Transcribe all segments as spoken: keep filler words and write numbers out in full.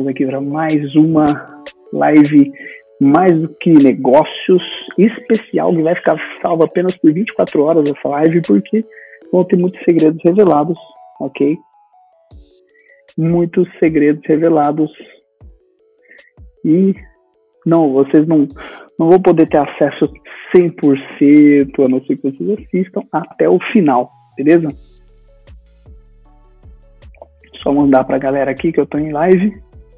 Estamos aqui para mais uma live mais do que negócios especial, que vai ficar salvo apenas por vinte e quatro horas essa live, porque vão ter muitos segredos revelados, ok? Muitos segredos revelados. E não, vocês não, não vão poder ter acesso cem por cento, a não ser que vocês assistam até o final, beleza? Só mandar pra galera aqui que eu tô em live.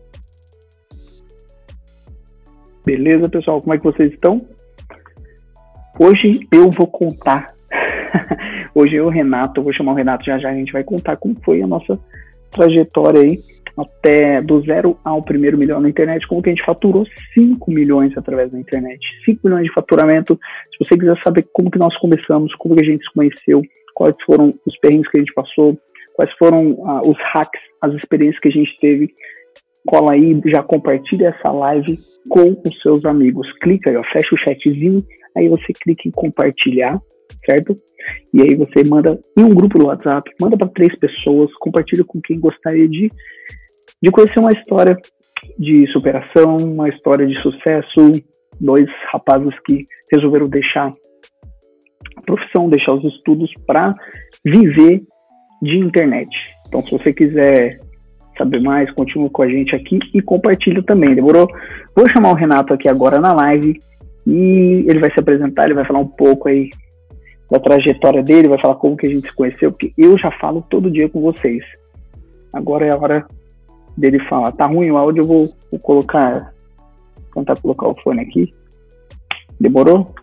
Beleza, pessoal? Como é que vocês estão? Hoje eu vou contar. Hoje eu, Renato, eu vou chamar o Renato já já, a gente vai contar como foi a nossa trajetória aí, até do zero ao primeiro milhão na internet, como que a gente faturou cinco milhões através da internet. cinco milhões de faturamento. Se você quiser saber como que nós começamos, como que a gente se conheceu, quais foram os perrengues que a gente passou, quais foram uh, os hacks, as experiências que a gente teve, cola aí, já compartilha essa live com os seus amigos. Clica aí, ó, fecha o chatzinho, aí você clica em compartilhar, certo? E aí você manda em um grupo do WhatsApp, manda para três pessoas, compartilha com quem gostaria de, de conhecer uma história de superação, uma história de sucesso, dois rapazes que resolveram deixar a profissão, deixar os estudos para viver de internet. Então, se você quiser saber mais, continua com a gente aqui e compartilha também, demorou? Vou chamar o Renato aqui agora na live e ele vai se apresentar, ele vai falar um pouco aí da trajetória dele, vai falar como que a gente se conheceu, porque eu já falo todo dia com vocês. Agora é a hora dele falar. Tá ruim o áudio, eu vou, vou colocar, vou tentar colocar o fone aqui. Demorou?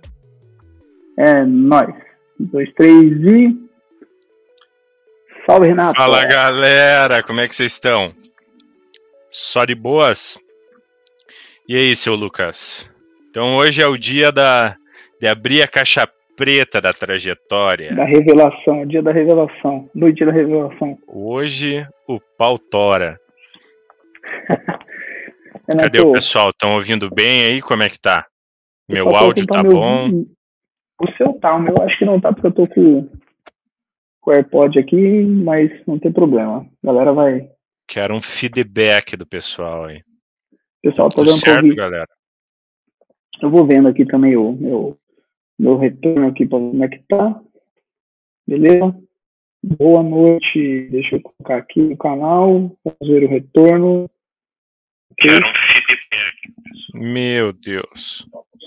É nóis. Um, dois, três e... Salve, Renato. Fala, galera, como é que vocês estão? Só de boas? E aí, seu Lucas? Então hoje é o dia da, de abrir a caixa preta da trajetória. Da revelação, dia da revelação, noite da revelação. Hoje o pau tora. Renato, cadê o pessoal? Estão ouvindo bem aí? Como é que tá? Meu eu áudio tá meu bom? Vídeo. O seu tá, o meu acho que não tá, porque eu tô com com o AirPod aqui, mas não tem problema. A galera vai... Quero um feedback do pessoal aí. O pessoal tá, tá dando certo, ouvir. Galera? Eu vou vendo aqui também o meu, meu retorno aqui para como é que tá. Beleza? Boa noite. Deixa eu colocar aqui no canal. Vamos ver o retorno. Okay. Quero um feedback. Meu Deus.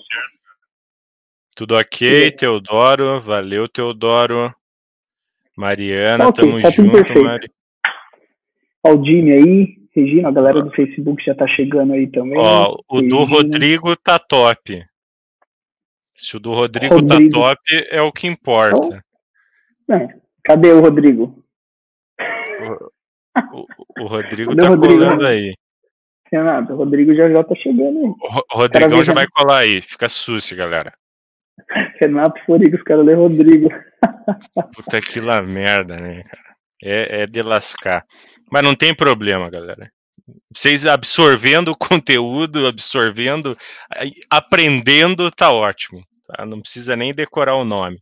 Tudo ok, Beleza. Teodoro? Valeu, Teodoro. Mariana, tá okay, tamo tá junto, Mari. Aldine aí, Regina, a galera do Facebook já tá chegando aí também. Ó, o Regina. do Rodrigo tá top. Se o do Rodrigo, Rodrigo. tá top, é o que importa. Oh. É. Cadê o Rodrigo? O, o, o Rodrigo Cadê tá o Rodrigo? colando aí. Renato, o Rodrigo já já tá chegando aí. O, o Rodrigão já vai colar aí, fica sucio, galera. Renato Foriga, os caras lê Rodrigo. Puta que lá merda, né, cara? É, é de lascar. Mas não tem problema, galera. Vocês absorvendo o conteúdo, absorvendo, aprendendo, tá ótimo. Tá? Não precisa nem decorar o nome.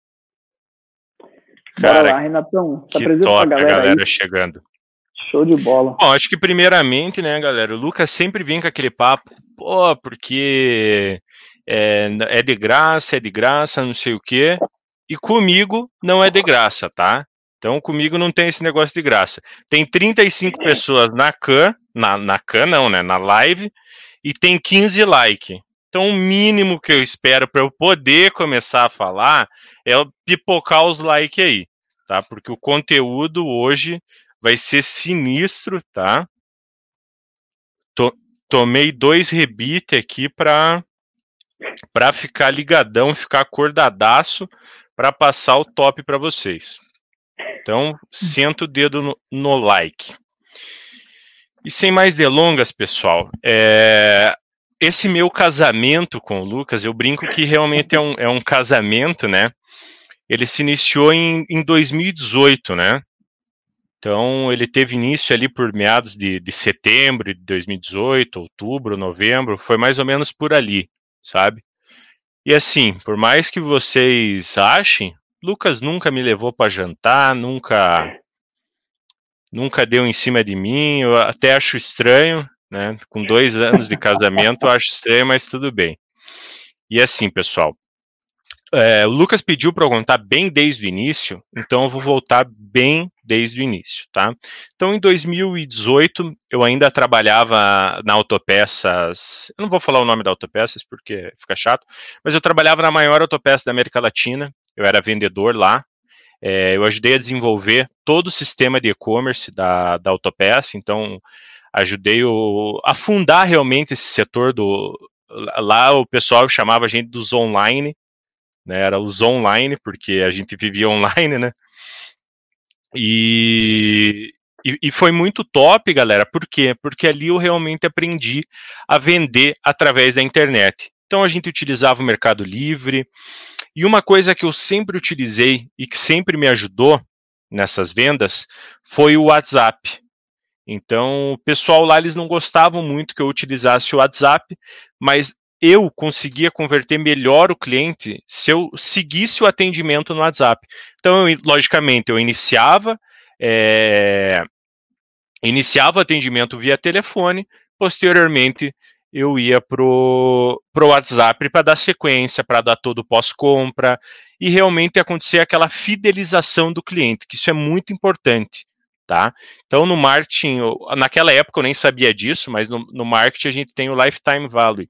Cara, bora lá, Renatão. Tá que top a galera, a galera aí. chegando. Show de bola. Bom, acho que primeiramente, né, galera, o Lucas sempre vem com aquele papo, pô, porque é, é de graça, é de graça, não sei o quê. E comigo não é de graça, tá? Então comigo não tem esse negócio de graça. Tem trinta e cinco pessoas na cam, na, na cam não, né, na live, e tem quinze likes. Então o mínimo que eu espero para eu poder começar a falar é eu pipocar os likes aí, tá? Porque o conteúdo hoje vai ser sinistro, tá? Tô, tomei dois rebite aqui para para ficar ligadão, ficar acordadaço para passar o top para vocês. Então, senta o dedo no, no like. E sem mais delongas, pessoal, é, esse meu casamento com o Lucas, eu brinco que realmente é um, é um casamento, né? Ele se iniciou em, em dois mil e dezoito, né? Então, ele teve início ali por meados de, de setembro de dois mil e dezoito, outubro, novembro, foi mais ou menos por ali, sabe? E assim, por mais que vocês achem, Lucas nunca me levou para jantar, nunca nunca deu em cima de mim, eu até acho estranho, né? Com dois anos de casamento, eu acho estranho, mas tudo bem. E assim, pessoal, é, o Lucas pediu para eu contar bem desde o início, então eu vou voltar bem desde o início, tá? Então, em dois mil e dezoito, eu ainda trabalhava na Autopeças, eu não vou falar o nome da Autopeças porque fica chato, mas eu trabalhava na maior autopeça da América Latina, eu era vendedor lá, é, eu ajudei a desenvolver todo o sistema de e-commerce da, da Autopeça, então ajudei o, a fundar realmente esse setor do... Lá o pessoal chamava a gente dos online, né, era os online, porque a gente vivia online, né, e, e, e foi muito top, galera, por quê? Porque ali eu realmente aprendi a vender através da internet. Então a gente utilizava o Mercado Livre, e uma coisa que eu sempre utilizei e que sempre me ajudou nessas vendas foi o WhatsApp. Então, o pessoal lá, eles não gostavam muito que eu utilizasse o WhatsApp, mas eu conseguia converter melhor o cliente se eu seguisse o atendimento no WhatsApp. Então, eu, logicamente, eu iniciava, é, iniciava o atendimento via telefone, posteriormente eu ia pro, pro WhatsApp para dar sequência, para dar todo o pós-compra, e realmente acontecer aquela fidelização do cliente, que isso é muito importante. Tá? Então, no marketing, naquela época eu nem sabia disso, mas no, no marketing a gente tem o Lifetime Value,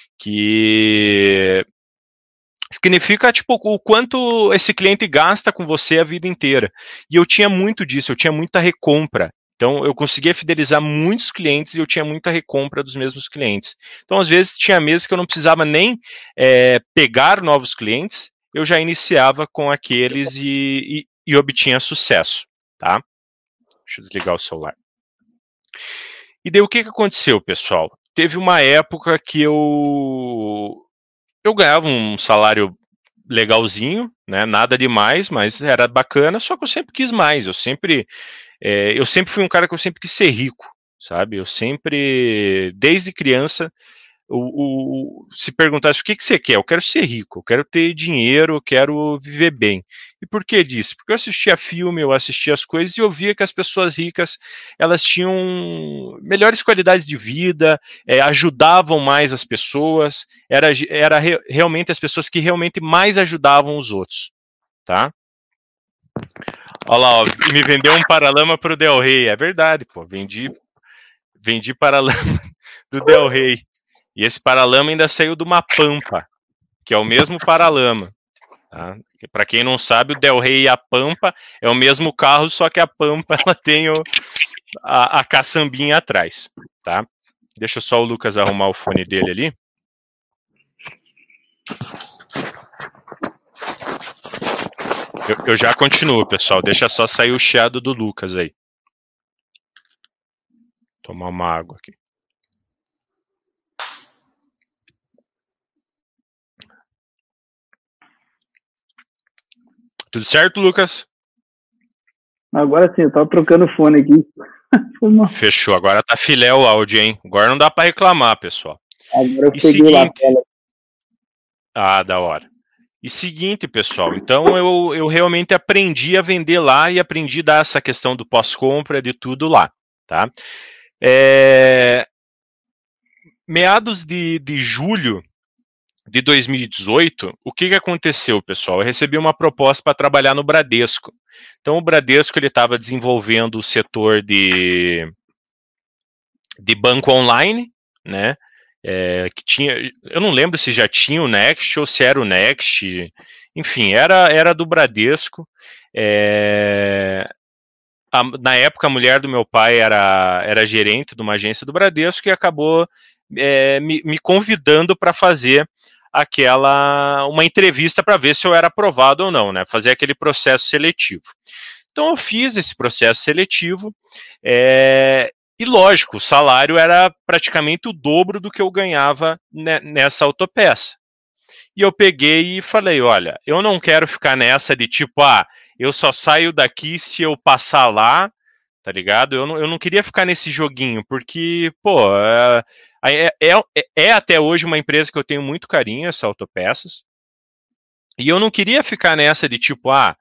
que significa tipo o quanto esse cliente gasta com você a vida inteira. E eu tinha muito disso, eu tinha muita recompra. Então, eu conseguia fidelizar muitos clientes e eu tinha muita recompra dos mesmos clientes. Então, às vezes, tinha meses que eu não precisava nem é, pegar novos clientes, eu já iniciava com aqueles e, e, e obtinha sucesso, tá? Deixa eu desligar o celular. E daí o que, que aconteceu, pessoal? Teve uma época que eu eu ganhava um salário legalzinho, né? Nada demais, mas era bacana. Só que eu sempre quis mais. Eu sempre é, eu sempre fui um cara que eu sempre quis ser rico, sabe? Eu sempre, desde criança, o, o, se perguntasse o que, que você quer, eu quero ser rico, eu quero ter dinheiro, eu quero viver bem. E por que disso? Porque eu assistia filme, eu assistia as coisas e eu via que as pessoas ricas, elas tinham melhores qualidades de vida, é, ajudavam mais as pessoas, era, era re, realmente as pessoas que realmente mais ajudavam os outros, tá? Olha lá, ó, me vendeu um paralama pro Del Rey, é verdade, pô, vendi, vendi paralama do Del Rey. E esse paralama ainda saiu de uma Pampa, que é o mesmo paralama. Tá? Para quem não sabe, o Del Rey e a Pampa é o mesmo carro, só que a Pampa ela tem o, a, a caçambinha atrás. Tá? Deixa só o Lucas arrumar o fone dele ali. Eu, eu já continuo, pessoal. Deixa só sair o chiado do Lucas aí. Tomar uma água aqui. Tudo certo, Lucas? Agora sim, eu tava trocando o fone aqui. Fechou, agora tá filé o áudio, hein? Agora não dá para reclamar, pessoal. Agora eu e peguei seguinte... lá. Ah, da hora. E seguinte, pessoal, então eu, eu realmente aprendi a vender lá e aprendi a dar essa questão do pós-compra, de tudo lá, tá? É... Meados de, de julho de dois mil e dezoito, o que, que aconteceu, pessoal? Eu recebi uma proposta para trabalhar no Bradesco. Então, o Bradesco ele estava desenvolvendo o setor de, de banco online, né? É, que tinha, eu não lembro se já tinha o Next ou se era o Next, enfim, era, era do Bradesco. É, a, na época, a mulher do meu pai era, era gerente de uma agência do Bradesco e acabou é, me, me convidando para fazer aquela uma entrevista para ver se eu era aprovado ou não, né? Fazer aquele processo seletivo. Então eu fiz esse processo seletivo é, e lógico, o salário era praticamente o dobro do que eu ganhava nessa autopeça. E eu peguei e falei, olha, eu não quero ficar nessa de tipo, ah, eu só saio daqui se eu passar lá, tá ligado? Eu não, eu não queria ficar nesse joguinho, porque, pô, é, é, é, é até hoje uma empresa que eu tenho muito carinho, essa Autopeças, e eu não queria ficar nessa de tipo, ah,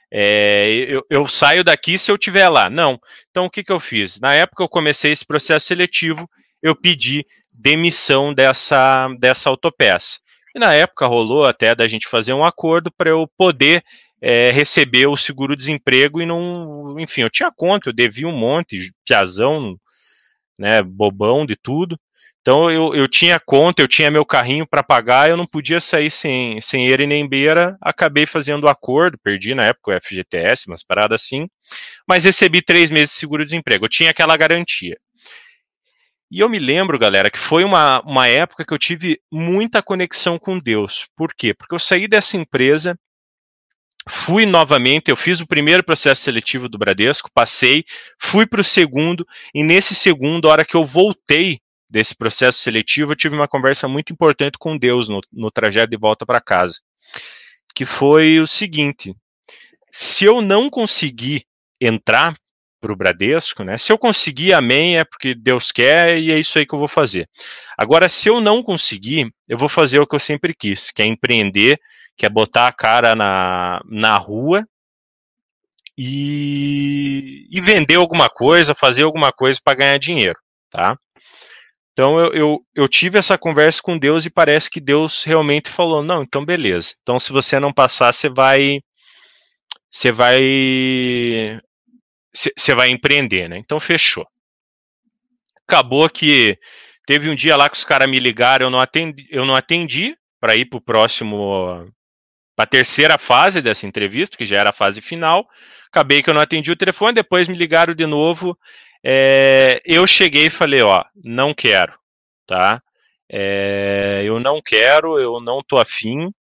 É, eu, eu saio daqui se eu estiver lá. Não. Então, o que, que eu fiz? Na época eu comecei esse processo seletivo, eu pedi demissão dessa, dessa autopeça. E na época rolou até da gente fazer um acordo para eu poder é, receber o seguro-desemprego e não... Enfim, eu tinha conta, eu devia um monte, piazão, né, bobão de tudo. Então eu, eu tinha conta, eu tinha meu carrinho para pagar, eu não podia sair sem, sem ele nem beira, acabei fazendo o acordo, perdi na época o F G T S, umas paradas assim, mas recebi três meses de seguro-desemprego, eu tinha aquela garantia. E eu me lembro, galera, que foi uma, uma época que eu tive muita conexão com Deus. Por quê? Porque eu saí dessa empresa, fui novamente, eu fiz o primeiro processo seletivo do Bradesco, passei, fui para o segundo, e nesse segundo, a hora que eu voltei desse processo seletivo, eu tive uma conversa muito importante com Deus no, no trajeto de volta para casa, que foi o seguinte: se eu não conseguir entrar para o Bradesco, né, se eu conseguir, amém, é porque Deus quer e é isso aí que eu vou fazer. Agora, se eu não conseguir, eu vou fazer o que eu sempre quis, que é empreender, que é botar a cara na, na rua e, e vender alguma coisa, fazer alguma coisa para ganhar dinheiro, tá? Então eu, eu, eu tive essa conversa com Deus e parece que Deus realmente falou, não, então beleza. Então se você não passar, você vai você vai você vai empreender, né? Então fechou. Acabou que teve um dia lá que os caras me ligaram, eu não atendi, eu não atendi para ir para o próximo, para a terceira fase dessa entrevista, que já era a fase final. Acabei que eu não atendi o telefone, depois me ligaram de novo. É, eu cheguei e falei, ó, não quero, tá? É, eu não quero, eu não tô afim.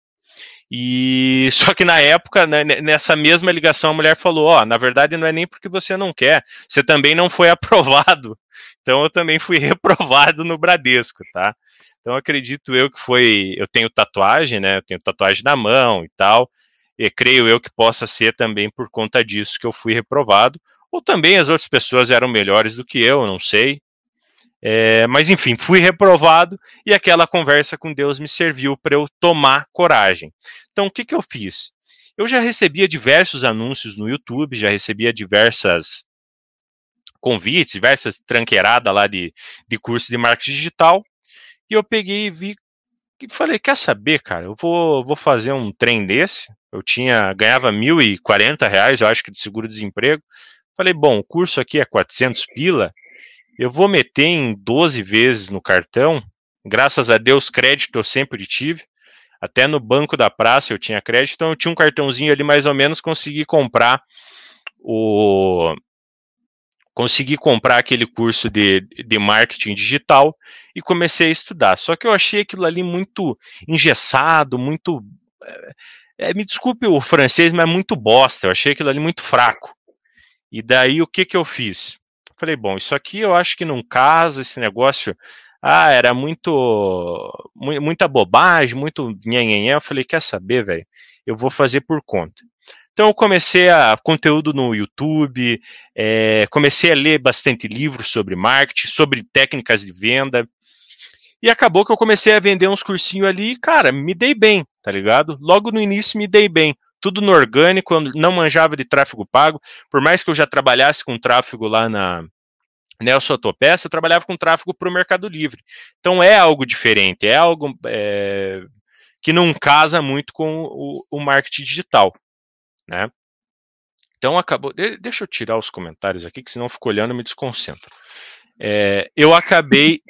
E só que na época, né, nessa mesma ligação, a mulher falou, ó, na verdade não é nem porque você não quer, você também não foi aprovado. Então eu também fui reprovado no Bradesco, tá? Então acredito eu que foi, eu tenho tatuagem, né? Eu tenho tatuagem na mão e tal. E creio eu que possa ser também por conta disso que eu fui reprovado. Ou também as outras pessoas eram melhores do que eu, não sei. É, mas enfim, fui reprovado e aquela conversa com Deus me serviu para eu tomar coragem. Então o que, que eu fiz? Eu já recebia diversos anúncios no YouTube, já recebia diversas convites, diversas tranqueiradas lá de, de curso de marketing digital, e eu peguei e vi e falei, quer saber, cara, eu vou, vou fazer um trem desse. Eu tinha, ganhava mil e quarenta reais, eu acho que de seguro-desemprego. Falei, bom, o curso aqui é quatrocentos pila, eu vou meter em doze vezes no cartão. Graças a Deus, crédito eu sempre tive. Até no banco da praça eu tinha crédito, então eu tinha um cartãozinho ali mais ou menos, consegui comprar o... Consegui comprar aquele curso de, de marketing digital e comecei a estudar. Só que eu achei aquilo ali muito engessado, muito... É, me desculpe o francês, mas muito bosta. Eu achei aquilo ali muito fraco. E daí o que, que eu fiz? Falei, bom, isso aqui eu acho que não casa, esse negócio... Ah, era muito... Muita bobagem, muito nhenhenhé. Eu falei, quer saber, velho? Eu vou fazer por conta. Então eu comecei a conteúdo no YouTube, é, comecei a ler bastante livros sobre marketing, sobre técnicas de venda, e acabou que eu comecei a vender uns cursinhos ali e, cara, me dei bem, tá ligado? Logo no início me dei bem, tudo no orgânico, não manjava de tráfego pago, por mais que eu já trabalhasse com tráfego lá na Nelson Autopeça, eu trabalhava com tráfego para o Mercado Livre. Então é algo diferente, é algo é, que não casa muito com o, o marketing digital, né? Então acabou. De, deixa eu tirar os comentários aqui, que senão eu fico olhando e me desconcentro. É, eu acabei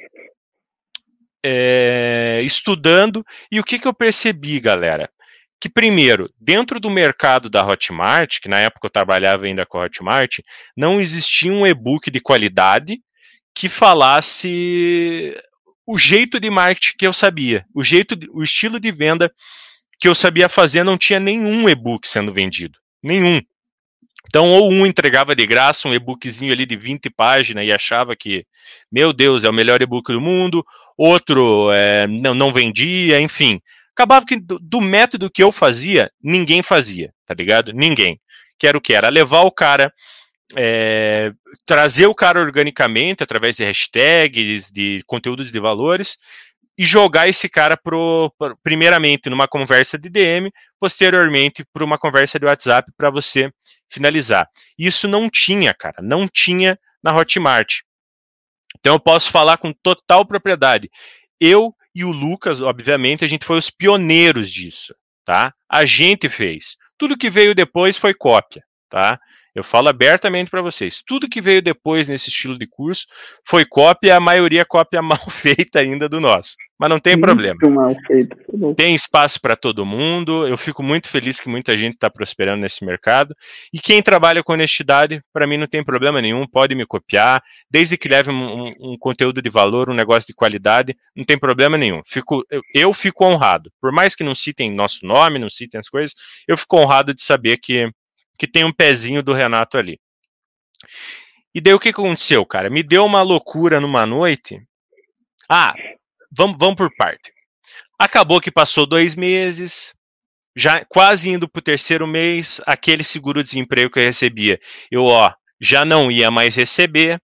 é, estudando, e o que, que eu percebi, galera? Que primeiro, dentro do mercado da Hotmart, que na época eu trabalhava ainda com a Hotmart, não existia um e-book de qualidade que falasse o jeito de marketing que eu sabia, o jeito, de, o estilo de venda que eu sabia fazer. Não tinha nenhum e-book sendo vendido, nenhum. Então, ou um entregava de graça um e-bookzinho ali de vinte páginas e achava que, meu Deus, é o melhor e-book do mundo, outro é, não, não vendia, enfim. Acabava que do, do método que eu fazia, ninguém fazia, tá ligado? Ninguém. Que era o que? Era levar o cara, é, trazer o cara organicamente, através de hashtags, de conteúdos de valores, e jogar esse cara pro, pro, primeiramente numa conversa de D M, posteriormente para uma conversa de WhatsApp para você finalizar. Isso não tinha, cara, não tinha na Hotmart. Então eu posso falar com total propriedade. Eu e o Lucas, obviamente, a gente foi os pioneiros disso, tá? A gente fez. Tudo que veio depois foi cópia, tá? Eu falo abertamente para vocês. Tudo que veio depois nesse estilo de curso foi cópia, a maioria cópia mal feita ainda do nosso. Mas não tem Muito problema. mal feito. Tem espaço para todo mundo. Eu fico muito feliz que muita gente está prosperando nesse mercado. E quem trabalha com honestidade, para mim não tem problema nenhum, pode me copiar, desde que leve um, um, um conteúdo de valor, um negócio de qualidade, não tem problema nenhum. Fico, eu, eu fico honrado. Por mais que não citem nosso nome, não citem as coisas, eu fico honrado de saber que que tem um pezinho do Renato ali. E daí o que aconteceu, cara? Me deu uma loucura numa noite. Ah, vamos, vamos por parte. Acabou que passou dois meses, já quase indo pro terceiro mês, aquele seguro-desemprego que eu recebia, eu, ó, já não ia mais receber,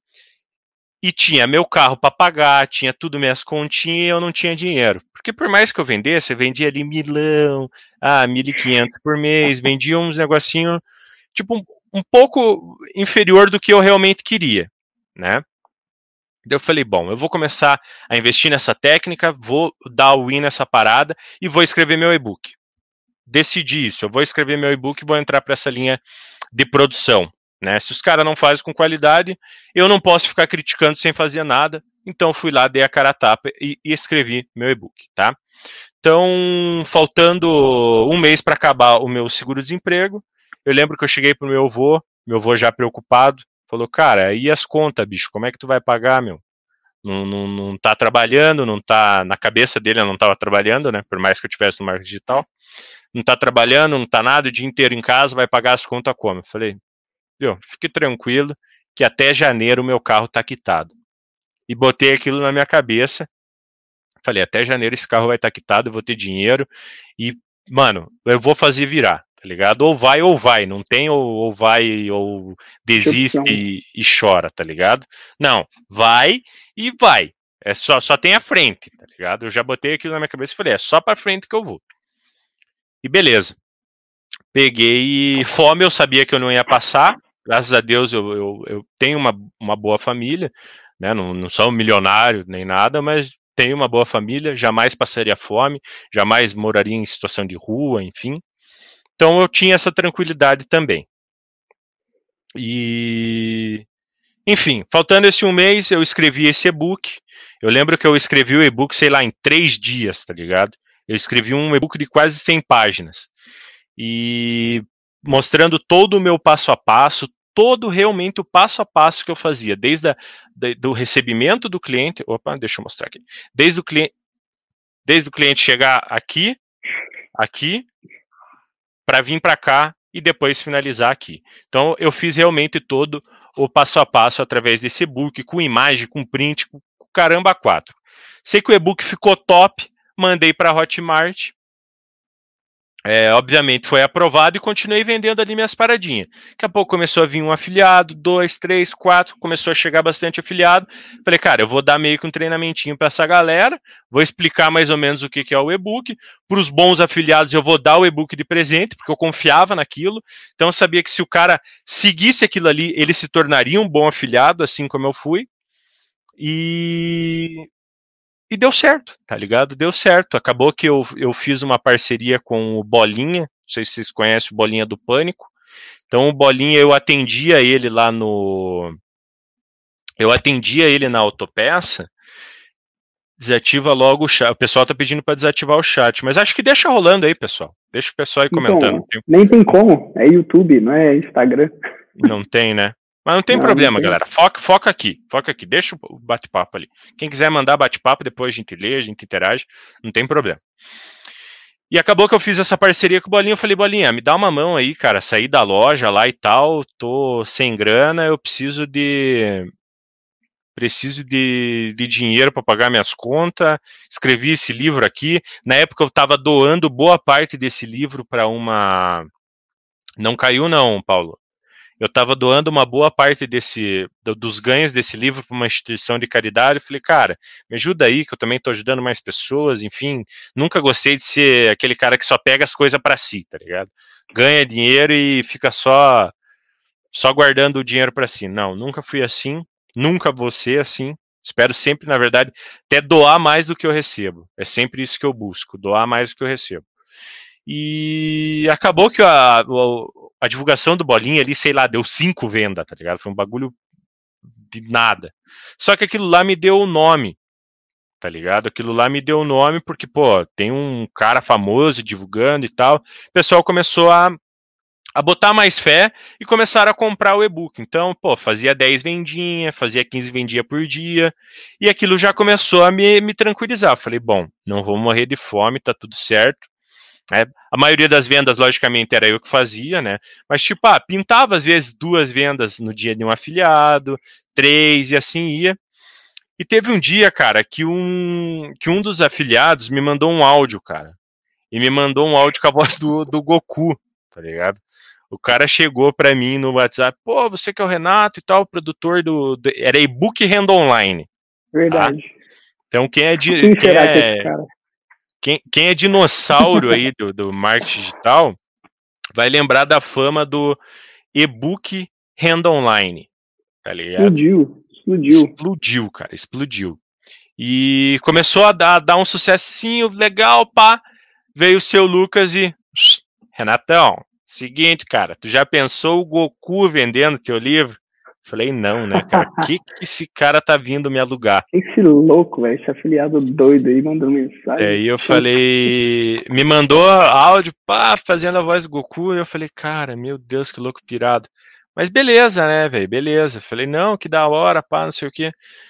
e tinha meu carro para pagar, tinha tudo minhas continhas e eu não tinha dinheiro. Porque por mais que eu vendesse, eu vendia ali milão, ah, mil e quinhentos por mês, vendia uns negocinhos, tipo, um, um pouco inferior do que eu realmente queria, né? Daí eu falei, bom, eu vou começar a investir nessa técnica, vou dar o win nessa parada e vou escrever meu e-book. Decidi isso, eu vou escrever meu e-book e vou entrar para essa linha de produção, né? Se os caras não fazem com qualidade, eu não posso ficar criticando sem fazer nada, então fui lá, dei a cara a tapa e, e escrevi meu e-book, tá? Então, faltando um mês para acabar o meu seguro-desemprego, eu lembro que eu cheguei pro meu avô, meu avô já preocupado, falou, cara, e as contas, bicho, como é que tu vai pagar, meu? Não, não, não tá trabalhando, não tá, na cabeça dele eu não tava trabalhando, né, por mais que eu tivesse no marketing digital, não tá trabalhando, não tá nada, o dia inteiro em casa, vai pagar as contas como? Eu falei, viu, fique tranquilo, que até janeiro o meu carro tá quitado. E botei aquilo na minha cabeça, falei, até janeiro esse carro vai estar quitado, eu vou ter dinheiro, e, mano, eu vou fazer virar, tá ligado? Ou vai ou vai, não tem ou, ou vai ou desiste e, e chora, tá ligado? Não, vai e vai. É só, só tem a frente, tá ligado? Eu já botei aquilo na minha cabeça e falei, é só pra frente que eu vou. E beleza. Peguei fome, eu sabia que eu não ia passar. Graças a Deus eu, eu, eu tenho uma, uma boa família, né? Não, não sou um milionário nem nada, mas tenho uma boa família, jamais passaria fome, jamais moraria em situação de rua, enfim. Então eu tinha essa tranquilidade também. E, enfim, faltando esse um mês, eu escrevi esse e-book. Eu lembro que eu escrevi o e-book, sei lá, em três dias, tá ligado? Eu escrevi um e-book de quase cem páginas. E mostrando todo o meu passo a passo, todo realmente o passo a passo que eu fazia, desde a, de, do recebimento do cliente, opa, deixa eu mostrar aqui, desde o cliente, desde o cliente chegar aqui, aqui, para vir para cá e depois finalizar aqui. Então eu fiz realmente todo o passo a passo através desse e-book, com imagem, com print, com caramba quatro. Sei que o e-book ficou top, mandei para a Hotmart. É, obviamente foi aprovado e continuei vendendo ali minhas paradinhas. Daqui a pouco começou a vir um afiliado, dois, três, quatro, começou a chegar bastante afiliado. Falei, cara, eu vou dar meio que um treinamentinho para essa galera, vou explicar mais ou menos o que, que é o e-book. Para os bons afiliados eu vou dar o e-book de presente, porque eu confiava naquilo. Então eu sabia que se o cara seguisse aquilo ali, ele se tornaria um bom afiliado, assim como eu fui. E... E deu certo, tá ligado? Deu certo. Acabou que eu, eu fiz uma parceria com o Bolinha, não sei se vocês conhecem o Bolinha do Pânico. Então o Bolinha, eu atendia ele lá no... Eu atendia ele na autopeça. Desativa logo o chat. O pessoal tá pedindo para desativar o chat, mas acho que deixa rolando aí, pessoal. Deixa o pessoal aí comentando. Então, nem tem como, é YouTube, não é Instagram. Não tem, né? Mas não tem não, problema, não tem. Galera. Foca, foca aqui, foca aqui. Deixa o bate-papo ali. Quem quiser mandar bate-papo, depois a gente lê, a gente interage, não tem problema. E acabou que eu fiz essa parceria com o Bolinha. Eu falei, Bolinha, me dá uma mão aí, cara. Saí da loja lá e tal, tô sem grana, eu preciso de... Preciso de, de dinheiro para pagar minhas contas. Escrevi esse livro aqui. Na época eu estava doando boa parte desse livro para uma... Não caiu não, Paulo. eu estava doando uma boa parte desse, do, dos ganhos desse livro para uma instituição de caridade. Eu falei, cara, me ajuda aí, que eu também estou ajudando mais pessoas, enfim. Nunca gostei de ser aquele cara que só pega as coisas para si, tá ligado? Ganha dinheiro e fica só, só guardando o dinheiro para si. Não, nunca fui assim, nunca vou ser assim. Espero sempre, na verdade, até doar mais do que eu recebo. É sempre isso que eu busco, doar mais do que eu recebo. E acabou que a, a, a divulgação do Bolinha ali, sei lá, deu cinco vendas, tá ligado? Foi um bagulho de nada. Só que aquilo lá me deu o nome, tá ligado? Aquilo lá me deu o nome porque, pô, tem um cara famoso divulgando e tal. O pessoal começou a, a botar mais fé e começaram a comprar o e-book. Então, pô, fazia dez vendinha, fazia quinze vendia por dia. E aquilo já começou a me, me tranquilizar. Falei, bom, não vou morrer de fome, tá tudo certo. É, a maioria das vendas, logicamente, era eu que fazia, né? Mas, tipo, ah, pintava às vezes duas vendas no dia de um afiliado, três e assim ia. E teve um dia, cara, que um, que um dos afiliados me mandou um áudio, cara. E me mandou um áudio com a voz do, do Goku, tá ligado? O cara chegou pra mim no WhatsApp, pô, você que é o Renato e tal, produtor do... do era e-book Renda Online. Verdade. Tá? Então, quem é de... Quem Quem será que é é, esse cara? Quem, quem é dinossauro aí do, do marketing digital vai lembrar da fama do e-book Renda Online, tá ligado? Explodiu, explodiu. Explodiu, cara, explodiu. E começou a dar, dar um sucessinho legal, pá. Veio o seu Lucas e... Renatão, seguinte, cara, tu já pensou o Goku vendendo teu livro? Falei, não, né, cara? O que, que esse cara tá vindo me alugar? Esse louco, velho, esse afiliado doido aí mandando mensagem. É, e eu falei, me mandou áudio, pá, fazendo a voz do Goku, e eu falei, cara, meu Deus, que louco pirado. Mas beleza, né, velho, beleza. Falei, não, que da hora, pá, não sei o quê.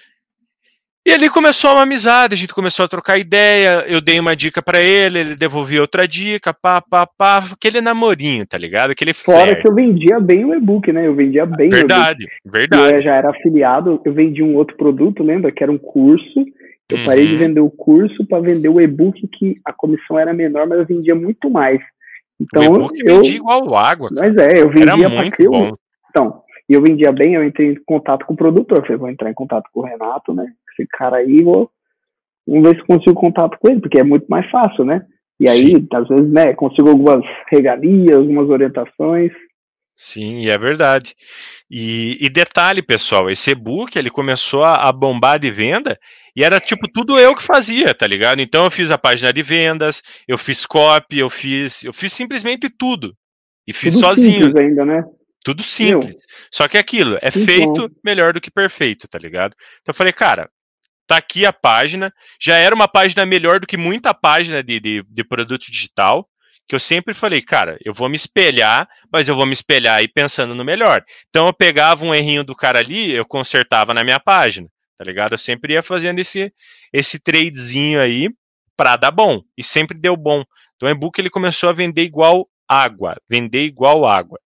E ali começou uma amizade, a gente começou a trocar ideia, eu dei uma dica pra ele, ele devolvia outra dica, pá, pá, pá, aquele namorinho, tá ligado? Aquele Fora flare. que eu vendia bem o e-book, né? Eu vendia bem Verdade, o e-book. verdade. Eu já era afiliado, eu vendi um outro produto, lembra? Que era um curso. Eu Uhum. parei de vender o curso para vender o e-book, que a comissão era menor, mas eu vendia muito mais. Então, o e-book eu vendia igual água, cara. Mas é, eu vendia era muito eu... bom. Então, e eu vendia bem, eu entrei em contato com o produtor. Falei, vou entrar em contato com o Renato, né? Esse cara aí, vou... vamos ver se consigo contato com ele, porque é muito mais fácil, né? E aí, Sim. às vezes, né, consigo algumas regalias, algumas orientações. Sim, é verdade. E, e detalhe, pessoal, esse e-book, ele começou a, a bombar de venda e era, tipo, tudo eu que fazia, tá ligado? Então eu fiz a página de vendas, eu fiz copy, eu fiz, eu fiz simplesmente tudo. E fiz tudo sozinho. Simples ainda, né? Tudo simples. Meu, Só que aquilo, é feito bom. melhor do que perfeito, tá ligado? Então eu falei, cara, tá aqui a página, já era uma página melhor do que muita página de, de, de produto digital, que eu sempre falei, cara, eu vou me espelhar, mas eu vou me espelhar aí pensando no melhor. Então eu pegava um errinho do cara ali, eu consertava na minha página, tá ligado? Eu sempre ia fazendo esse, esse tradezinho aí pra dar bom, e sempre deu bom. Então o e-book ele começou a vender igual água, vender igual água.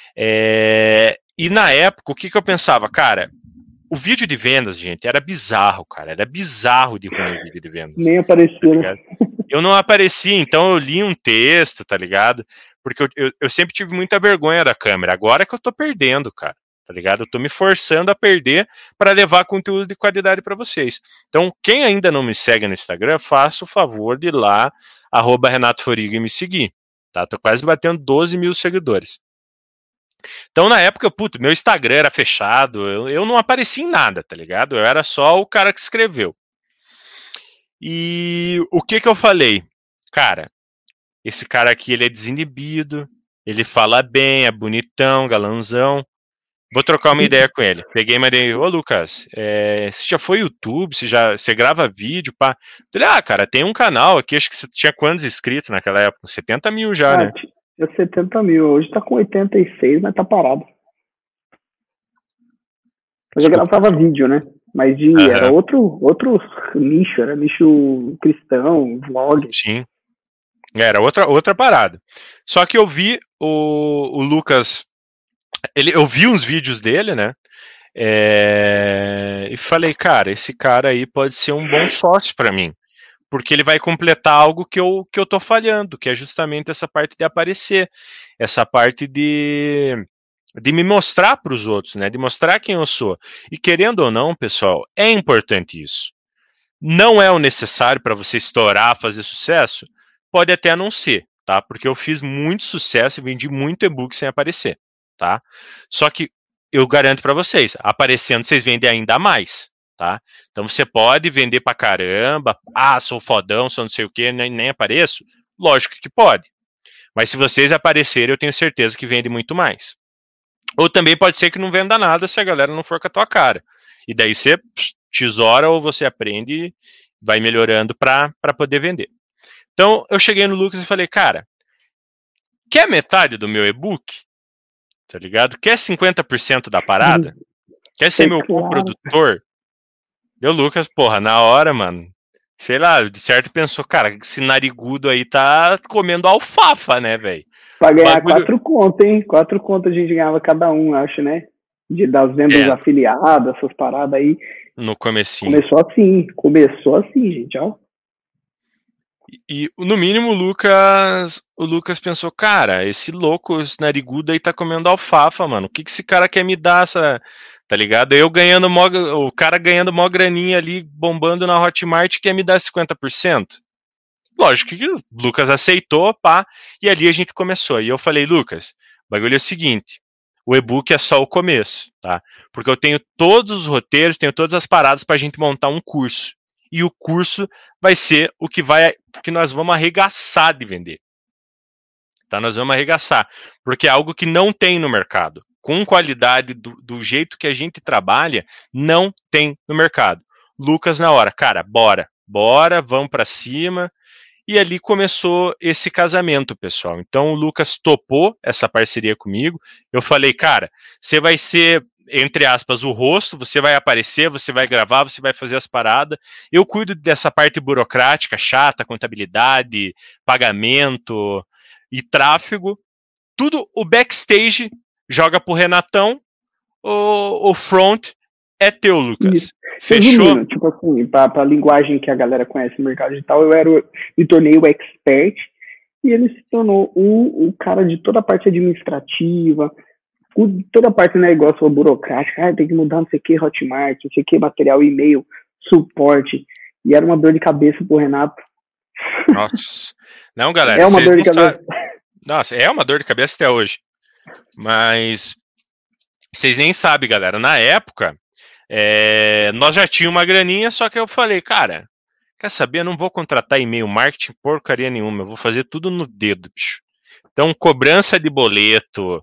É... E na época, o que, que eu pensava? Cara, o vídeo de vendas, gente, era bizarro, cara. Era bizarro de ruim o vídeo de vendas. Nem apareceu, tá né? Eu não apareci, então eu li um texto, tá ligado? Porque eu, eu, eu sempre tive muita vergonha da câmera. Agora é que eu tô perdendo, cara. Tá ligado? Eu tô me forçando a perder para levar conteúdo de qualidade para vocês. Então, quem ainda não me segue no Instagram, faça o favor de ir lá, arroba Renato Foriga e me seguir. Tá? Tô quase batendo doze mil seguidores. Então, na época, puto, meu Instagram era fechado, eu, eu não aparecia em nada, tá ligado? Eu era só o cara que escreveu. E o que que eu falei? Cara, esse cara aqui, ele é desinibido, ele fala bem, é bonitão, galanzão. Vou trocar uma ideia com ele. Peguei e mandei, ô Lucas, é, você já foi YouTube, você já você grava vídeo, pá? Falei, ah, cara, tem um canal aqui, acho que você tinha quantos inscritos naquela época? setenta mil já, ah, né? Tinha setenta mil, hoje tá com oitenta e seis, mas tá parado. Mas eu gravava vídeo, né? Mas de, uhum. era outro, outro nicho, era nicho cristão, vlog. Sim. Era outra, outra parada. Só que eu vi o, o Lucas, ele, eu vi uns vídeos dele, né? É, e falei, cara, esse cara aí pode ser um bom sócio para mim. Porque ele vai completar algo que eu, que eu tô falhando, que é justamente essa parte de aparecer. Essa parte de, de me mostrar para os outros, né? De mostrar quem eu sou. E querendo ou não, pessoal, é importante isso. Não é o necessário para você estourar, fazer sucesso? Pode até não ser, tá? Porque eu fiz muito sucesso e vendi muito e-book sem aparecer, tá? Só que eu garanto para vocês, aparecendo vocês vendem ainda mais, tá? Então você pode vender pra caramba, ah, sou fodão, sou não sei o que, nem, nem apareço. Lógico que pode. Mas se vocês aparecerem, eu tenho certeza que vende muito mais. Ou também pode ser que não venda nada se a galera não for com a tua cara. E daí você tesoura ou você aprende e vai melhorando para poder vender. Então eu cheguei no Lucas e falei, cara, quer metade do meu e-book? Tá ligado? Quer cinquenta por cento da parada? Quer ser É meu claro. coprodutor? Deu Lucas, porra, na hora, mano. Sei lá, de certo pensou, cara, esse narigudo aí tá comendo alfafa, né, velho? Pra ganhar Bagulho... quatro contas, hein? Quatro contas a gente ganhava cada um, acho, né? De, das vendas É. afiliadas, essas paradas aí. No comecinho. Começou assim, começou assim, gente, ó. E, no mínimo, o Lucas, o Lucas pensou, cara, esse louco, esse narigudo aí tá comendo alfafa, mano. O que que esse cara quer me dar, essa... tá ligado? Eu ganhando, mó, o cara ganhando mó graninha ali, bombando na Hotmart, quer me dar cinquenta por cento? Lógico que o Lucas aceitou, pá, e ali a gente começou. E eu falei, Lucas, o bagulho é o seguinte, o e-book é só o começo, tá? Porque eu tenho todos os roteiros, tenho todas as paradas pra gente montar um curso. E o curso vai ser o que vai, que nós vamos arregaçar de vender. Tá? Nós vamos arregaçar, porque é algo que não tem no mercado. Com qualidade, do, do jeito que a gente trabalha, não tem no mercado. Lucas na hora, cara, bora, bora, vamos pra cima. E ali começou esse casamento, pessoal. Então o Lucas topou essa parceria comigo. Eu falei, cara, você vai ser, entre aspas, o rosto, você vai aparecer, você vai gravar, você vai fazer as paradas. Eu cuido dessa parte burocrática, chata, contabilidade, pagamento e tráfego. Tudo o backstage joga pro Renatão, o, o front é teu, Lucas. Isso. Fechou? Resumindo, tipo assim, pra, pra linguagem que a galera conhece no mercado digital, eu era o, me tornei o expert e ele se tornou o, o cara de toda a parte administrativa, o, toda a parte do negócio burocrática, ah, tem que mudar não sei o que, Hotmart, não sei o que, material, e-mail, suporte, e era uma dor de cabeça pro Renato. Nossa. Não, galera, é uma dor de cabeça. Sabem... Nossa, é uma dor de cabeça até hoje. Mas vocês nem sabem, galera, na época, É, nós já tínhamos uma graninha, só que eu falei, cara, quer saber, eu não vou contratar e-mail marketing porcaria nenhuma, eu vou fazer tudo no dedo, bicho. Então, cobrança de boleto,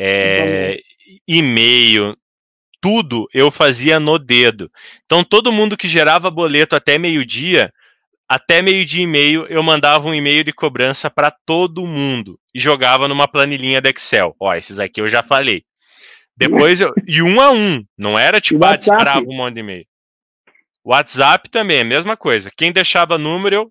é, e-mail, tudo eu fazia no dedo. Então, todo mundo que gerava boleto até meio-dia, até meio-dia e meio, eu mandava um e-mail de cobrança para todo mundo e jogava numa planilhinha do Excel. Ó, esses aqui eu já falei. Depois eu. E um a um. Não era tipo, ah, disparava um monte de e-mail. WhatsApp também, a mesma coisa. Quem deixava número, eu.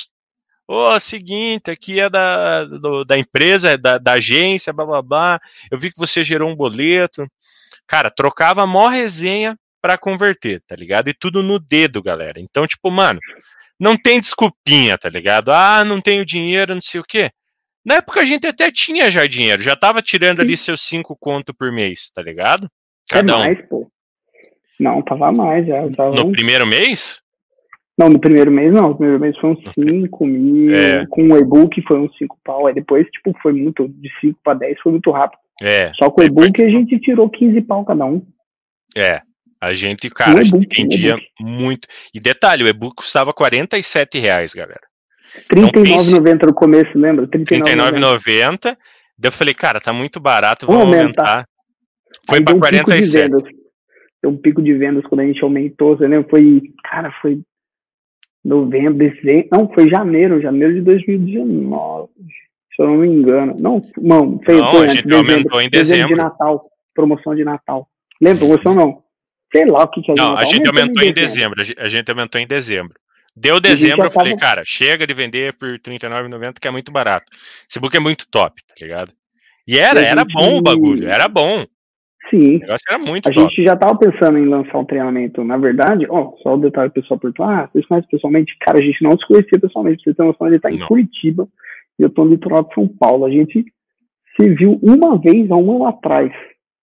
Ô, oh, seguinte, aqui é da, do, da empresa, da, da agência, blá blá blá. Eu vi que você gerou um boleto. Cara, trocava a maior resenha pra converter, tá ligado? E tudo no dedo, galera. Então, tipo, mano, não tem desculpinha, tá ligado? Ah, não tenho dinheiro, não sei o quê. Na época a gente até tinha já dinheiro, já tava tirando ali seus cinco conto por mês, tá ligado? Cada é mais, um. Pô. Não, tava mais já. Tava no um... primeiro mês? Não, no primeiro mês não. No primeiro mês foi uns cinco mil. É. Com o e-book foi uns cinco pau. Aí depois, tipo, foi muito, de cinco para dez foi muito rápido. É. Só com o e-book depois... a gente tirou quinze pau cada um. É. A gente, cara, a gente vendia muito. E detalhe, o e-book custava quarenta e sete reais, galera. trinta e nove reais e noventa centavos no começo, lembra? trinta e nove reais e noventa centavos. Daí eu falei, cara, tá muito barato, vamos aumentar. aumentar. Foi pra quarenta e sete. Um Deu um pico de vendas quando a gente aumentou, você lembra? Foi, cara, foi novembro, dezembro, não, foi janeiro, janeiro de dois mil e dezenove, se eu não me engano. Não, não, foi, não, foi a antes, gente dezembro, aumentou em dezembro. dezembro de Natal, promoção de Natal. Lembra, promoção hum. não? Sei lá o que que é. Não, Natal. a gente aumentou em dezembro, a gente aumentou em dezembro. Deu dezembro, eu falei, tava... cara, chega de vender por trinta e nove reais e noventa centavos, que é muito barato. Esse book é muito top, tá ligado? E era, e era gente... bom o bagulho, era bom. Sim. O negócio era muito a top. gente já tava pensando em lançar um treinamento. Na verdade, ó, só o detalhe pessoal por ah, vocês conhecem pessoalmente? Cara, a gente não se conhecia pessoalmente. Vocês têm noção, ele tá em não. Curitiba e eu tô no litoral de São Paulo. A gente se viu uma vez há um ano atrás.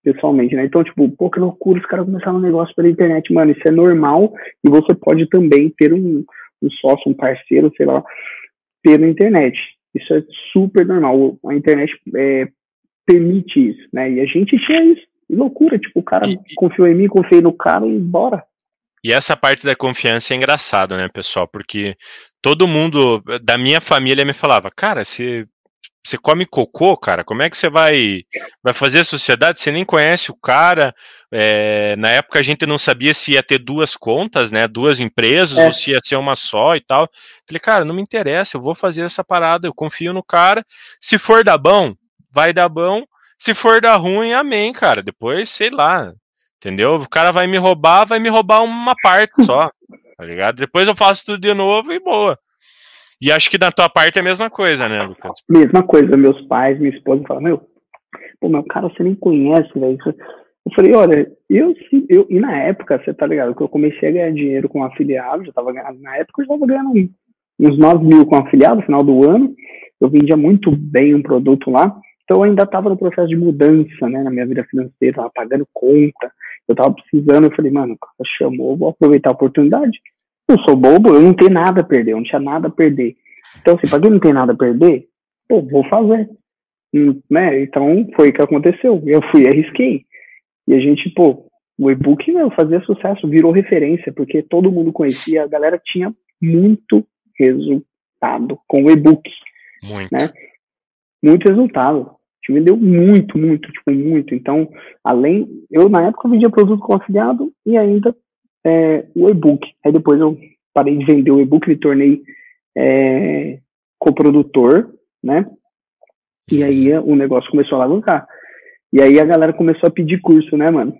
pessoalmente, né? Então, tipo, pô, que loucura, os caras começaram um negócio pela internet, mano, isso é normal, e você pode também ter um, um sócio, um parceiro, sei lá, pela internet. Isso é super normal. A internet é, permite isso, né? E a gente tinha isso. Que loucura, tipo, o cara E, confiou em mim, confiei no cara e bora. e essa parte da confiança é engraçado, né, pessoal? Porque todo mundo da minha família me falava, cara, você você come cocô, cara, como é que você vai, vai fazer sociedade? Você nem conhece o cara. É, na época a gente não sabia se ia ter duas contas, né? Duas empresas, É, ou se ia ser uma só e tal. Falei, cara, não me interessa, eu vou fazer essa parada, eu confio no cara. Se for dar bom, vai dar bom. Se for dar ruim, amém, cara. Depois, sei lá. Entendeu? O cara vai me roubar, vai me roubar uma parte só. Tá ligado? Depois eu faço tudo de novo e boa. E acho que da tua parte é a mesma coisa, né, Lucas? mesma coisa, meus pais, minha esposa falam, meu, pô, meu cara, você nem conhece, velho. Eu falei, olha, eu, eu, e na época, você tá ligado, que eu comecei a ganhar dinheiro com afiliado, já tava ganhando, na época eu já tava ganhando uns nove mil com afiliado, no final do ano, eu vendia muito bem um produto lá, então eu ainda tava no processo de mudança, né, na minha vida financeira, tava pagando conta, eu tava precisando, eu falei, mano, o cara chamou, vou aproveitar a oportunidade. Eu sou bobo, eu não tenho nada a perder, eu não tinha nada a perder. Então, assim, pra quem não tem nada a perder, pô, vou fazer. Hum, né? Então, foi o que aconteceu. Eu fui e arrisquei. E a gente, pô, o e-book, meu, fazia sucesso, virou referência, porque todo mundo conhecia, a galera tinha muito resultado com o e-book, Muito. né? Muito resultado. A gente vendeu muito, muito, tipo, muito. Então, além, eu na época vendia produto com afiliado e ainda é, o e-book. Aí depois eu parei de vender o e-book, me tornei é, coprodutor, né? E aí o negócio começou a alavancar. E aí a galera começou a pedir curso, né, mano?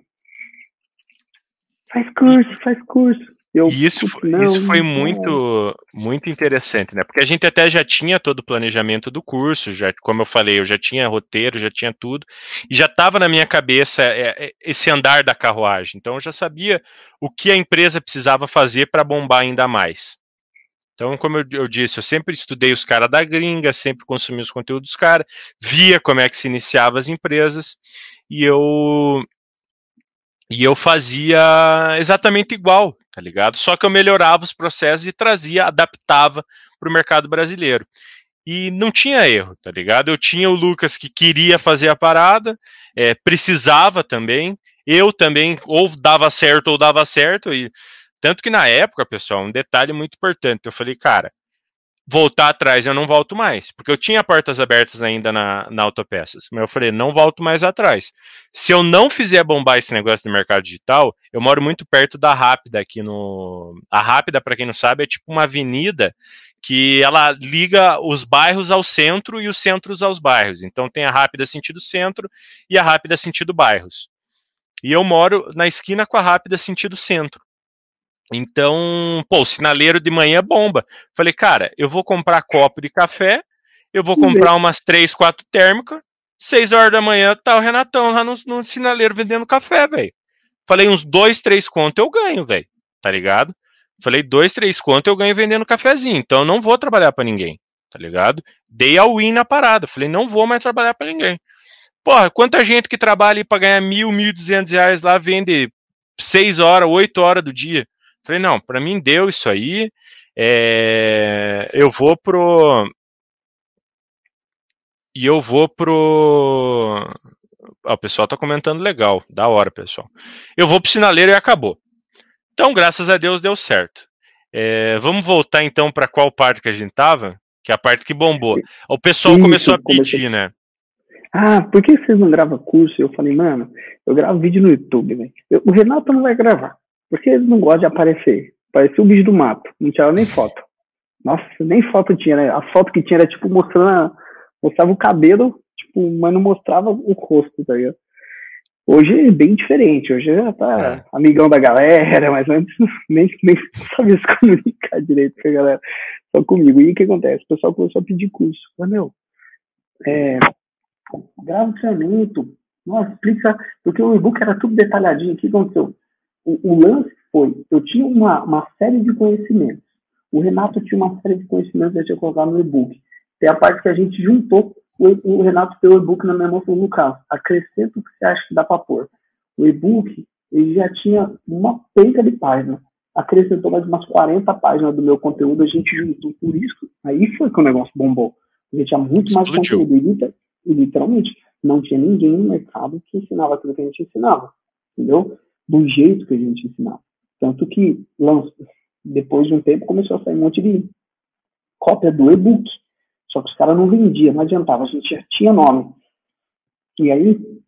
Faz curso, faz curso. Eu, E isso, putz, não, isso foi não. muito, muito interessante, né? Porque a gente até já tinha todo o planejamento do curso, já, como eu falei, eu já tinha roteiro, já tinha tudo, e já estava na minha cabeça esse andar da carruagem. Então eu já sabia o que a empresa precisava fazer para bombar ainda mais. Então, como eu, eu disse, eu sempre estudei os caras da gringa, sempre consumi os conteúdos dos caras, via como é que se iniciava as empresas, e eu E eu fazia exatamente igual, tá ligado? Só que eu melhorava os processos e trazia, adaptava para o mercado brasileiro. E não tinha erro, tá ligado? Eu tinha o Lucas que queria fazer a parada, é, precisava também. Eu também, ou dava certo ou dava certo. E tanto que na época, pessoal, um detalhe muito importante. Eu falei, cara, voltar atrás eu não volto mais, porque eu tinha portas abertas ainda na, na Autopeças, mas eu falei, não volto mais atrás. Se eu não fizer bombar esse negócio do mercado digital, eu moro muito perto da Rápida aqui no... A Rápida, para quem não sabe, é tipo uma avenida que ela liga os bairros ao centro e os centros aos bairros. Então tem a Rápida sentido centro e a Rápida sentido bairros. E eu moro na esquina com a Rápida sentido centro. Então, pô, o sinaleiro de manhã bomba. Falei, cara, eu vou comprar copo de café, eu vou comprar umas três, quatro térmicas, seis horas da manhã tá o Renatão lá no, no sinaleiro vendendo café, velho. Falei, uns dois, três conto eu ganho, velho, tá ligado? Falei, dois, três conto eu ganho vendendo cafezinho, então eu não vou trabalhar para ninguém, tá ligado? Dei a win na parada, falei, não vou mais trabalhar para ninguém. Porra, quanta gente que trabalha para ganhar mil, mil e duzentos reais lá vende seis horas, oito horas do dia. Falei, não, para mim deu isso aí. É... Eu vou pro. E eu vou pro. Ah, o pessoal tá comentando legal. Da hora, pessoal. Eu vou pro sinaleiro e acabou. Então, graças a Deus, deu certo. É... Vamos voltar então para qual parte que a gente tava? Que é a parte que bombou. O pessoal começou Isso, a comecei. pedir, né? Ah, por que vocês não gravam curso? Eu falei, mano, eu gravo vídeo no YouTube, velho. O Renato não vai gravar, porque ele não gosta de aparecer. Parecia o bicho do mato, não tinha nem foto. Nossa, nem foto tinha, né? A foto que tinha era tipo mostrando, a... mostrava o cabelo, tipo, mas não mostrava o rosto, tá ligado? Hoje é bem diferente, hoje já tá É. amigão da galera, mas antes nem, nem sabia se comunicar direito com a galera, só comigo. E o que acontece? O pessoal começou a pedir curso. Falei, meu, é, grava o treinamento, nossa, explica, porque o e-book era tudo detalhadinho. O que aconteceu? O, o lance foi, eu tinha uma, uma série de conhecimentos. O Renato tinha uma série de conhecimentos que eu tinha colocado no e-book. Tem a parte que a gente juntou o, o Renato deu o e-book na minha mão e falou, Lucas, acrescenta o que você acha que dá para pôr. O e-book, ele já tinha uma penca de páginas. Acrescentou mais umas quarenta páginas do meu conteúdo, a gente juntou por isso. Aí foi que o negócio bombou. A gente tinha muito mais conteúdo. E, e literalmente, não tinha ninguém no mercado que ensinava aquilo que a gente ensinava. Entendeu? Do jeito que a gente ensinava. Tanto que, depois de um tempo, começou a sair um monte de cópia do e-book. Só que os caras não vendiam, não adiantava. A gente já tinha nome. E aí,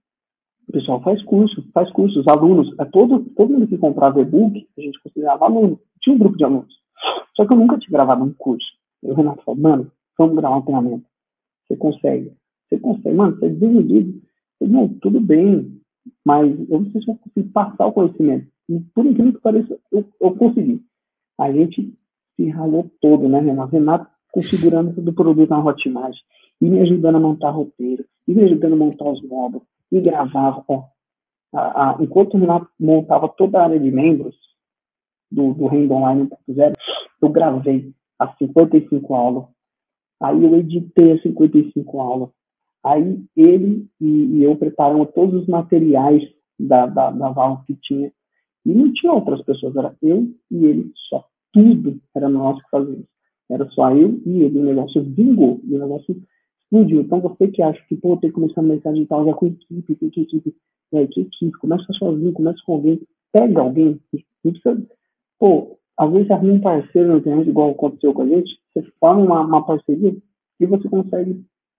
o pessoal faz curso, faz curso. Os alunos, é todo, todo mundo que comprava e-book, a gente considerava aluno. Tinha um grupo de alunos. Só que eu nunca tinha gravado um curso. E o Renato falou, mano, vamos gravar um treinamento. Você consegue. Você consegue. Mano, você é desenvolvido. Não, tudo bem. Mas eu não sei se eu consigo passar o conhecimento. E por incrível que pareça, eu, eu consegui. A gente se ralou todo, né, Renato? Renato configurando todo o produto na Hotmart. E me ajudando a montar roteiro. E me ajudando a montar os módulos. E gravava, ó, a, a, enquanto o Renato montava toda a área de membros do, do Renda Online um ponto zero, eu gravei as cinquenta e cinco aulas, aí eu editei as cinquenta e cinco aulas, aí ele e, e eu preparamos todos os materiais da, da, da Val que tinha, e não tinha outras pessoas, era eu e ele só, tudo era nós que fazíamos, era só eu e ele, o negócio vingou, o negócio explodiu. Então você que acha que, pô, tem que começar no mercado digital já com equipe, tem que equipe, é, que equipe, começa sozinho, começa com alguém, pega alguém, não precisa, pô, às vezes você arruma um parceiro na internet, igual aconteceu com a gente, você forma uma, uma parceria e você consegue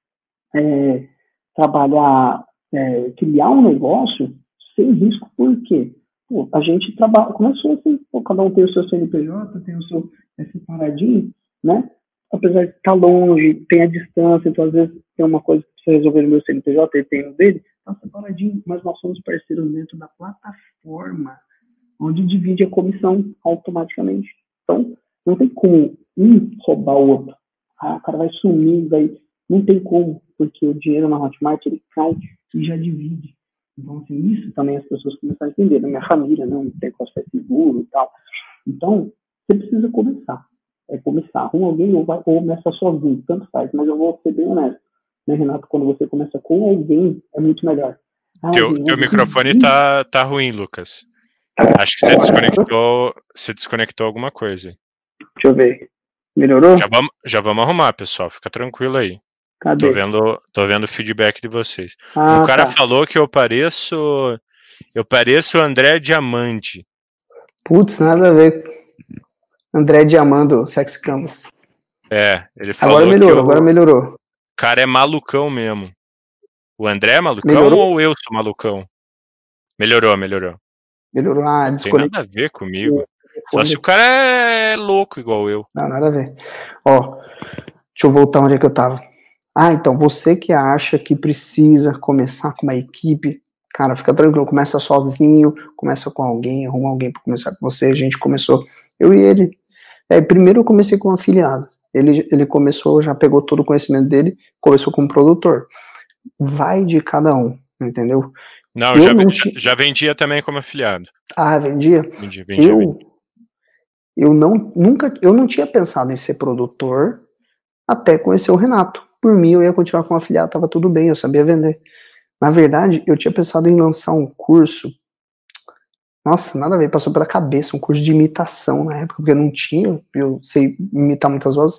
é, trabalhar, é, criar um negócio sem risco, por quê? Pô, a gente trabalha, começou assim, pô, cada um tem o seu C N P J, tem o seu é separadinho, né? Apesar de estar longe, tem a distância, então às vezes tem uma coisa que precisa resolver no meu C N P J, ele tem no dele, tá separadinho, mas nós somos parceiros dentro da plataforma, onde divide a comissão automaticamente. Então, não tem como um roubar o outro. Ah, o cara vai sumir, vai... não tem como, porque o dinheiro na Hotmart, ele cai e já divide. Então, assim, isso também as pessoas começaram a entender. Na minha família, não tem costa seguro e tal. Então, você precisa começar. É começar. Arruma alguém ou, vai, ou começa sozinho, tanto faz. Mas eu vou ser bem honesto. Né, Renato? Quando você começa com alguém, é muito melhor. Ah, teu alguém, teu microfone tá, tá ruim, Lucas. Acho que você desconectou, você desconectou alguma coisa. Deixa eu ver. Melhorou? Já vamos, já vamos arrumar, pessoal. Fica tranquilo aí. Cadê? Tô vendo, tô vendo o feedback de vocês. Ah, um cara tá. falou que eu pareço. Eu pareço o André Diamante. Putz, nada a ver. André Diamando, Sex Campus. É, ele falou. Agora melhorou, que eu, agora melhorou. O cara é malucão mesmo. O André é malucão melhorou? Ou eu sou malucão? Melhorou, melhorou. Melhorou. Ah, não tem nada a ver comigo. Só se o cara é louco igual eu. Não, nada a ver. Ó, deixa eu voltar onde é que eu tava. Ah, então, você que acha que precisa começar com uma equipe, cara, fica tranquilo, começa sozinho, começa com alguém, arruma alguém pra começar com você. A gente começou, eu e ele. É, primeiro eu comecei com um afiliado. Ele, ele começou, já pegou todo o conhecimento dele, começou como produtor. Vai de cada um, entendeu? Não, eu já, não já, já vendia também como afiliado. Ah, vendia? Vendia, vendia. Eu, vendia. eu não, nunca, eu não tinha pensado em ser produtor até conhecer o Renato. Por mim, eu ia continuar como afiliado, tava tudo bem, eu sabia vender. Na verdade, eu tinha pensado em lançar um curso, nossa, nada a ver, passou pela cabeça, um curso de imitação na época, porque eu não tinha, eu sei imitar muitas vozes,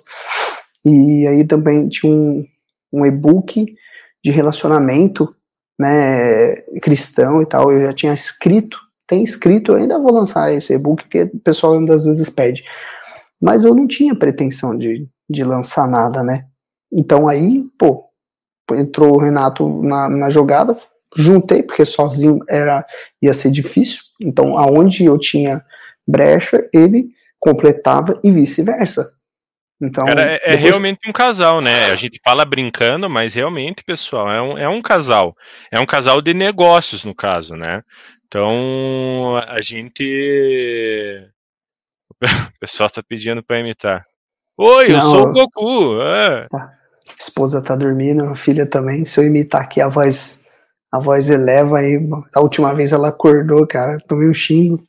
e aí também tinha um, um e-book de relacionamento, né, cristão e tal, eu já tinha escrito, tem escrito, eu ainda vou lançar esse e-book, porque o pessoal ainda às vezes pede, mas eu não tinha pretensão de, de lançar nada, né, então aí, pô, entrou o Renato na, na jogada, juntei, porque sozinho era, ia ser difícil, então aonde eu tinha brecha, ele completava e vice-versa. Então, Cara, é, é depois... realmente um casal, né? A gente fala brincando, mas realmente, pessoal, é um, é um casal. É um casal de negócios, no caso, né? Então, a gente... O pessoal tá pedindo pra imitar. Oi, eu Não, sou o Goku! É. Tá. A esposa tá dormindo, a filha também. Se eu imitar aqui, a voz, a voz eleva aí. A última vez ela acordou, cara. Tomei um xingo.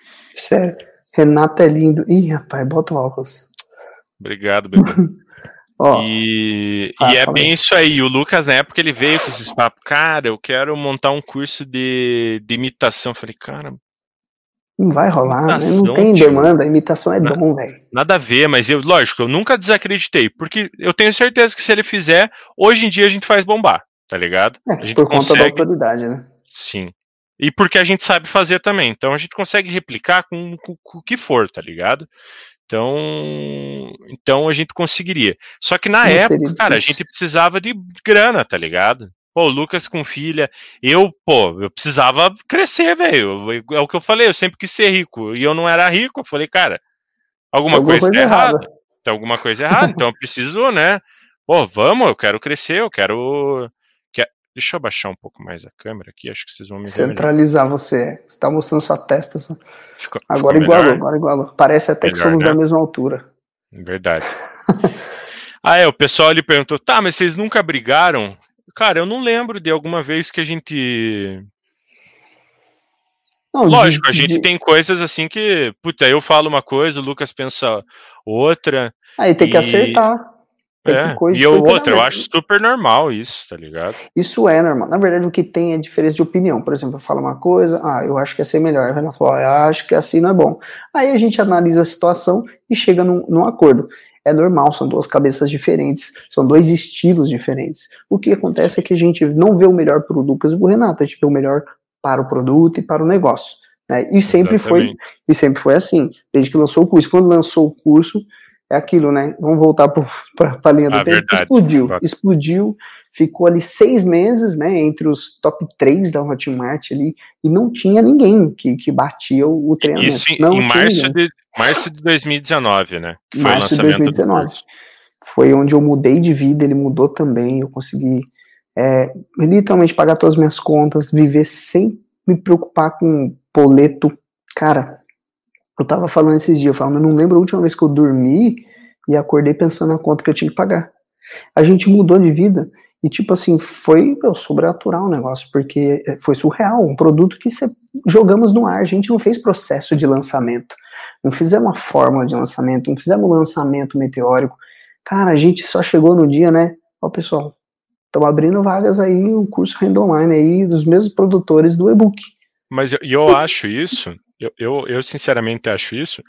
Sério. Renato é lindo. Ih, rapaz, bota o óculos. Obrigado, bebê. Ó, E, ah, e é fala bem aí. isso aí. O Lucas, na época, ele veio com esses papos. Cara, eu quero montar um curso de, de imitação. Eu falei, cara, Não vai que rolar, né? Não imitação, tem tio? demanda, imitação é Na- dom, velho. Nada a ver, mas eu, lógico, eu nunca desacreditei. Porque eu tenho certeza que se ele fizer, hoje em dia a gente faz bombar, tá ligado? É, A gente por conta da consegue, autoridade, né? sim. E porque a gente sabe fazer também. Então a gente consegue replicar com, com, com o que for, tá ligado? Então, então a gente conseguiria. Só que na Não seria época, cara, a difícil. gente precisava de grana, tá ligado? Pô, o Lucas com filha, eu, pô, eu precisava crescer, velho. É o que eu falei, eu sempre quis ser rico. E eu não era rico. Eu falei, cara, Tem alguma alguma coisa tá coisa errada. errada. Tem alguma coisa errada, então eu preciso, né? Pô, vamos, eu quero crescer, eu quero. quero... Deixa eu abaixar um pouco mais a câmera aqui, acho que vocês vão me ver melhor. Centralizar você. Você tá mostrando sua testa. Só. Ficou, ficou Agora igualou, melhor? agora igualou. Parece até que Melhor, somos da né? mesma altura. Verdade. Ah, é, o pessoal ali perguntou, tá, mas vocês nunca brigaram? Cara, eu não lembro de alguma vez que a gente. Não, de, Lógico, a gente de... tem coisas assim que, puta, eu falo uma coisa, o Lucas pensa outra, Aí tem que e. acertar. Tem que É, coisa. e eu Porque, na outra, eu verdade, acho super normal isso, tá ligado? isso é normal. Na verdade, o que tem é diferença de opinião. Por exemplo, eu falo uma coisa, ah, eu acho que ia ser melhor. Aí o Renato fala, eu acho que assim não é bom. Aí a gente analisa a situação e chega num, num acordo. É normal, são duas cabeças diferentes, são dois estilos diferentes. O que acontece é que a gente não vê o melhor para o Lucas e para o Renato, a gente vê o melhor para o produto e para o negócio. Né? E sempre foi, Exatamente. e sempre foi assim, desde que lançou o curso. Quando lançou o curso, é aquilo, né? Vamos voltar para a linha do Ah, tempo. verdade. Explodiu, explodiu, ficou ali seis meses, né? Entre os top três da Hotmart ali, e não tinha ninguém que, que batia o, o treinamento. Isso em, Não em tinha março ninguém. de, março de dois mil e dezenove, né? Que foi o Março de lançamento do dois mil e dezenove. curso. Foi onde eu mudei de vida, ele mudou também, eu consegui é, literalmente pagar todas as minhas contas, viver sem me preocupar com boleto. Cara, eu tava falando esses dias, eu falando, eu não lembro a última vez que eu dormi e acordei pensando na conta que eu tinha que pagar. A gente mudou de vida e, tipo assim, foi meu, sobrenatural o negócio, porque foi surreal, um produto que cê, jogamos no ar, a gente não fez processo de lançamento, não fizemos uma fórmula de lançamento, não fizemos um lançamento meteórico. Cara, a gente só chegou no dia, né? Ó, pessoal, estamos abrindo vagas aí, o curso Renda Online aí, dos mesmos produtores do e-book. Mas eu, eu acho isso, eu, eu, eu sinceramente acho isso,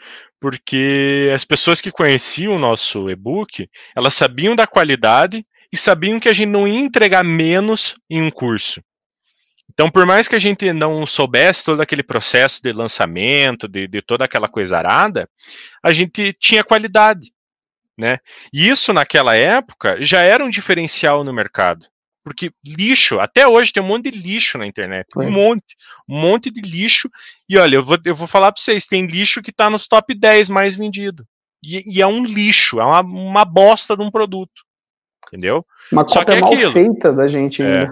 porque as pessoas que conheciam o nosso e-book, elas sabiam da qualidade e sabiam que a gente não ia entregar menos em um curso. Então, por mais que a gente não soubesse todo aquele processo de lançamento, de, de toda aquela coisa arada, a gente tinha qualidade, né? E isso, naquela época, já era um diferencial no mercado. Porque lixo, até hoje tem um monte de lixo na internet. Foi. Um monte. Um monte de lixo. E olha, eu vou, eu vou falar para vocês, tem lixo que está nos top dez mais vendido. E, e é um lixo, é uma, uma bosta de um produto. Entendeu? Uma Só que cópia é mal aquilo. feita da gente ainda.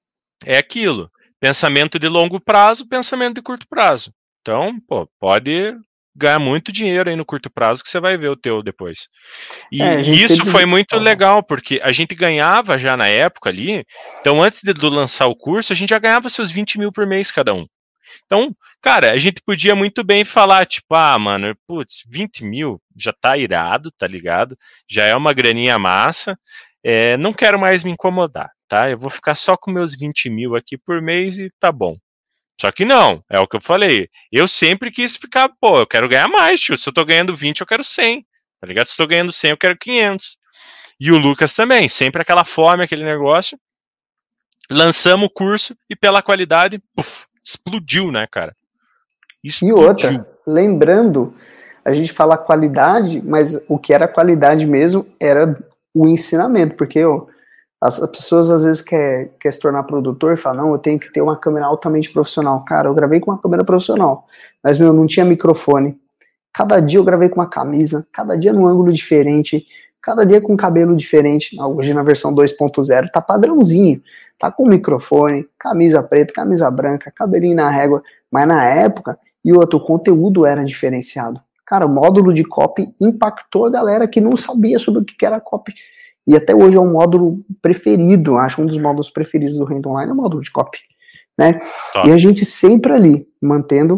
É, é aquilo. Pensamento de longo prazo, pensamento de curto prazo. Então, pô, pode ganhar muito dinheiro aí no curto prazo que você vai ver o teu depois. E, É, a gente e isso sempre... foi muito legal, porque a gente ganhava já na época ali, então antes de, de lançar o curso, a gente já ganhava seus vinte mil por mês cada um. Então, cara, a gente podia muito bem falar, tipo, ah, mano, putz, vinte mil já tá irado, tá ligado? Já é uma graninha massa, é, não quero mais me incomodar, tá? Eu vou ficar só com meus vinte mil aqui por mês e tá bom. Só que não, é o que eu falei. Eu sempre quis ficar, pô, eu quero ganhar mais, tio. Se eu tô ganhando vinte, eu quero cem. Tá ligado? Se eu tô ganhando cem, eu quero quinhentos. E o Lucas também, sempre aquela fome, aquele negócio. Lançamos o curso e pela qualidade, puf, explodiu, né, cara? Explodiu. E outra, lembrando, a gente fala qualidade, mas o que era qualidade mesmo era o ensinamento, porque ó, as pessoas às vezes querem quer se tornar produtor e falam, não, eu tenho que ter uma câmera altamente profissional. Cara, eu gravei com uma câmera profissional, mas meu, não tinha microfone. Cada dia eu gravei com uma camisa, cada dia num ângulo diferente, cada dia com cabelo diferente. Hoje na versão dois ponto zero tá padrãozinho, tá com microfone, camisa preta, camisa branca, cabelinho na régua, mas na época, e outro, o conteúdo era diferenciado. Cara, o módulo de copy impactou a galera que não sabia sobre o que era copy. E até hoje é um módulo preferido, acho um dos módulos preferidos do Renda Online é o módulo de copy, né? E a gente sempre ali, mantendo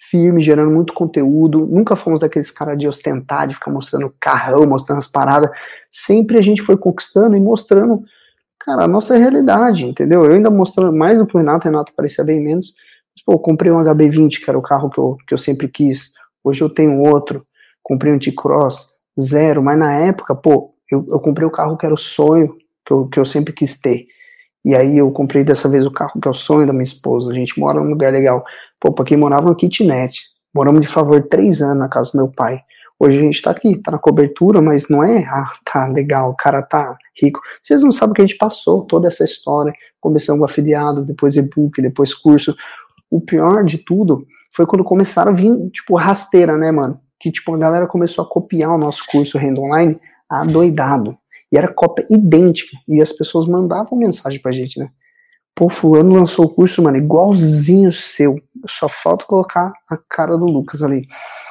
firme, gerando muito conteúdo, nunca fomos daqueles caras de ostentar, de ficar mostrando carrão, mostrando as paradas, sempre a gente foi conquistando e mostrando, cara, a nossa realidade, entendeu? Eu ainda mostrando mais do que o Renato, o Renato parecia bem menos, mas, pô, eu comprei um H B vinte, que era o carro que eu, que eu sempre quis, hoje eu tenho outro, comprei um T-Cross, zero, mas na época, pô, eu, eu comprei o carro que era o sonho, que eu, que eu sempre quis ter. E aí eu comprei dessa vez o carro que é o sonho da minha esposa. A gente mora num lugar legal. Pô, pra quem morava no kitnet, moramos de favor três anos na casa do meu pai. Hoje a gente tá aqui, tá na cobertura, mas não é, ah, tá legal, o cara tá rico. Vocês não sabem o que a gente passou, toda essa história. Começamos com afiliado, depois e-book, depois curso. O pior de tudo foi quando começaram a vir, tipo, rasteira, né, mano? Que, tipo, a galera começou a copiar o nosso curso Renda Online adoidado. E era cópia idêntica. E as pessoas mandavam mensagem pra gente, né? Pô, fulano lançou o curso, mano, igualzinho o seu. Só falta colocar a cara do Lucas ali.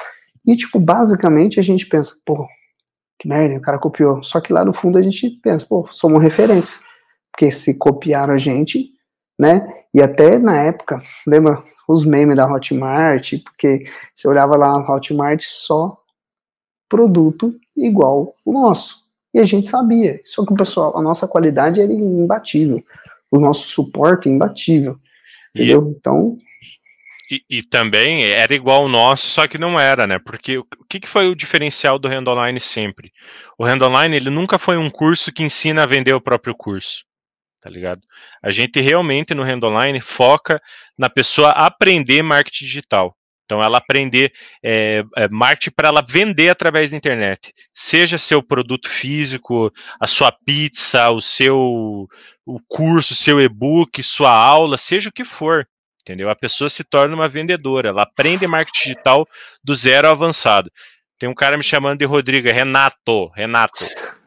E, tipo, basicamente a gente pensa, pô, que merda, o cara copiou. Só que lá no fundo a gente pensa, pô, somos referência. Porque se copiaram a gente, né? E até na época, lembra os memes da Hotmart? Porque você olhava lá na Hotmart só produto igual o nosso. E a gente sabia. Só que o pessoal, a nossa qualidade era imbatível. O nosso suporte é imbatível. Entendeu? E, então. E, e também era igual ao nosso, só que não era, né? Porque o que, que foi o diferencial do Renda Online sempre? O Renda Online, ele nunca foi um curso que ensina a vender o próprio curso. Tá ligado? A gente realmente no Renda Online foca na pessoa aprender marketing digital. Então, ela aprender é, é, marketing para ela vender através da internet. Seja seu produto físico, a sua pizza, o seu o curso, seu e-book, sua aula, seja o que for. Entendeu? A pessoa se torna uma vendedora. Ela aprende marketing digital do zero ao avançado. Tem um cara me chamando de Rodrigo, Renato. Renato.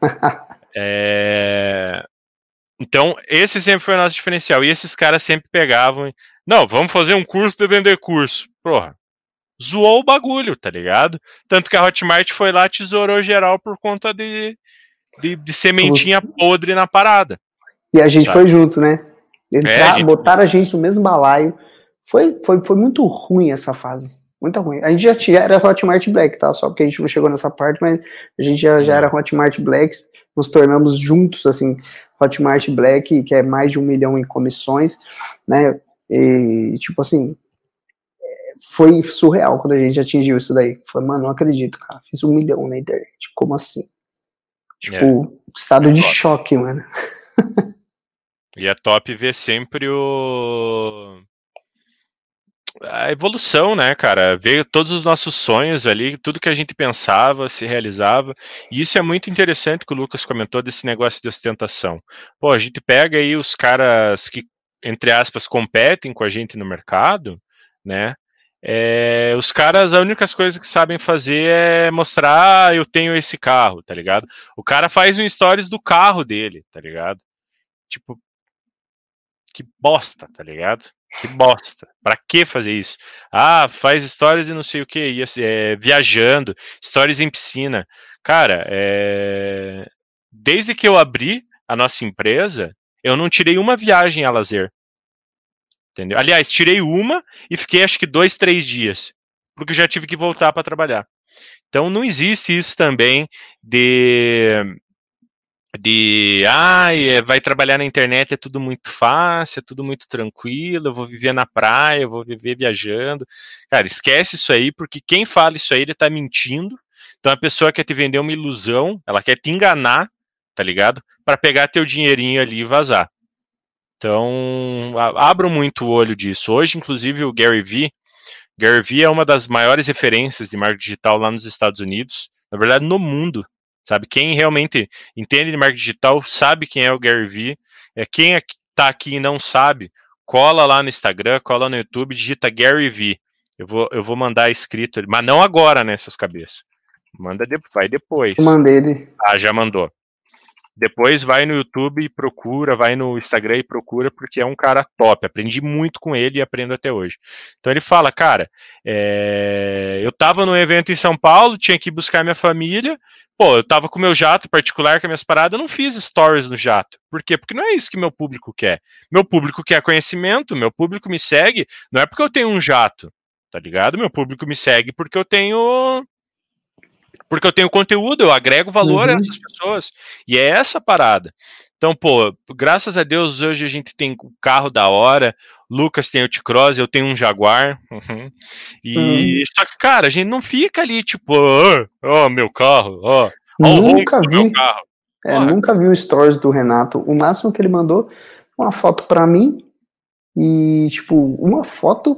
É... Então, esse sempre foi o nosso diferencial. E esses caras sempre pegavam. Não, vamos fazer um curso de vender curso. Porra. Zoou o bagulho, tá ligado? Tanto que a Hotmart foi lá, tesourou geral por conta de, de, de sementinha podre na parada. E a gente sabe? Foi junto, né? Entrar, é, a gente... botaram a gente no mesmo balaio. Foi, foi, foi muito ruim essa fase. Muito ruim. A gente já tinha, era Hotmart Black, tá? Só porque a gente não chegou nessa parte, mas a gente já, já era Hotmart Black. Nos tornamos juntos, assim, Hotmart Black, que é mais de um milhão em comissões, né? E, tipo assim, foi surreal quando a gente atingiu isso daí. Foi, mano, não acredito, cara. Fiz um milhão na internet. Como assim? Tipo, é. estado é de top. choque, mano. E é top ver sempre o... a evolução, né, cara? Ver todos os nossos sonhos ali, tudo que a gente pensava se realizava. E isso é muito interessante que o Lucas comentou desse negócio de ostentação. Pô, a gente pega aí os caras que, entre aspas, competem com a gente no mercado, né? É, os caras, a única coisa que sabem fazer é mostrar, ah, eu tenho esse carro, tá ligado? O cara faz um stories do carro dele, tá ligado? Tipo, que bosta, tá ligado? Que bosta. Pra que fazer isso? Ah, faz stories e não sei o que, ia, é, viajando, stories em piscina. Cara, é... desde que eu abri a nossa empresa, eu não tirei uma viagem a lazer. Entendeu? Aliás, tirei uma e fiquei acho que dois, três dias, porque já tive que voltar para trabalhar. Então não existe isso também de de ah, vai trabalhar na internet, é tudo muito fácil, é tudo muito tranquilo, eu vou viver na praia, eu vou viver viajando. Cara, esquece isso aí, porque quem fala isso aí, ele tá mentindo. Então a pessoa quer te vender uma ilusão, ela quer te enganar, tá ligado? Para pegar teu dinheirinho ali e vazar. Então, abram muito o olho disso. Hoje, inclusive, o Gary Vee, Gary Vee é uma das maiores referências de marketing digital lá nos Estados Unidos, na verdade, no mundo, sabe? Quem realmente entende de marketing digital sabe quem é o Gary Vee. É, quem está aqui e não sabe, cola lá no Instagram, cola no YouTube, digita Gary Vee. Eu vou, eu vou mandar escrito, mas não agora, né, seus cabeças. Manda de, vai depois. Eu mandei ele. Ah, já mandou. Depois vai no YouTube e procura, vai no Instagram e procura, porque é um cara top. Aprendi muito com ele e aprendo até hoje. Então ele fala, cara, é... eu tava num evento em São Paulo, tinha que buscar minha família, pô, eu tava com meu jato particular, com as minhas paradas, eu não fiz stories no jato. Por quê? Porque não é isso que meu público quer. Meu público quer conhecimento, meu público me segue, não é porque eu tenho um jato. tá ligado? Meu público me segue porque eu tenho porque eu tenho conteúdo, eu agrego valor Uhum. a essas pessoas, e é essa parada. Então, pô, graças a Deus hoje a gente tem um carro da hora, Lucas tem o T-Cross, eu tenho um Jaguar, uhum. E Uhum. só que, cara, a gente não fica ali, tipo, ó, oh, meu carro, ó, ó o ronco Nunca do meu vi, carro. é, Porra, nunca vi o stories do Renato. O máximo que ele mandou uma foto pra mim e, tipo, uma foto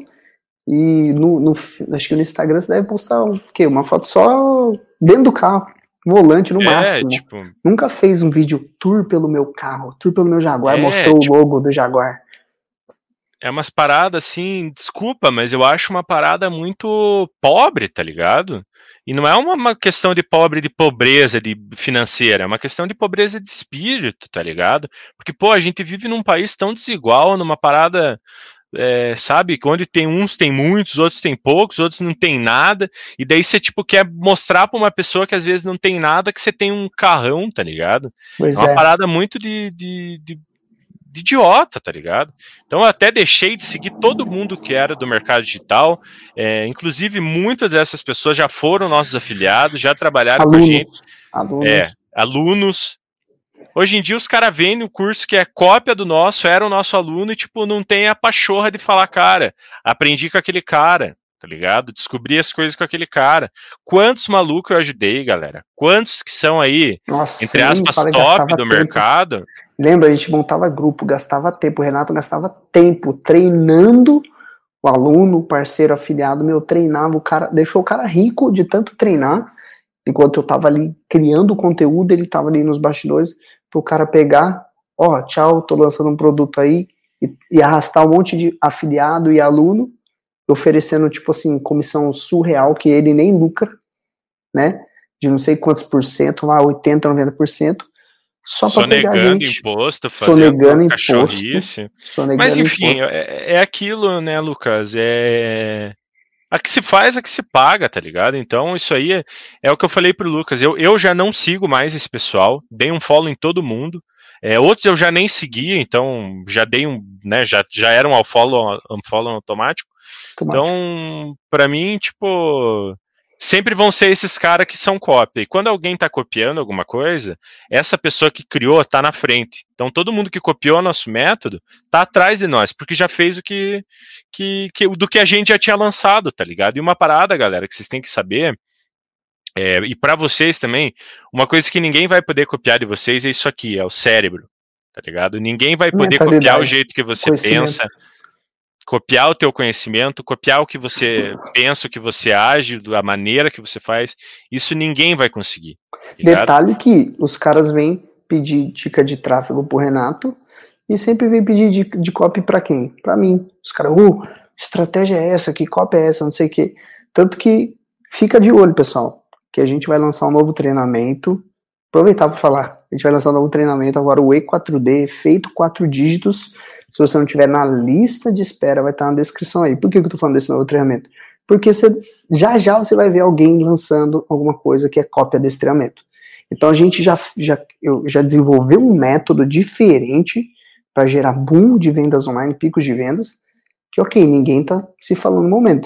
e no, no, acho que no Instagram você deve postar o quê? Uma foto só dentro do carro, volante no é, máximo. tipo, Nunca fez um vídeo tour pelo meu carro, tour pelo meu Jaguar, é, mostrou o tipo, logo do Jaguar. é umas paradas assim, desculpa, mas eu acho uma parada muito pobre, tá ligado? E não é uma, uma questão de pobre de pobreza de financeira, é uma questão de pobreza de espírito, tá ligado? Porque, pô, a gente vive num país tão desigual, numa parada, é, sabe, que onde tem uns tem muitos, outros tem poucos, outros não tem nada, e daí você, tipo, quer mostrar pra uma pessoa que às vezes não tem nada, que você tem um carrão, tá ligado? É Pois uma é. parada muito de, de, de de idiota, tá ligado? Então eu até deixei de seguir todo mundo que era do mercado digital, é, inclusive muitas dessas pessoas já foram nossos afiliados, já trabalharam com a gente, Alunos, alunos. é, alunos. Hoje em dia os caras vendem o curso que é cópia do nosso, era o nosso aluno e tipo, não tem a pachorra de falar, cara, aprendi com aquele cara, tá ligado? Descobri as coisas com aquele cara. Quantos malucos eu ajudei, galera? Quantos que são aí, Nossa, você entre nem me aspas, fala que top gastava do tempo. mercado? Lembra, a gente montava grupo, gastava tempo. O Renato gastava tempo treinando o aluno, o parceiro afiliado meu, treinava o cara, deixou o cara rico de tanto treinar. Enquanto eu tava ali criando o conteúdo, ele tava ali nos bastidores pro cara pegar, ó, tchau, tô lançando um produto aí, e, e arrastar um monte de afiliado e aluno, oferecendo, tipo assim, comissão surreal, que ele nem lucra, né? De não sei quantos por cento, lá, oitenta, noventa por cento, só para pegar a Sonegando gente, imposto, fazendo sonegando imposto, cachorrice. Mas sonegando enfim, imposto. é, é aquilo, né, Lucas? É. A que se faz, a que se paga, tá ligado? Então, isso aí é, é o que eu falei pro Lucas. Eu, eu já não sigo mais esse pessoal, dei um follow em todo mundo. É, outros eu já nem seguia, então já dei um, né, já, já era um unfollow, unfollow automático. Automático. Então, pra mim, tipo, sempre vão ser esses caras que são cópia. E quando alguém tá copiando alguma coisa, essa pessoa que criou tá na frente. Então, todo mundo que copiou nosso método tá atrás de nós, porque já fez o que, que, que do que a gente já tinha lançado, tá ligado? E uma parada, galera, que vocês têm que saber, é, e para vocês também, uma coisa que ninguém vai poder copiar de vocês é isso aqui, é o cérebro, tá ligado? Ninguém vai poder copiar o Mentalidade, jeito que você conhecimento. pensa, copiar o teu conhecimento, copiar o que você pensa, o que você age, a maneira que você faz, isso ninguém vai conseguir, tá ligado? Detalhe que os caras vêm pedir dica de tráfego pro Renato e sempre vem pedir de, de copy para quem? Para mim. Os caras, uh, estratégia é essa, que copy é essa, não sei o que. Tanto que fica de olho, pessoal, que a gente vai lançar um novo treinamento. Aproveitar para falar, a gente vai lançar um novo treinamento agora, o E quatro D, feito quatro dígitos. Se você não tiver na lista de espera, vai estar na descrição aí. Por que eu tô falando desse novo treinamento? Porque você, já já você vai ver alguém lançando alguma coisa que é cópia desse treinamento. Então a gente já, já, eu já desenvolveu um método diferente para gerar boom de vendas online, picos de vendas, que ok, ninguém está se falando no momento.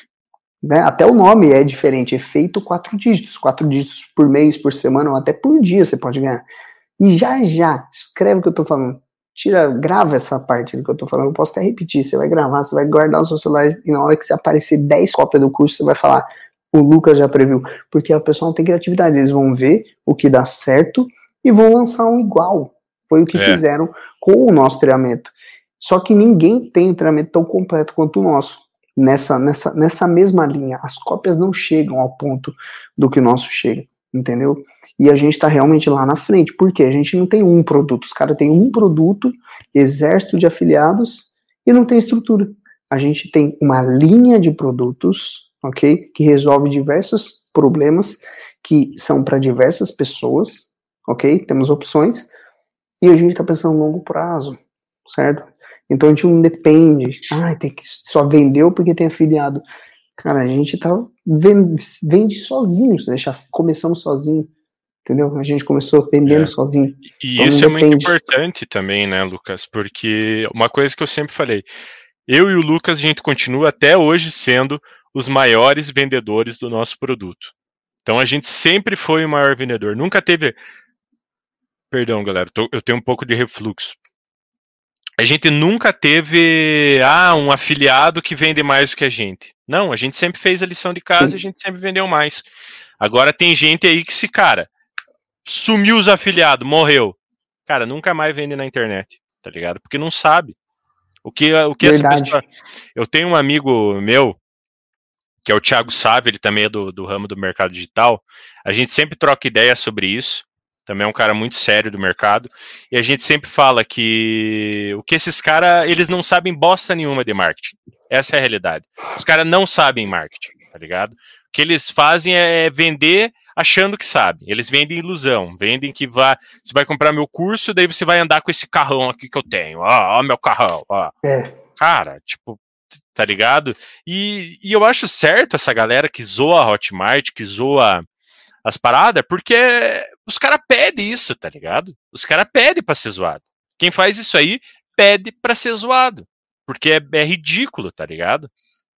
Né? Até o nome é diferente, é feito quatro dígitos, quatro dígitos por mês, por semana, ou até por dia você pode ganhar. E já já, escreve o que eu estou falando, tira, grava essa parte do que eu estou falando, eu posso até repetir, você vai gravar, você vai guardar no seu celular, e na hora que você aparecer dez cópias do curso, você vai falar, o Lucas já previu, porque a pessoa não tem criatividade, eles vão ver o que dá certo e vão lançar um igual. Foi o que É. fizeram com o nosso treinamento. Só que ninguém tem um treinamento tão completo quanto o nosso. Nessa, nessa, nessa mesma linha, as cópias não chegam ao ponto do que o nosso chega, entendeu? E a gente está realmente lá na frente, porque a gente não tem um produto, os caras têm um produto, exército de afiliados, e não tem estrutura. A gente tem uma linha de produtos, ok? Que resolve diversos problemas que são para diversas pessoas, ok? Temos opções, e a gente está pensando no longo prazo, certo? Então a gente não depende, ah, tem que só vendeu porque tem afiliado. Cara, a gente tá vende, vende sozinho, deixa, começamos sozinho, entendeu? A gente começou vendendo É. sozinho. E Então isso não é muito depende. importante também, né, Lucas? Porque uma coisa que eu sempre falei, Eu e o Lucas, a gente continua até hoje sendo os maiores vendedores do nosso produto. Então a gente sempre foi o maior vendedor. Nunca teve... Perdão, galera, tô, eu tenho um pouco de refluxo. A gente nunca teve ah, um afiliado que vende mais do que a gente. Não, a gente sempre fez a lição de casa Sim. e a gente sempre vendeu mais. Agora tem gente aí que se, cara, sumiu os afiliados, morreu. Cara, nunca mais vende na internet, tá ligado? Porque não sabe. O que, o que essa pessoa... Eu tenho um amigo meu, que é o Thiago Sávio, ele também é do, do ramo do mercado digital. A gente sempre troca ideia sobre isso. Também é um cara muito sério do mercado. E a gente sempre fala que o que esses caras, eles não sabem bosta nenhuma de marketing. Essa é a realidade. Os caras não sabem marketing, tá ligado? O que eles fazem é vender achando que sabe. Eles vendem ilusão. Vendem que vai, você vai comprar meu curso, daí você vai andar com esse carrão aqui que eu tenho. Ó, ó meu carrão. Ó. É. Cara, tipo, tá ligado? E, e eu acho certo essa galera que zoa a Hotmart, que zoa as paradas, porque os caras pedem isso, tá ligado? Os caras pedem pra ser zoado. Quem faz isso aí, pede pra ser zoado. Porque é, é ridículo, tá ligado?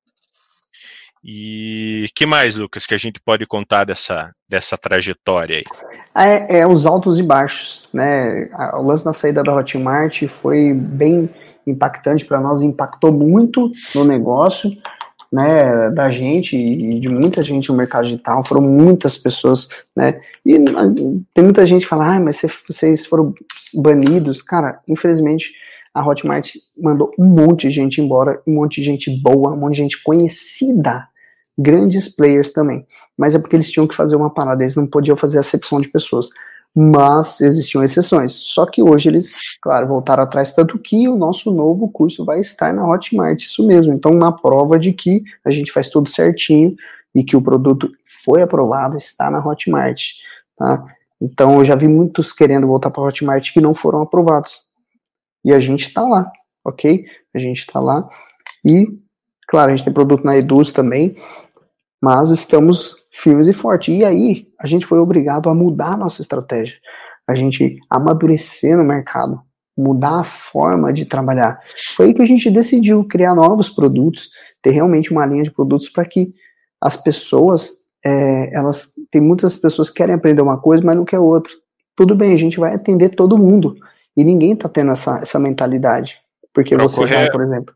E que mais, Lucas, que a gente pode contar dessa, dessa trajetória aí? É, é os altos e baixos, né? O lance da saída da Hotmart foi bem impactante para nós, impactou muito no negócio, né, da gente e de muita gente no mercado digital, foram muitas pessoas, né, e tem muita gente que fala, ah, mas vocês foram banidos. Cara, infelizmente a Hotmart mandou um monte de gente embora, um monte de gente boa, um monte de gente conhecida, grandes players também, mas é porque eles tinham que fazer uma parada, eles não podiam fazer acepção de pessoas, mas existiam exceções, só que hoje eles, claro, voltaram atrás, tanto que o nosso novo curso vai estar na Hotmart, isso mesmo, então uma prova de que a gente faz tudo certinho e que o produto foi aprovado, está na Hotmart, tá? Então eu já vi muitos querendo voltar para a Hotmart que não foram aprovados, e a gente está lá, ok? A gente está lá, e claro, a gente tem produto na Eduz também, mas estamos firmes e fortes. E aí, a gente foi obrigado a mudar a nossa estratégia. A gente amadurecer no mercado, mudar a forma de trabalhar. Foi aí que a gente decidiu criar novos produtos, ter realmente uma linha de produtos para que as pessoas, é, elas, tem muitas pessoas que querem aprender uma coisa, mas não quer outra. Tudo bem, a gente vai atender todo mundo. E ninguém está tendo essa, essa mentalidade. Porque pra você ocorrer... vai, por exemplo,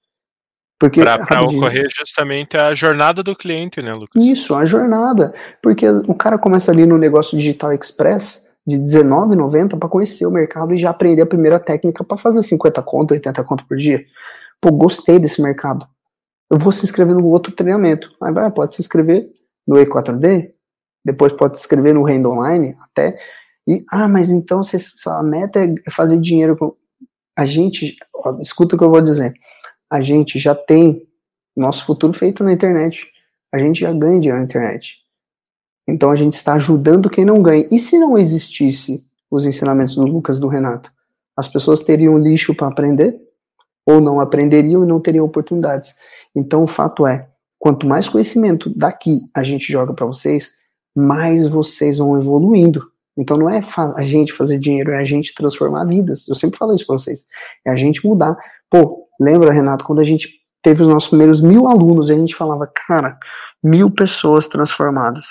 Para ocorrer justamente a jornada do cliente, né, Lucas? Isso, a jornada. Porque o cara começa ali no negócio Digital Express de dezenove reais e noventa centavos para conhecer o mercado e já aprender a primeira técnica para fazer cinquenta conto, oitenta conto por dia. Pô, gostei desse mercado. Eu vou se inscrever no outro treinamento. Aí vai, pode se inscrever no E quatro D, depois pode se inscrever no Renda Online, até. E, ah, mas então se a meta é fazer dinheiro com... A gente, ó, escuta o que eu vou dizer. A gente já tem nosso futuro feito na internet. A gente já ganha dinheiro na internet. Então a gente está ajudando quem não ganha. E se não existisse os ensinamentos do Lucas e do Renato? As pessoas teriam lixo para aprender? Ou não aprenderiam e não teriam oportunidades? Então o fato é, quanto mais conhecimento daqui a gente joga para vocês, mais vocês vão evoluindo. Então não é a gente fazer dinheiro, é a gente transformar vidas. Eu sempre falo isso para vocês. É a gente mudar. Pô, lembra, Renato, quando a gente teve os nossos primeiros mil alunos e a gente falava, cara, mil pessoas transformadas.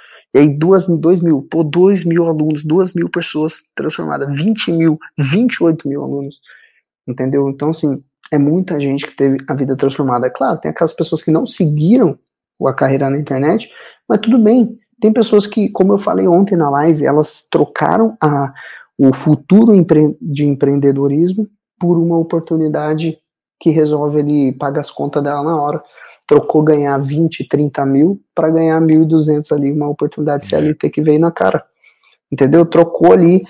E aí, duas, dois mil, pô, dois mil alunos, duas mil pessoas transformadas, vinte mil, vinte e oito mil alunos. Entendeu? Então, assim, é muita gente que teve a vida transformada. É claro, tem aquelas pessoas que não seguiram a carreira na internet, mas tudo bem. Tem pessoas que, como eu falei ontem na live, elas trocaram a, o futuro empre, de empreendedorismo por uma oportunidade que resolve ali pagar as contas dela na hora. Trocou ganhar vinte, trinta mil para ganhar mil e duzentos ali, uma oportunidade de C L T que veio na cara. Entendeu? Trocou ali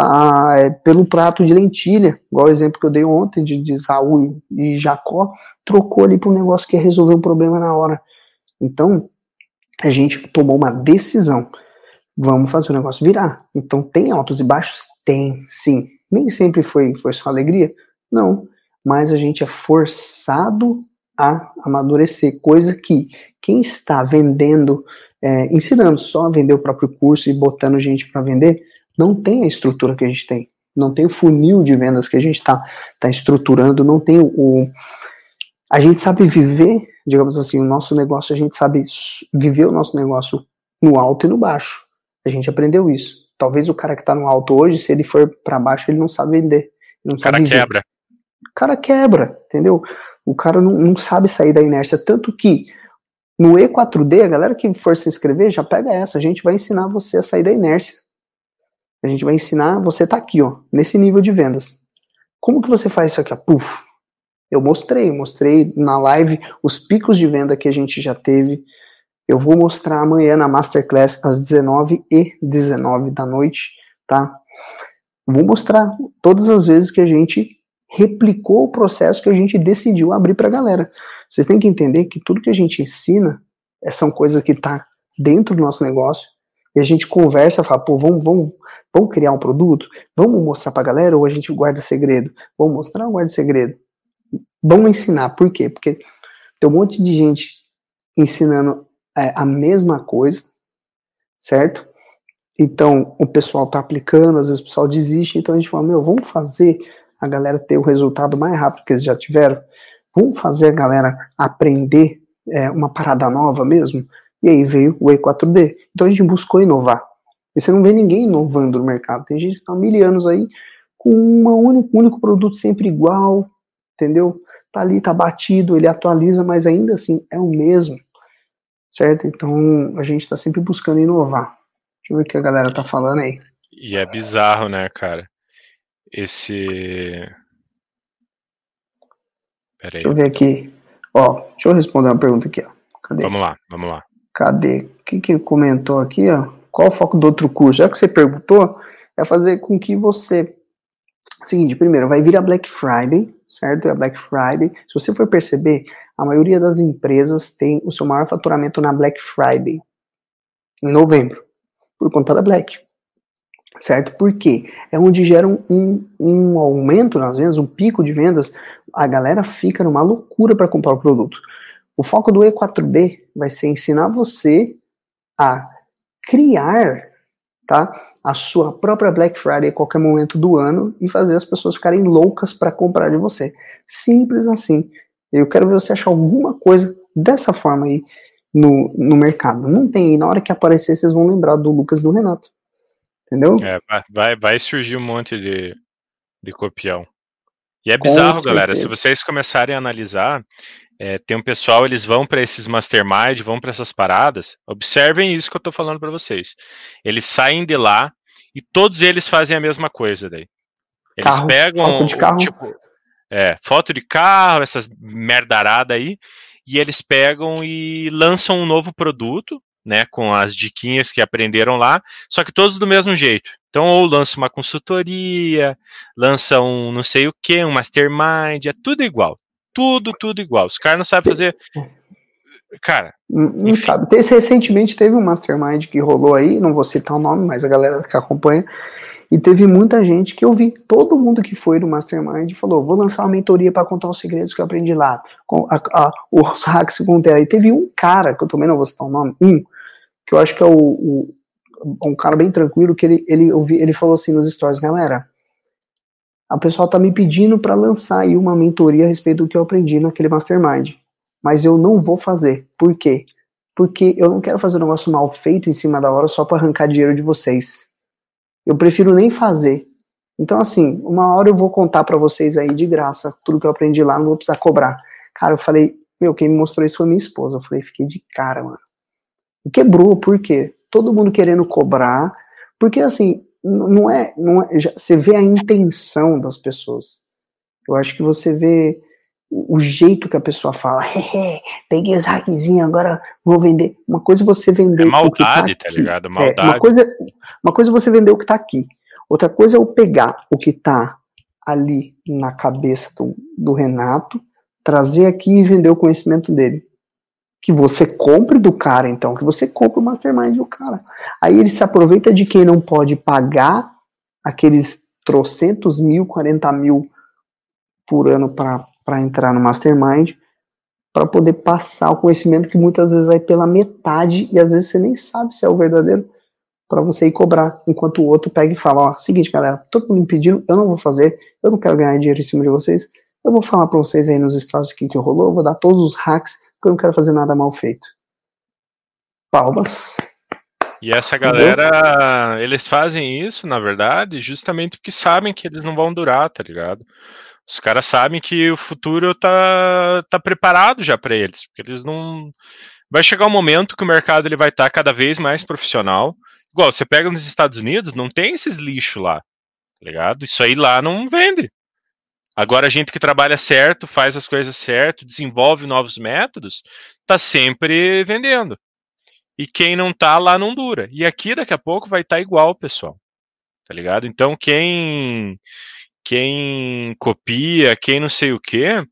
a, a, pelo prato de lentilha, igual o exemplo que eu dei ontem de, de Saul e Jacó, trocou ali para um negócio que ia resolver um problema na hora. Então, a gente tomou uma decisão. Vamos fazer o negócio virar. Então, tem altos e baixos? Tem, sim. Nem sempre foi, foi só alegria? Não. Mas a gente é forçado a amadurecer, coisa que quem está vendendo, é, ensinando só a vender o próprio curso e botando gente para vender, não tem a estrutura que a gente tem. Não tem o funil de vendas que a gente está tá estruturando, não tem o, a gente sabe viver, digamos assim, o nosso negócio, a gente sabe viver o nosso negócio no alto e no baixo. A gente aprendeu isso. Talvez o cara que tá no alto hoje, se ele for para baixo, ele não sabe vender. Não o cara sabe quebra. O cara quebra, entendeu? O cara não, não sabe sair da inércia. Tanto que no E quatro D, a galera que for se inscrever, já pega essa. A gente vai ensinar você a sair da inércia. A gente vai ensinar, você tá aqui, ó, nesse nível de vendas. Como que você faz isso aqui, ó? Puf. Eu mostrei, mostrei na live os picos de venda que a gente já teve. Eu vou mostrar amanhã na Masterclass às dezenove e dezenove da noite, tá? Vou mostrar todas as vezes que a gente replicou o processo que a gente decidiu abrir pra galera. Vocês têm que entender que tudo que a gente ensina são coisas que tá dentro do nosso negócio e a gente conversa, fala, pô, vamos, vamos, vamos criar um produto? Vamos mostrar pra galera ou a gente guarda segredo? Vamos mostrar ou guarda segredo? Vamos ensinar. Por quê? Porque tem um monte de gente ensinando é, a mesma coisa, certo? Então, o pessoal tá aplicando, às vezes o pessoal desiste, então a gente fala, meu, vamos fazer a galera ter o resultado mais rápido que eles já tiveram? Vamos fazer a galera aprender é, uma parada nova mesmo? E aí veio o E quatro D. Então a gente buscou inovar. E você não vê ninguém inovando no mercado. Tem gente que tá há mil anos aí com uma única, um único produto sempre igual, entendeu? Tá ali, tá batido, ele atualiza, mas ainda assim é o mesmo, certo? Então a gente tá sempre buscando inovar. Deixa eu ver o que a galera tá falando aí. E é bizarro, né, cara? Esse... Pera aí. Deixa eu ver aqui. Ó, deixa eu responder uma pergunta aqui, ó. Cadê? Vamos lá, vamos lá. Cadê? O que que comentou aqui, ó? Qual o foco do outro curso? Já que você perguntou, é fazer com que você... Seguinte, primeiro, vai vir a Black Friday, certo? É a Black Friday. Se você for perceber, a maioria das empresas tem o seu maior faturamento na Black Friday, em novembro, por conta da Black, certo? Por quê? É onde gera um, um aumento nas vendas, um pico de vendas, a galera fica numa loucura para comprar o produto. O foco do E quatro D vai ser ensinar você a criar, tá, a sua própria Black Friday a qualquer momento do ano e fazer as pessoas ficarem loucas para comprar de você. Simples assim. Eu quero ver você achar alguma coisa dessa forma aí no, no mercado. Não tem, e na hora que aparecer vocês vão lembrar do Lucas e do Renato. Entendeu? É, vai, vai surgir um monte de, de copião. E é bizarro, galera. Se vocês começarem a analisar, é, tem um pessoal, eles vão para esses mastermind, vão para essas paradas. Observem isso que eu tô falando para vocês. Eles saem de lá e todos eles fazem a mesma coisa daí. Eles Carro, pegam foto de carro. Tipo, é, foto de carro, essas merdaradas aí, e eles pegam e lançam um novo produto, né, com as diquinhas que aprenderam lá, só que todos do mesmo jeito. Então, ou lança uma consultoria, lança um não sei o que, um mastermind, é tudo igual. Tudo, tudo igual. Os caras não sabem fazer... Cara, não enfim. Sabe. Esse, recentemente teve um mastermind que rolou aí, não vou citar o nome, mas a galera que acompanha, e teve muita gente que eu vi, todo mundo que foi no mastermind falou, vou lançar uma mentoria para contar os segredos que eu aprendi lá, a, a, os hacks que eu contei aí. Teve um cara, que eu também não vou citar o nome, um, que eu acho que é o, o um cara bem tranquilo, que ele, ele, ouvi, ele falou assim nos stories, galera, a pessoa tá me pedindo para lançar aí uma mentoria a respeito do que eu aprendi naquele mastermind, mas eu não vou fazer. Por quê? Porque eu não quero fazer um negócio mal feito em cima da hora só para arrancar dinheiro de vocês. Eu prefiro nem fazer. Então, assim, uma hora eu vou contar para vocês aí de graça tudo que eu aprendi lá, não vou precisar cobrar. Cara, eu falei, meu, quem me mostrou isso foi minha esposa. Eu falei, fiquei de cara, mano. E quebrou, por quê? Todo mundo querendo cobrar, porque assim, não é, não é, já, você vê a intenção das pessoas. Eu acho que você vê o, o jeito que a pessoa fala, peguei os hackzinhos, agora vou vender. Uma coisa é você vender é maldade, o que tá aqui. Tá ligado? Maldade. É, uma, coisa, uma coisa é você vender o que tá aqui. Outra coisa é eu pegar o que tá ali na cabeça do, do Renato, trazer aqui e vender o conhecimento dele. Que você compre do cara, então, que você compre o mastermind do cara. Aí ele se aproveita de quem não pode pagar aqueles trocentos mil, quarenta mil por ano para entrar no mastermind, para poder passar o conhecimento que muitas vezes vai pela metade, e às vezes você nem sabe se é o verdadeiro, para você ir cobrar, enquanto o outro pega e fala, ó, seguinte galera, todo mundo me pedindo, eu não vou fazer, eu não quero ganhar dinheiro em cima de vocês, Eu vou falar pra vocês aí nos stories o que, que rolou, eu vou dar todos os hacks, porque eu não quero fazer nada mal feito. Palmas. E essa galera, entendeu? Eles fazem isso, na verdade, justamente porque sabem que eles não vão durar, tá ligado? Os caras sabem que o futuro tá, tá preparado já pra eles, porque eles não... Vai chegar um momento que o mercado ele vai estar tá cada vez mais profissional. Igual, você pega nos Estados Unidos, não tem esses lixos lá, tá ligado? Isso aí lá não vende. Agora a gente que trabalha certo, faz as coisas certo, desenvolve novos métodos, tá sempre vendendo. E quem não tá lá não dura. E aqui daqui a pouco vai estar tá igual, pessoal. Tá ligado? Então quem quem copia, quem não sei o quê,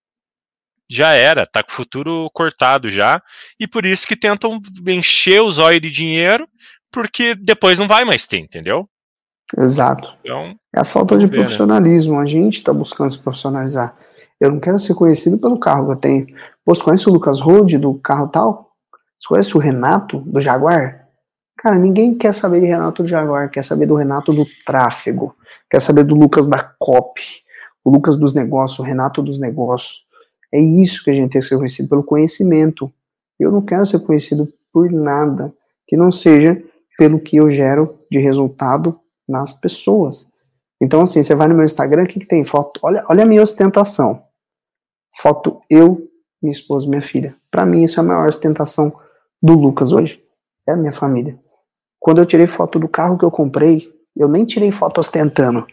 já era, tá com o futuro cortado já. E por isso que tentam encher os olhos de dinheiro, porque depois não vai mais ter, entendeu? Exato. Então, é a falta de ver, profissionalismo. Né? A gente está buscando se profissionalizar. Eu não quero ser conhecido pelo carro que eu tenho. Pô, você conhece o Lucas Rode do carro tal? Você conhece o Renato do Jaguar? Cara, ninguém quer saber de Renato do Jaguar, quer saber do Renato do tráfego, quer saber do Lucas da copy, o Lucas dos negócios, o Renato dos negócios. É isso que a gente tem que ser conhecido, pelo conhecimento. Eu não quero ser conhecido por nada que não seja pelo que eu gero de resultado nas pessoas. Então, assim, você vai no meu Instagram, o que, que tem? Foto. Olha, olha a minha ostentação. Foto eu, minha esposa, minha filha. Para mim, isso é a maior ostentação do Lucas hoje. É a minha família. Quando eu tirei foto do carro que eu comprei, eu nem tirei foto ostentando.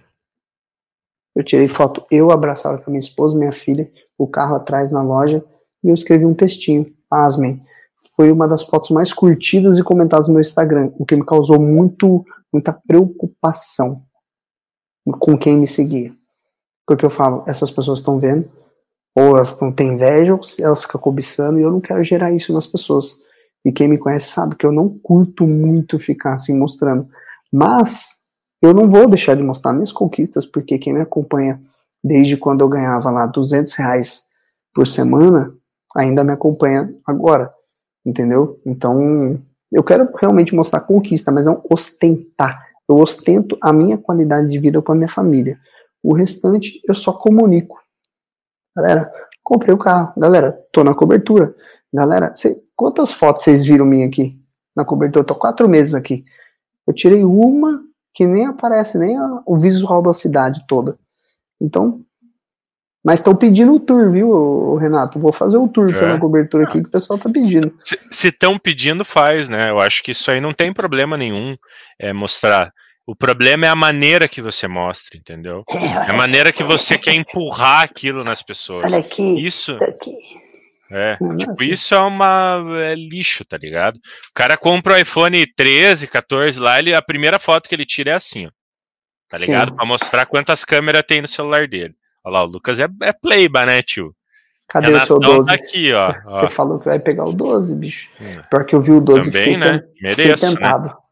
Eu tirei foto eu abraçado com a minha esposa, minha filha, o carro atrás na loja, e eu escrevi um textinho. Pasmem. Foi uma das fotos mais curtidas e comentadas no meu Instagram, o que me causou muito, muita preocupação com quem me seguia. Porque eu falo, essas pessoas estão vendo, ou elas não têm inveja, ou elas ficam cobiçando, e eu não quero gerar isso nas pessoas. E quem me conhece sabe que eu não curto muito ficar assim mostrando. Mas eu não vou deixar de mostrar minhas conquistas, porque quem me acompanha desde quando eu ganhava lá duzentos reais por semana, ainda me acompanha agora. Entendeu? Então, eu quero realmente mostrar conquista, mas não ostentar. Eu ostento a minha qualidade de vida com a minha família. O restante, eu só comunico. Galera, comprei o carro. Galera, tô na cobertura. Galera, cê, quantas fotos vocês viram minha aqui? Na cobertura, eu tô quatro meses aqui. Eu tirei uma que nem aparece, nem a, o visual da cidade toda. Então, mas estão pedindo o tour, viu, Renato? Vou fazer o tour é. pela cobertura aqui que o pessoal tá pedindo. Se estão pedindo, faz, né? Eu acho que isso aí não tem problema nenhum é, mostrar. O problema é a maneira que você mostra, entendeu? É a maneira que você quer empurrar aquilo nas pessoas. Olha aqui, isso tá aqui. É, não, tipo, assim. Isso é uma é lixo, tá ligado? O cara compra o iPhone treze, quatorze lá, ele, a primeira foto que ele tira é assim, ó. Tá ligado? Sim. Pra mostrar quantas câmeras tem no celular dele. Olha lá, o Lucas é, é playba, né, tio? Cadê Renatão o seu doze? Tá aqui, ó. Você falou que vai pegar o doze, bicho. Hum. Pior que eu vi o doze e fiquei, né? ten... Mereço, fiquei tentado. Né?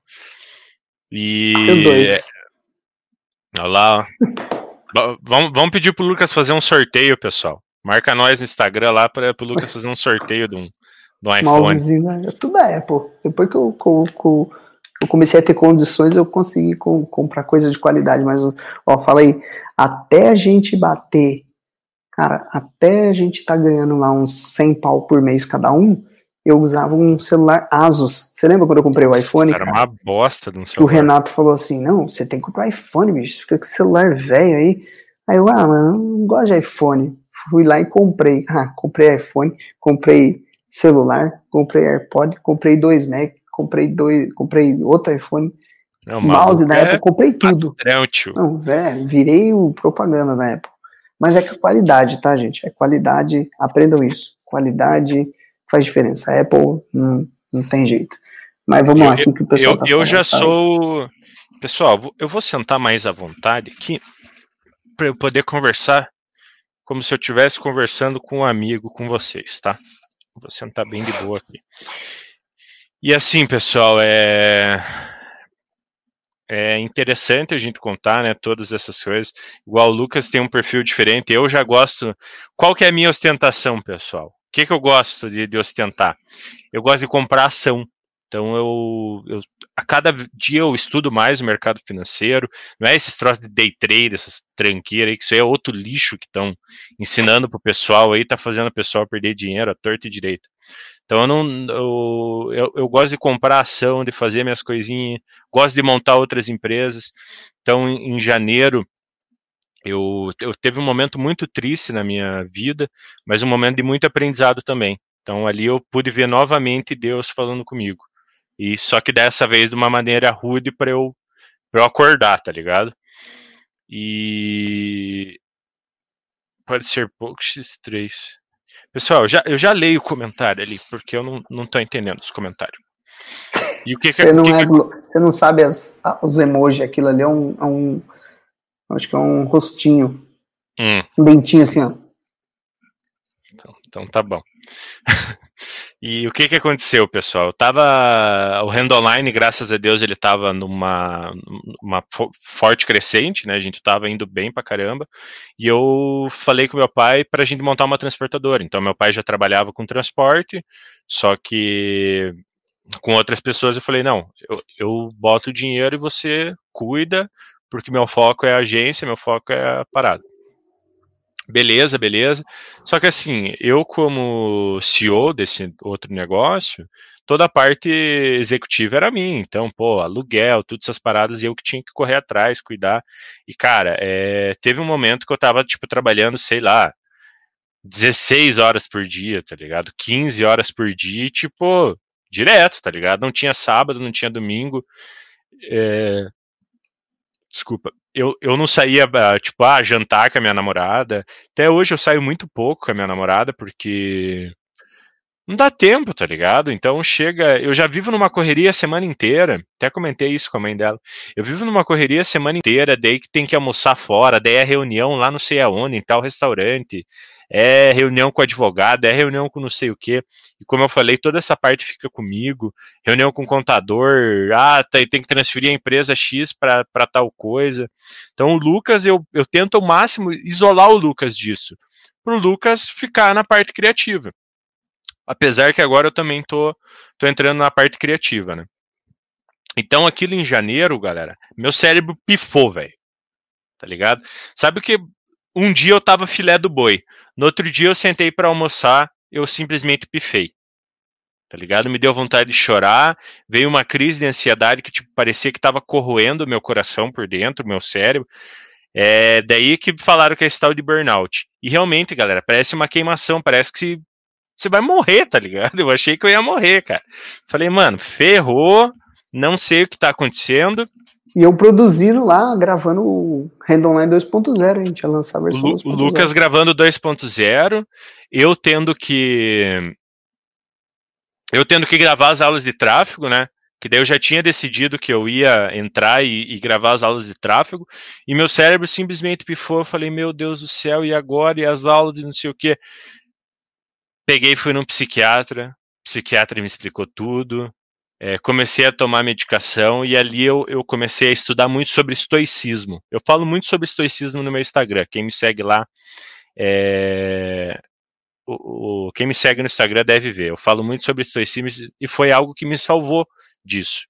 E... Olha lá, ó. vamos, vamos pedir pro Lucas fazer um sorteio, pessoal. Marca nós no Instagram lá para o Lucas fazer um sorteio de um, de um iPhone. Malzinho, né? Tudo é Apple. Depois que eu, que, eu, que eu comecei a ter condições, eu consegui com, comprar coisas de qualidade. Mas, ó, fala aí, até a gente bater, cara, até a gente tá ganhando lá uns cem pau por mês cada um, eu usava um celular Asus. Você lembra quando eu comprei o iPhone? Era cara? Uma bosta de um celular. O Renato falou assim, não, você tem que comprar iPhone, bicho, fica com esse celular velho aí. Aí eu, ah, mano, não gosto de iPhone. Fui lá e comprei. Ah, comprei iPhone, comprei celular, comprei AirPod, comprei dois Mac, comprei dois, comprei outro iPhone, não, mouse da é Apple, comprei tudo. Patrão, tio. Não, velho, virei o propaganda da Apple. Mas é que qualidade, tá, gente? É qualidade, aprendam isso. Qualidade faz diferença. A Apple não, não tem jeito. Mas vamos eu, lá, o que o pessoal eu, tá eu falando. já tá? sou... Pessoal, eu vou sentar mais à vontade aqui para eu poder conversar como se eu estivesse conversando com um amigo com vocês, tá? Vou sentar bem de boa aqui. E assim, pessoal, é... é interessante a gente contar, né, todas essas coisas. Igual o Lucas tem um perfil diferente, eu já gosto... Qual que é a minha ostentação, pessoal? O que que eu gosto de, de ostentar? Eu gosto de comprar ação. Então eu, eu a cada dia eu estudo mais o mercado financeiro, não é esses troços de day trade, essas tranqueiras aí, que isso aí é outro lixo que estão ensinando pro pessoal aí, tá fazendo o pessoal perder dinheiro à torta e direito. Então eu não eu, eu, eu gosto de comprar ação, de fazer minhas coisinhas, gosto de montar outras empresas. Então em, em janeiro eu, eu teve um momento muito triste na minha vida, mas um momento de muito aprendizado também. Então ali eu pude ver novamente Deus falando comigo. E só que dessa vez de uma maneira rude para eu, pra eu acordar, tá ligado? E pode ser pouco x três. Pessoal, eu já, eu já leio o comentário ali, porque eu não, não tô entendendo os comentários. E o que Você que, não, que, é, que... você não sabe as, os emojis, aquilo ali é um, é um. Acho que é um rostinho. Hum. Um dentinho assim, ó. Então, então tá bom. E o que que aconteceu, pessoal? Eu tava, o Rand Online, graças a Deus, ele tava numa uma forte crescente, né? A gente tava indo bem pra caramba. E eu falei com meu pai pra gente montar uma transportadora. Então meu pai já trabalhava com transporte, só que com outras pessoas eu falei, não, eu, eu boto o dinheiro e você cuida, porque meu foco é a agência, meu foco é a parada. Beleza, beleza. Só que assim, eu como C E O desse outro negócio, toda a parte executiva era minha. Então, pô, aluguel, todas essas paradas, eu que tinha que correr atrás, cuidar. E, cara, é, teve um momento que eu tava, tipo, trabalhando, sei lá, dezesseis horas por dia, tá ligado? quinze horas por dia, tipo, direto, tá ligado? Não tinha sábado, não tinha domingo. É... Desculpa. Eu, eu não saía, tipo, ah, jantar com a minha namorada. Até hoje eu saio muito pouco com a minha namorada, porque não dá tempo, tá ligado? Então chega. Eu já vivo numa correria a semana inteira. Até comentei isso com a mãe dela. Eu vivo numa correria a semana inteira, daí que tem que almoçar fora, daí é reunião lá não sei aonde, em tal restaurante. É reunião com advogado, é reunião com não sei o quê. E como eu falei, toda essa parte fica comigo. Reunião com contador, ah, tem, tem que transferir a empresa X para tal coisa. Então o Lucas, eu, eu tento ao máximo isolar o Lucas disso. Para o Lucas ficar na parte criativa. Apesar que agora eu também tô, tô entrando na parte criativa, né? Então aquilo em janeiro, galera, meu cérebro pifou, velho. Tá ligado? Sabe o que? Um dia eu tava filé do boi. No outro dia eu sentei para almoçar, eu simplesmente pifei. Tá ligado? Me deu vontade de chorar, veio uma crise de ansiedade que tipo, parecia que tava corroendo meu coração por dentro, meu cérebro. É daí que falaram que é esse tal de burnout. E realmente, galera, parece uma queimação, parece que você vai morrer, tá ligado? Eu achei que eu ia morrer, cara. Falei, mano, ferrou, não sei o que tá acontecendo. E eu produzindo lá, gravando o Rand Online dois ponto zero, a gente ia lançar a versão O, dois ponto zero. O Lucas gravando dois ponto zero, eu tendo que eu tendo que gravar as aulas de tráfego, né? Que daí eu já tinha decidido que eu ia entrar e, e gravar as aulas de tráfego, e meu cérebro simplesmente pifou. Eu falei, meu Deus do céu, e agora? E as aulas e não sei o quê. Peguei e fui num psiquiatra, o psiquiatra me explicou tudo, é, comecei a tomar medicação, e ali eu, eu comecei a estudar muito sobre estoicismo. Eu falo muito sobre estoicismo no meu Instagram, quem me segue lá, é, o, o, quem me segue no Instagram deve ver. Eu falo muito sobre estoicismo e foi algo que me salvou disso.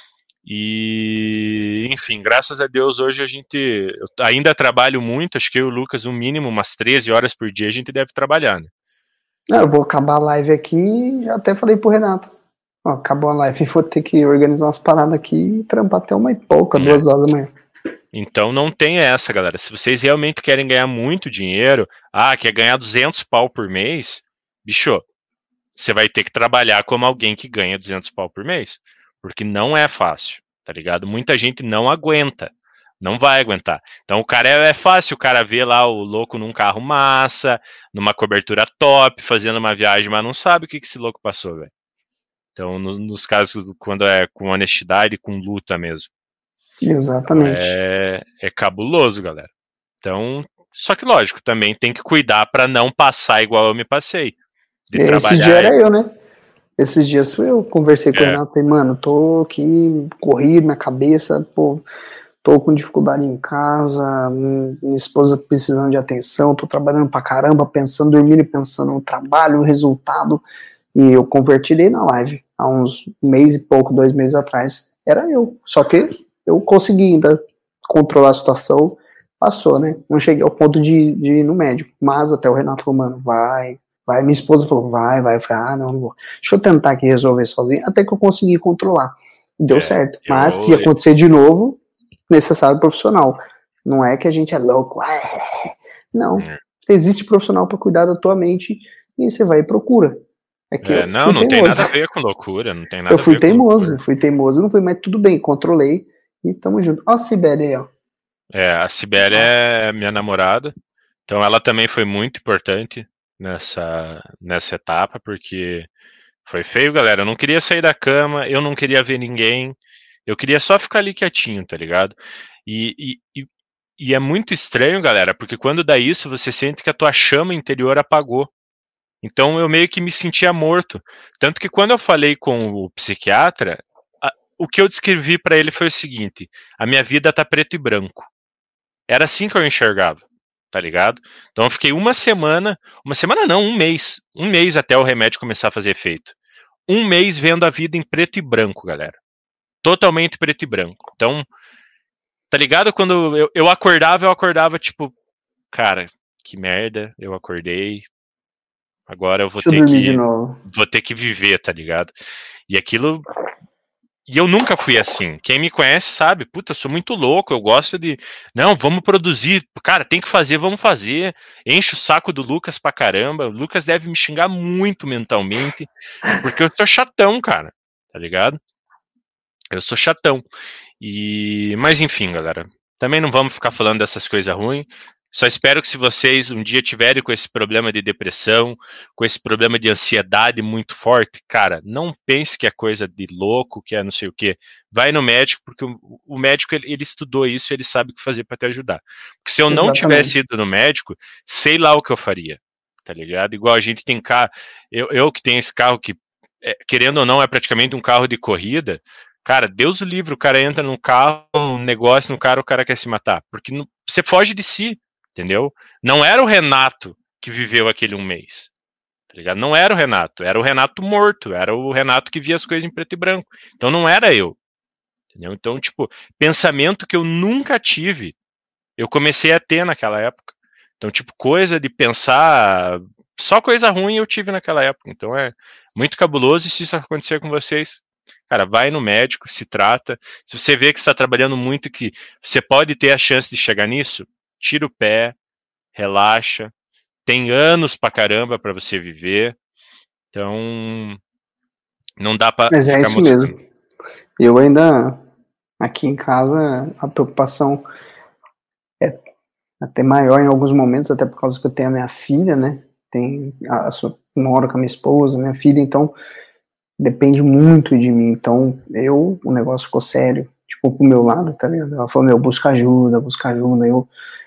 E, enfim, graças a Deus hoje a gente, eu ainda trabalho muito, acho que eu e o Lucas, no mínimo umas treze horas por dia a gente deve trabalhar, né? Não, eu vou acabar a live aqui, já até falei pro Renato. Ó, acabou a live, vou ter que organizar umas paradas aqui e trampar até uma e pouca, é. duas horas da manhã. Então não tem essa, galera. Se vocês realmente querem ganhar muito dinheiro, ah, quer ganhar duzentos pau por mês, bicho, você vai ter que trabalhar como alguém que ganha duzentos pau por mês. Porque não é fácil, tá ligado? Muita gente não aguenta. Não vai aguentar. Então o cara é, é fácil, o cara vê lá o louco num carro massa, numa cobertura top, fazendo uma viagem, mas não sabe o que, que esse louco passou, velho. Então, no, nos casos, quando é com honestidade, com luta mesmo. Exatamente. Então, é, é cabuloso, galera. Então, só que lógico, também tem que cuidar para não passar igual eu me passei. De Esse dia era eu, né? Esses dias fui eu, conversei com é. o Renato, falei, mano, tô aqui, corrido, minha cabeça, pô, tô com dificuldade em casa, minha esposa precisando de atenção, tô trabalhando pra caramba, pensando, dormindo e pensando no trabalho, no resultado, E eu convertirei na live há uns mês e pouco, dois meses atrás. Era eu. Só que eu consegui ainda controlar a situação. Passou, né? Não cheguei ao ponto de, de ir no médico. Mas até o Renato falou, mano, vai, vai. Minha esposa falou, vai, vai. Eu falei, ah, não, não vou. Deixa eu tentar aqui resolver sozinho. Até que eu consegui controlar. Deu é, certo. Mas eu... se acontecer de novo, necessário profissional. Não é que a gente é louco. Não. É. Existe profissional para cuidar da tua mente e você vai e procura. É que é, não, não teimoso. Tem nada a ver com loucura. Não tem nada eu fui a ver teimoso, com fui teimoso, não fui, mas tudo bem, controlei e tamo junto. Ó a Sibeli aí, ó. É, a Sibeli é minha namorada, então ela também foi muito importante nessa, nessa etapa, porque foi feio, galera. Eu não queria sair da cama, eu não queria ver ninguém, eu queria só ficar ali quietinho, tá ligado? E, e, e é muito estranho, galera, porque quando dá isso, você sente que a tua chama interior apagou. Então eu meio que me sentia morto. Tanto que quando eu falei com o psiquiatra, a, o que eu descrevi para ele foi o seguinte: a minha vida tá preto e branco. Era assim que eu enxergava, tá ligado? Então eu fiquei uma semana, uma semana não, um mês, um mês até o remédio começar a fazer efeito. Um mês vendo a vida em preto e branco, galera. Totalmente preto e branco. Então, tá ligado? Quando eu, eu acordava, eu acordava tipo, cara, que merda, eu acordei, agora eu vou Deixa ter eu que de novo. vou ter que viver, tá ligado? E aquilo... E eu nunca fui assim. Quem me conhece sabe, puta, eu sou muito louco, eu gosto de... Não, vamos produzir. Cara, tem que fazer, vamos fazer. Enche o saco do Lucas pra caramba. O Lucas deve me xingar muito mentalmente, porque eu sou chatão, cara. Tá ligado? Eu sou chatão. E... Mas enfim, galera. Também não vamos ficar falando dessas coisas ruins. Só espero que se vocês um dia tiverem com esse problema de depressão, com esse problema de ansiedade muito forte, cara, não pense que é coisa de louco, que é não sei o quê. Vai no médico, porque o, o médico, ele, ele estudou isso, ele sabe o que fazer para te ajudar. Porque se eu não Exatamente. tivesse ido no médico, sei lá o que eu faria, tá ligado? Igual a gente tem carro, eu, eu que tenho esse carro que, é, querendo ou não, é praticamente um carro de corrida. Cara, Deus o livre, o cara entra num carro, um negócio no cara, o cara quer se matar. Porque não, você foge de si. Entendeu? Não era o Renato que viveu aquele um mês. Tá ligado? Não era o Renato. Era o Renato morto. Era o Renato que via as coisas em preto e branco. Então não era eu. Entendeu? Então, tipo, pensamento que eu nunca tive, eu comecei a ter naquela época. Então, tipo, coisa de pensar... Só coisa ruim eu tive naquela época. Então é muito cabuloso. E se isso acontecer com vocês, cara, vai no médico, se trata. Se você vê que está trabalhando muito, que você pode ter a chance de chegar nisso, tira o pé, relaxa, tem anos pra caramba pra você viver, então não dá pra Mas é ficar isso moscando. mesmo. Eu ainda, aqui em casa, a preocupação é até maior em alguns momentos, até por causa que eu tenho a minha filha, né, tem a, a sua, moro com a minha esposa, minha filha, então depende muito de mim, então eu, o negócio ficou sério, tipo, pro meu lado, tá ligado? Ela falou, meu, busca ajuda, busca ajuda, eu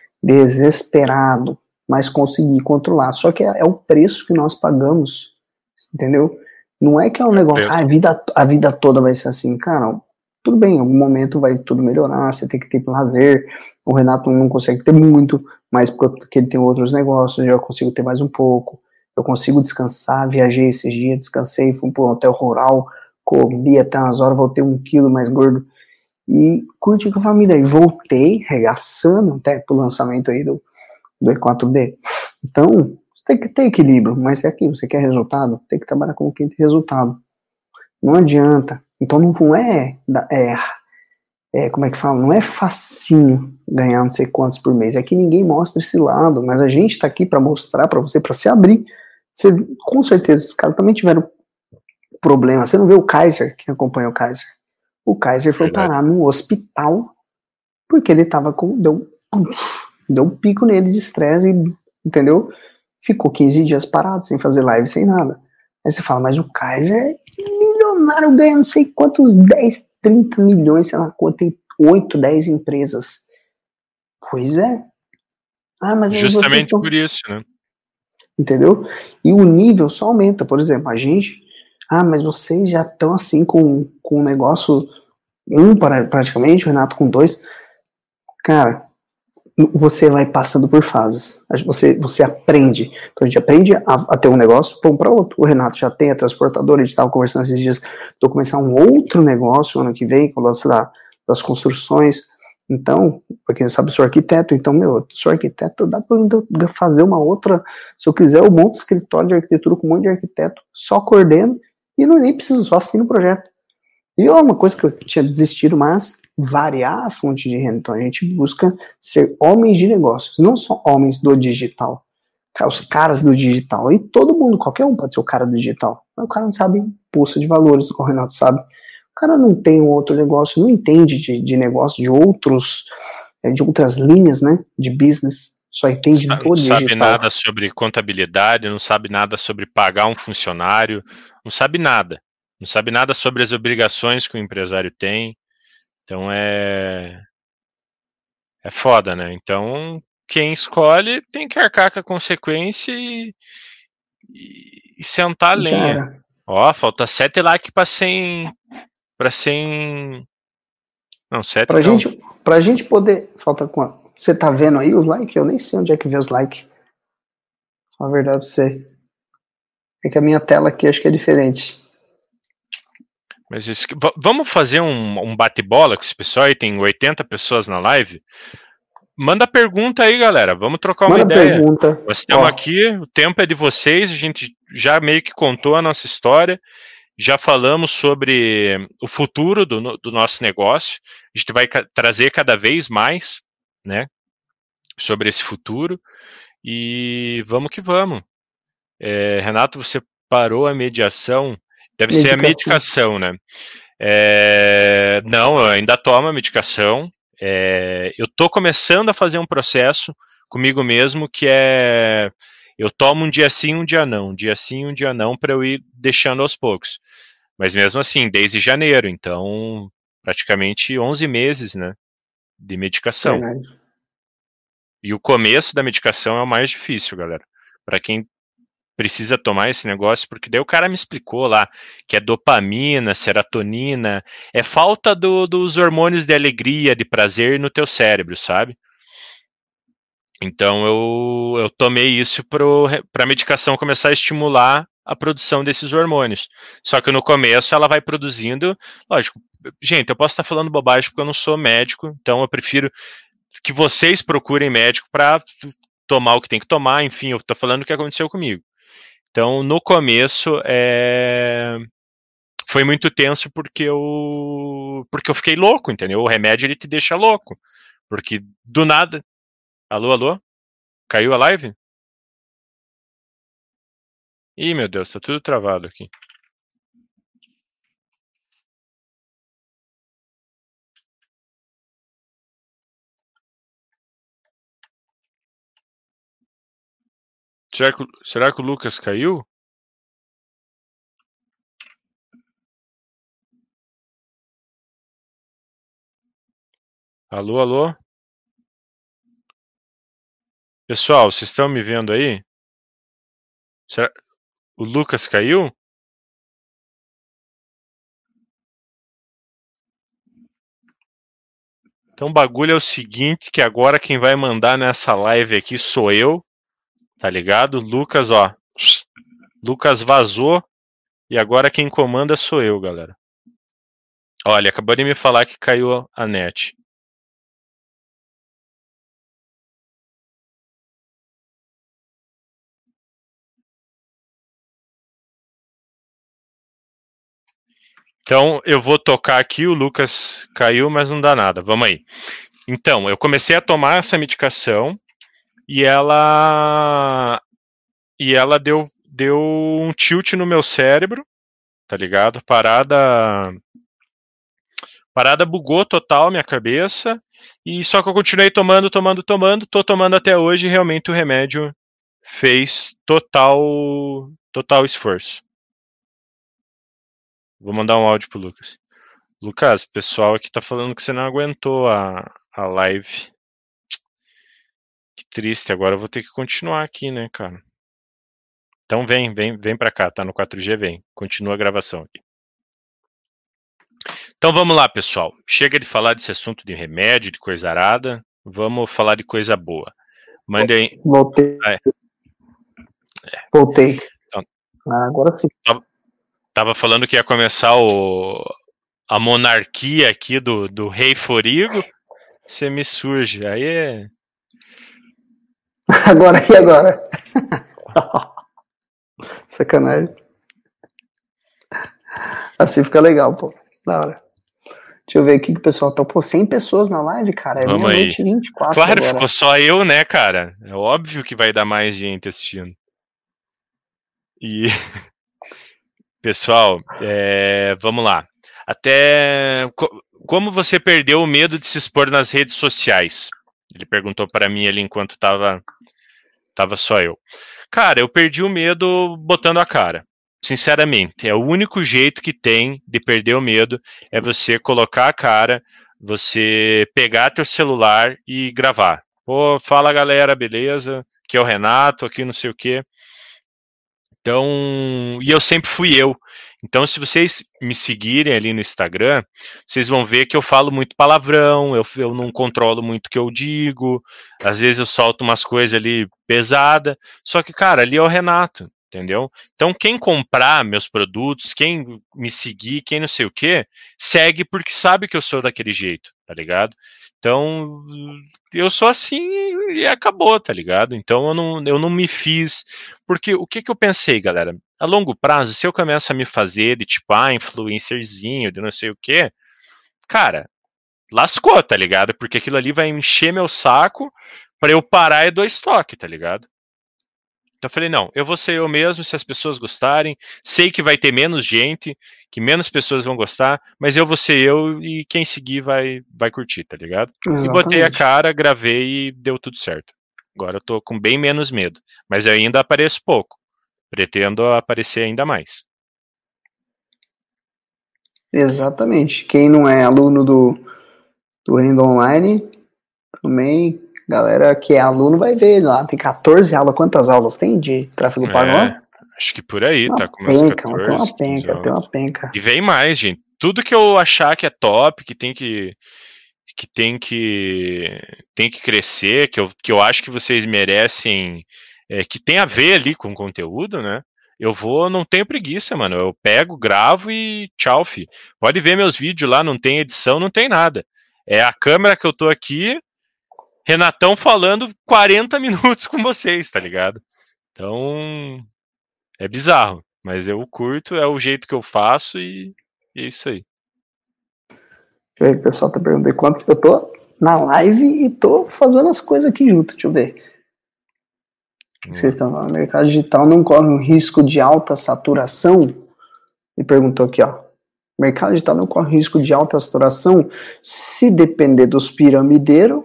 desesperado, mas consegui controlar. Só que é, é o preço que nós pagamos, entendeu? Não é que é um negócio, ah, a vida, a vida toda vai ser assim, cara, tudo bem, em algum momento vai tudo melhorar, você tem que ter lazer, o Renato não consegue ter muito, mas porque ele tem outros negócios, eu consigo ter mais um pouco, eu consigo descansar, viajei esses dias, descansei, fui para um hotel rural, comi até umas horas, voltei um quilo mais gordo, e curti com a família, e voltei regaçando até pro lançamento aí do, do E quatro D. Então, você tem que ter equilíbrio, mas é aquilo, você quer resultado, tem que trabalhar com quem tem resultado. Não adianta. Então não é, é, é como é que fala, não é facinho ganhar não sei quantos por mês, é que ninguém mostra esse lado, mas a gente tá aqui para mostrar para você, para se abrir. Você, com certeza, esses caras também tiveram problema. Você não vê o Kaiser, quem acompanha o Kaiser? O Kaiser foi Verdade. parar no hospital porque ele tava com... Deu, deu um pico nele de estresse, entendeu? Ficou quinze dias parado, sem fazer live, sem nada. Aí você fala, mas o Kaiser é milionário, ganha não sei quantos, dez, trinta milhões, sei lá quanto, tem oito, dez empresas. Pois é. Ah, mas Justamente estão... por isso, né? Entendeu? E o nível só aumenta. Por exemplo, a gente... Ah, mas vocês já estão assim com, com um negócio, um praticamente, o Renato com dois. Cara, você vai passando por fases. Você, você aprende. Então a gente aprende a, a ter um negócio, vamos para outro. O Renato já tem a transportadora, a gente estava conversando esses dias, estou começando um outro negócio ano que vem, com o lance da, das construções. Então, para quem sabe, eu sou arquiteto, então, meu, eu sou arquiteto, dá para eu fazer uma outra, se eu quiser, eu monto escritório de arquitetura com um monte de arquiteto, só coordeno, e não nem preciso, só assino o projeto. E é uma coisa que eu tinha desistido, mas variar a fonte de renda. Então a gente busca ser homens de negócios, não só homens do digital, os caras do digital. E todo mundo, qualquer um pode ser o cara do digital. Mas o cara não sabe bolsa de valores, o Renato sabe. O cara não tem um outro negócio, não entende de, de negócio de outros, de outras linhas, né, de business. Só entende do digital. Não sabe nada sobre contabilidade, não sabe nada sobre pagar um funcionário, não sabe nada. Não sabe nada sobre as obrigações que o empresário tem. Então é. É foda, né? Então, quem escolhe tem que arcar com a consequência e. E, e sentar a lenha. Ó, falta sete likes pra cem. Pra cem. Não, sete pra não. Gente, pra gente poder. Falta quanto? Você tá vendo aí os likes? Eu nem sei onde é que vê os likes. A verdade pra você. É que a minha tela aqui acho que é diferente. Mas isso, vamos fazer um, um bate-bola com esse pessoal aí? Tem oitenta pessoas na live. Manda pergunta aí, galera. Vamos trocar uma Manda ideia. Pergunta. Nós estamos aqui, o tempo é de vocês. A gente já meio que contou a nossa história. Já falamos sobre o futuro do, do nosso negócio. A gente vai ca trazer cada vez mais, né, sobre esse futuro. E vamos que vamos. É, Renato, você parou a mediação. Deve medicação. ser a medicação, né? É, não, eu ainda tomo a medicação. É, eu tô começando a fazer um processo comigo mesmo que é eu tomo um dia sim, um dia não, um dia sim, um dia não, para eu ir deixando aos poucos. Mas mesmo assim, desde janeiro, então praticamente onze meses, né, de medicação. Verdade. E o começo da medicação é o mais difícil, galera. Para quem precisa tomar esse negócio, porque daí o cara me explicou lá que é dopamina, serotonina, é falta do, dos hormônios de alegria, de prazer no teu cérebro, sabe? Então eu, eu tomei isso para a medicação começar a estimular a produção desses hormônios. Só que no começo ela vai produzindo, lógico, gente, eu posso estar falando bobagem porque eu não sou médico, então eu prefiro que vocês procurem médico para tomar o que tem que tomar, enfim, eu estou falando o que aconteceu comigo. Então, no começo, é... foi muito tenso porque eu... porque eu fiquei louco, entendeu? O remédio, ele te deixa louco. Porque, do nada... Alô, alô? Caiu a live? Ih, meu Deus, tá tudo travado aqui. Será que, será que o Lucas caiu? Alô, alô? Pessoal, vocês estão me vendo aí? Será... O Lucas caiu? Então o bagulho é o seguinte, que agora quem vai mandar nessa live aqui sou eu, tá ligado? Lucas, ó, Lucas vazou e agora quem comanda sou eu, galera. Olha, acabou de me falar que caiu a net. Então, eu vou tocar aqui, o Lucas caiu, mas não dá nada. Vamos aí. Então, eu comecei a tomar essa medicação e ela e ela deu deu um tilt no meu cérebro, tá ligado? Parada parada bugou total minha cabeça. E só que eu continuei tomando, tomando, tomando, tô tomando até hoje e realmente o remédio fez total total esforço. Vou mandar um áudio pro Lucas. Lucas, o pessoal aqui tá falando que você não aguentou a, a live. Que triste, agora eu vou ter que continuar aqui, né, cara? Então vem, vem, vem pra cá, tá no quatro G, vem. Continua a gravação aqui. Então vamos lá, pessoal. Chega de falar desse assunto de remédio, de coisa arada. Vamos falar de coisa boa. Mande aí. Voltei. Ah, é. Voltei. Então, ah, agora sim. Tava, tava falando que ia começar o, a monarquia aqui do, do rei Forigo. Você me surge. Aí é. Agora e agora? Sacanagem. Assim fica legal, pô. Da hora. Deixa eu ver aqui que o pessoal tá. Pô, cem pessoas na live, cara. É meia-noite e vinte e quatro Claro, agora. ficou só eu, né, cara? É óbvio que vai dar mais gente assistindo. E. Pessoal, é... vamos lá. Até. Como você perdeu o medo de se expor nas redes sociais? Ele perguntou para mim ali enquanto tava, tava só eu. Cara, eu perdi o medo botando a cara. Sinceramente, é o único jeito que tem de perder o medo é você colocar a cara, você pegar teu celular e gravar. Pô, fala galera, beleza? Aqui é o Renato, aqui não sei o quê. Então, e eu sempre fui eu. Então, se vocês me seguirem ali no Instagram, vocês vão ver que eu falo muito palavrão, eu, eu não controlo muito o que eu digo, às vezes eu solto umas coisas ali pesadas, só que, cara, ali é o Renato, entendeu? Então, quem comprar meus produtos, quem me seguir, quem não sei o que, segue porque sabe que eu sou daquele jeito, tá ligado? Então, eu sou assim e acabou, tá ligado? Então, eu não, eu não me fiz... Porque o que que eu pensei, galera? A longo prazo, se eu começo a me fazer de tipo, ah, influencerzinho, de não sei o quê, cara, lascou, tá ligado? Porque aquilo ali vai encher meu saco pra eu parar e dou estoque, tá ligado? Então eu falei, não, eu vou ser eu mesmo, se as pessoas gostarem, sei que vai ter menos gente, que menos pessoas vão gostar, mas eu vou ser eu e quem seguir vai, vai curtir, tá ligado? Exatamente. E botei a cara, gravei e deu tudo certo. Agora eu tô com bem menos medo, mas eu ainda apareço pouco. Pretendo aparecer ainda mais. Exatamente. Quem não é aluno do, do Renda Online, também, galera que é aluno vai ver lá. Tem quatorze aulas. Quantas aulas tem de tráfego pago É, lá? acho que por aí, Uma tá com umas penca, quatorze, tem uma quinze penca, tem aulas. uma penca. E vem mais, gente. Tudo que eu achar que é top, que tem que que tem que tem que crescer, que eu, que eu acho que vocês merecem, é, que tem a ver ali com o conteúdo, né? Eu vou, não tenho preguiça, mano. Eu pego, gravo e tchau, fi. Pode ver meus vídeos lá, não tem edição, não tem nada. É a câmera que eu tô aqui, Renatão falando quarenta minutos com vocês, tá ligado? Então, é bizarro, mas eu curto, é o jeito que eu faço e, e é isso aí. Deixa eu ver, o pessoal tá perguntando quanto eu tô na live e tô fazendo as coisas aqui junto. Deixa eu ver. Hum. Vocês estão falando, o mercado digital não corre um risco de alta saturação? Me perguntou aqui, ó. O mercado digital não corre risco de alta saturação se depender dos piramideiros.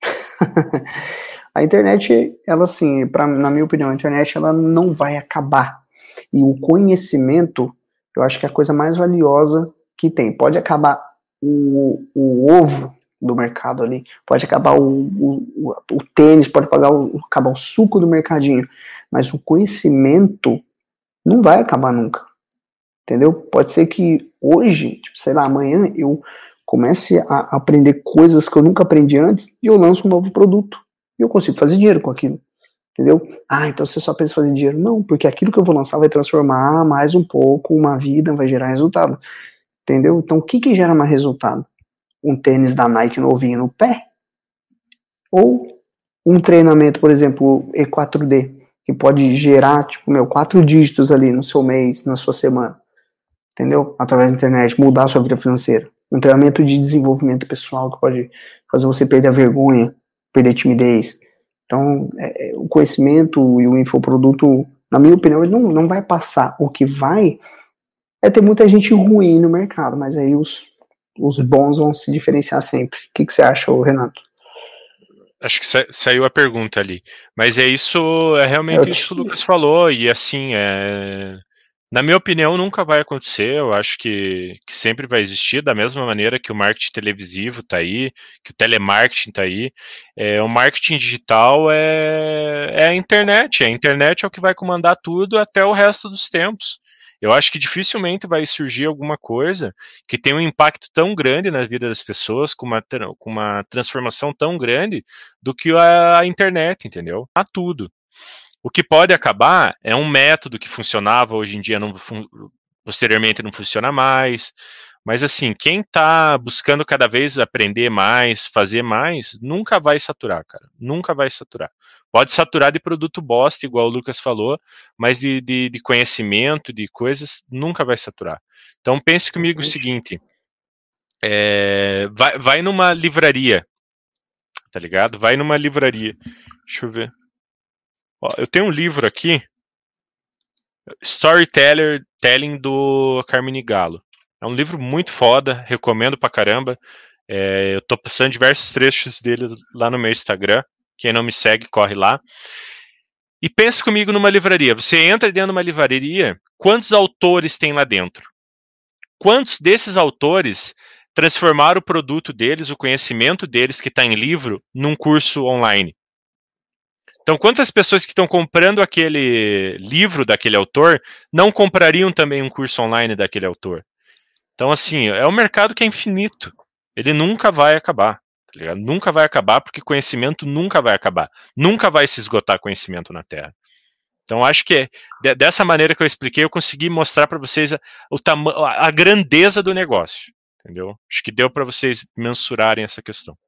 A internet, ela assim, pra, na minha opinião, a internet ela não vai acabar. E o conhecimento, eu acho que é a coisa mais valiosa que tem. Pode acabar o, o ovo do mercado ali, pode acabar o, o, o tênis, pode acabar o, acabar o suco do mercadinho, mas o conhecimento não vai acabar nunca. Entendeu? Pode ser que hoje, tipo, sei lá, amanhã eu comece a aprender coisas que eu nunca aprendi antes e eu lanço um novo produto. E eu consigo fazer dinheiro com aquilo. Entendeu? Ah, então você só pensa em fazer dinheiro? Não, porque aquilo que eu vou lançar vai transformar mais um pouco uma vida, vai gerar resultado. Entendeu? Então o que que gera mais resultado? Um tênis da Nike novinho no pé? Ou um treinamento, por exemplo, E quatro D, que pode gerar, tipo, meu, quatro dígitos ali no seu mês, na sua semana. Entendeu? Através da internet, mudar a sua vida financeira. Um treinamento de desenvolvimento pessoal que pode fazer você perder a vergonha, perder a timidez. Então, é, o conhecimento e o infoproduto, na minha opinião, ele não, não vai passar. O que vai é ter muita gente ruim no mercado, mas aí os, os bons vão se diferenciar sempre. O que, que você acha, Renato? Acho que sa saiu a pergunta ali. Mas é isso, é realmente Eu isso te... que o Lucas falou. E assim, é... na minha opinião, nunca vai acontecer. Eu acho que, que sempre vai existir, da mesma maneira que o marketing televisivo está aí, que o telemarketing está aí. É, o marketing digital é, é a internet. A internet é o que vai comandar tudo até o resto dos tempos. Eu acho que dificilmente vai surgir alguma coisa que tenha um impacto tão grande na vida das pessoas, com uma, com uma transformação tão grande do que a, a internet, entendeu? Há tudo. O que pode acabar é um método que funcionava, hoje em dia não posteriormente não funciona mais. Mas assim, quem está buscando cada vez aprender mais, fazer mais, nunca vai saturar, cara. Nunca vai saturar. Pode saturar de produto bosta, igual o Lucas falou, mas de, de, de conhecimento, de coisas, nunca vai saturar. Então pense comigo o seguinte, é, vai, vai numa livraria, tá ligado? Vai numa livraria. Deixa eu ver. Ó, eu tenho um livro aqui, Storyteller Telling do Carmine Gallo. É um livro muito foda, recomendo pra caramba. É, eu tô postando diversos trechos dele lá no meu Instagram. Quem não me segue, corre lá. E pense comigo numa livraria. Você entra dentro de uma livraria, quantos autores tem lá dentro? Quantos desses autores transformaram o produto deles, o conhecimento deles que está em livro, num curso online? Então, quantas pessoas que estão comprando aquele livro daquele autor não comprariam também um curso online daquele autor? Então, assim, é um mercado que é infinito. Ele nunca vai acabar, tá ligado? Nunca vai acabar, porque conhecimento nunca vai acabar. Nunca vai se esgotar conhecimento na Terra. Então, acho que é, dessa maneira que eu expliquei, eu consegui mostrar para vocês a, o tama- a grandeza do negócio, entendeu? Acho que deu para vocês mensurarem essa questão.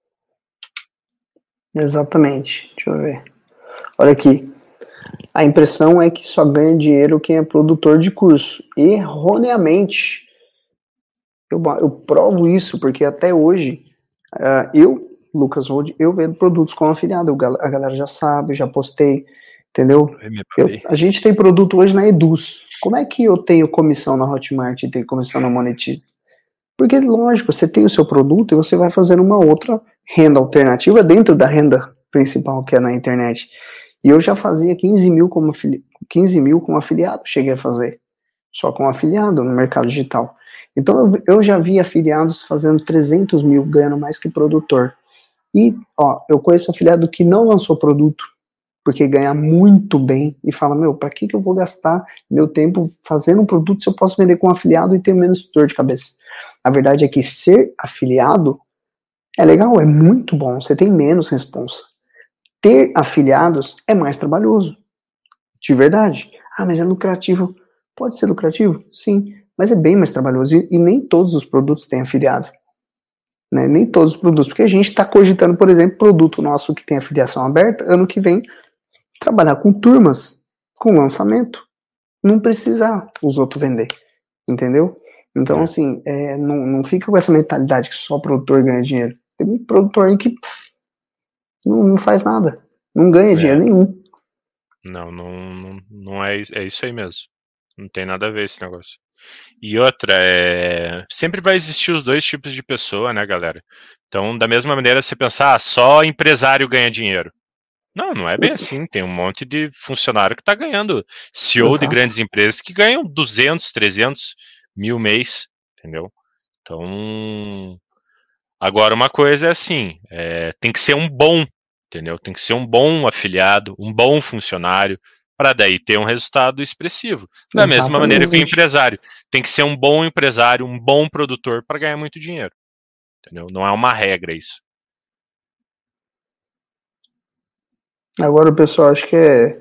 Exatamente. Deixa eu ver. Olha aqui. A impressão é que só ganha dinheiro quem é produtor de curso. Erroneamente. Eu, eu provo isso porque até hoje, uh, eu, Lucas Rold, eu vendo produtos com afiliado. Eu, a galera já sabe, eu já postei, entendeu? Eu, a gente tem produto hoje na Eduz. Como é que eu tenho comissão na Hotmart e tenho comissão na Monetize? Porque, lógico, você tem o seu produto e você vai fazer uma outra renda alternativa dentro da renda principal que é na internet. E eu já fazia quinze mil como, afili- quinze mil como afiliado, cheguei a fazer. Só com afiliado no mercado digital. Então eu, eu já vi afiliados fazendo trezentos mil, ganhando mais que produtor. E, ó, eu conheço afiliado que não lançou produto, porque ganha muito bem e fala, meu, pra que, que eu vou gastar meu tempo fazendo um produto se eu posso vender com afiliado e ter menos dor de cabeça? A verdade é que ser afiliado é legal, é muito bom, você tem menos responsa. Ter afiliados é mais trabalhoso, de verdade. Ah, mas é lucrativo. Pode ser lucrativo? Sim, mas é bem mais trabalhoso e, e nem todos os produtos têm afiliado. Né? Nem todos os produtos, porque a gente está cogitando, por exemplo, produto nosso que tem afiliação aberta, ano que vem, trabalhar com turmas, com lançamento, não precisar os outros vender, entendeu? Então, assim, é, não, não fica com essa mentalidade que só produtor ganha dinheiro. Tem um produtor aí que não, não faz nada, não ganha é. dinheiro nenhum. Não, não, não, não é, é isso aí mesmo. Não tem nada a ver esse negócio. E outra, é... sempre vai existir os dois tipos de pessoa, né, galera? Então, da mesma maneira, você pensar, ah, só empresário ganha dinheiro. Não, não é bem assim. Tem um monte de funcionário que está ganhando. C E O Exato. De grandes empresas que ganham duzentos, trezentos mil mês, entendeu? Então, agora uma coisa é assim, é, tem que ser um bom, entendeu? Tem que ser um bom afiliado, um bom funcionário, para daí ter um resultado expressivo. Da Exatamente. Mesma maneira que o empresário. Tem que ser um bom empresário, um bom produtor para ganhar muito dinheiro. Entendeu? Não é uma regra isso. Agora o pessoal acha que é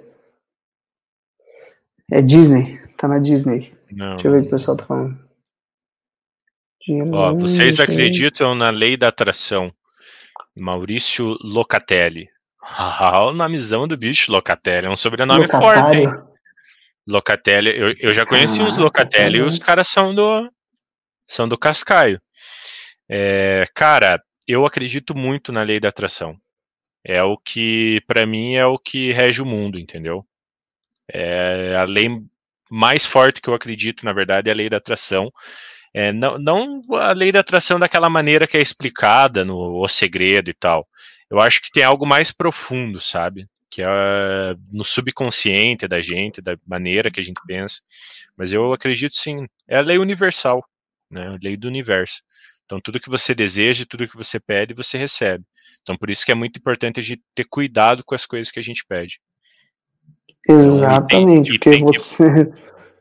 é Disney, tá na Disney. Não, Deixa eu ver o que o pessoal tá falando. Dinheiro Ó, vocês acreditam na lei da atração? Maurício Locatelli. Ah, o nomezão do bicho, Locatelli. É um sobrenome Locatário. Forte, hein? Locatelli. Eu, eu já conheci uns Locatelli e os caras são do são do Cascaio. É, cara, eu acredito muito na lei da atração. É o que, pra mim, é o que rege o mundo, entendeu? É a lei mais forte que eu acredito, na verdade, é a lei da atração. É, não, não a lei da atração daquela maneira que é explicada no O Segredo e tal. Eu acho que tem algo mais profundo, sabe? Que é no subconsciente da gente, da maneira que a gente pensa. Mas eu acredito sim, é a lei universal, né? A lei do universo. Então tudo que você deseja, tudo que você pede, você recebe. Então por isso que é muito importante a gente ter cuidado com as coisas que a gente pede. Exatamente, então, porque tem, você...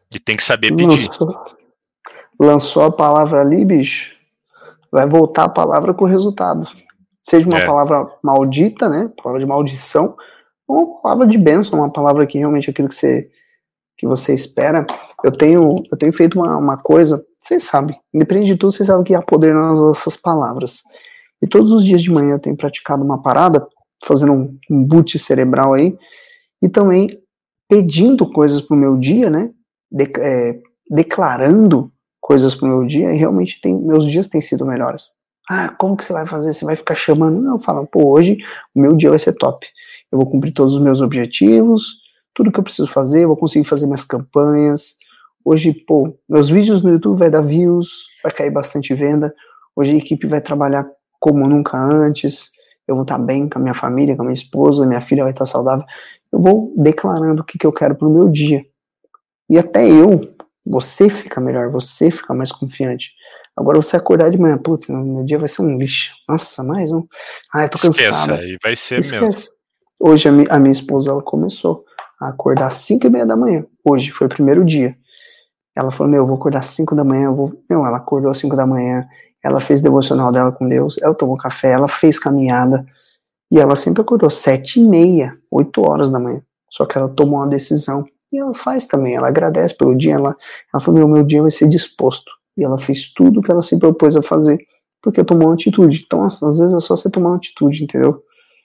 E tem que saber pedir. Lançou, lançou a palavra ali, bicho, vai voltar a palavra com o resultado. Seja uma É. palavra maldita, né? Palavra de maldição, ou uma palavra de bênção, uma palavra que realmente é aquilo que você, que você espera. Eu tenho, eu tenho feito uma, uma coisa, vocês sabem, independente de tudo, vocês sabem que há poder nas nossas palavras. E todos os dias de manhã eu tenho praticado uma parada, fazendo um, um boot cerebral aí, e também pedindo coisas pro meu dia, né? De, é, declarando coisas pro meu dia, e realmente tem, meus dias têm sido melhores. Ah, como que você vai fazer? Você vai ficar chamando? Não, eu falo, pô, hoje o meu dia vai ser top. Eu vou cumprir todos os meus objetivos, tudo que eu preciso fazer, eu vou conseguir fazer minhas campanhas. Hoje, pô, meus vídeos no YouTube vai dar views, vai cair bastante venda. Hoje a equipe vai trabalhar como nunca antes. Eu vou estar bem com a minha família, com a minha esposa, minha filha vai estar saudável. Eu vou declarando o que, que eu quero pro meu dia. E até eu, você fica melhor, você fica mais confiante. Agora você acordar de manhã, putz, meu dia vai ser um lixo. Nossa, mais um. Ai, tô Esqueça, cansada. aí vai ser Esquece. mesmo. Hoje a, mi, a minha esposa, ela começou a acordar às cinco e meia da manhã. Hoje foi o primeiro dia. Ela falou, meu, eu vou acordar às cinco da manhã. Eu vou... Meu, ela acordou às cinco da manhã. Ela fez devocional dela com Deus. Ela tomou café, ela fez caminhada. E ela sempre acordou sete e meia, oito horas da manhã. Só que ela tomou uma decisão. E ela faz também, ela agradece pelo dia. Ela, ela falou, meu, meu dia vai ser disposto. E ela fez tudo que ela se propôs a fazer, porque tomou uma atitude. Então, às vezes é só você tomar uma atitude, entendeu?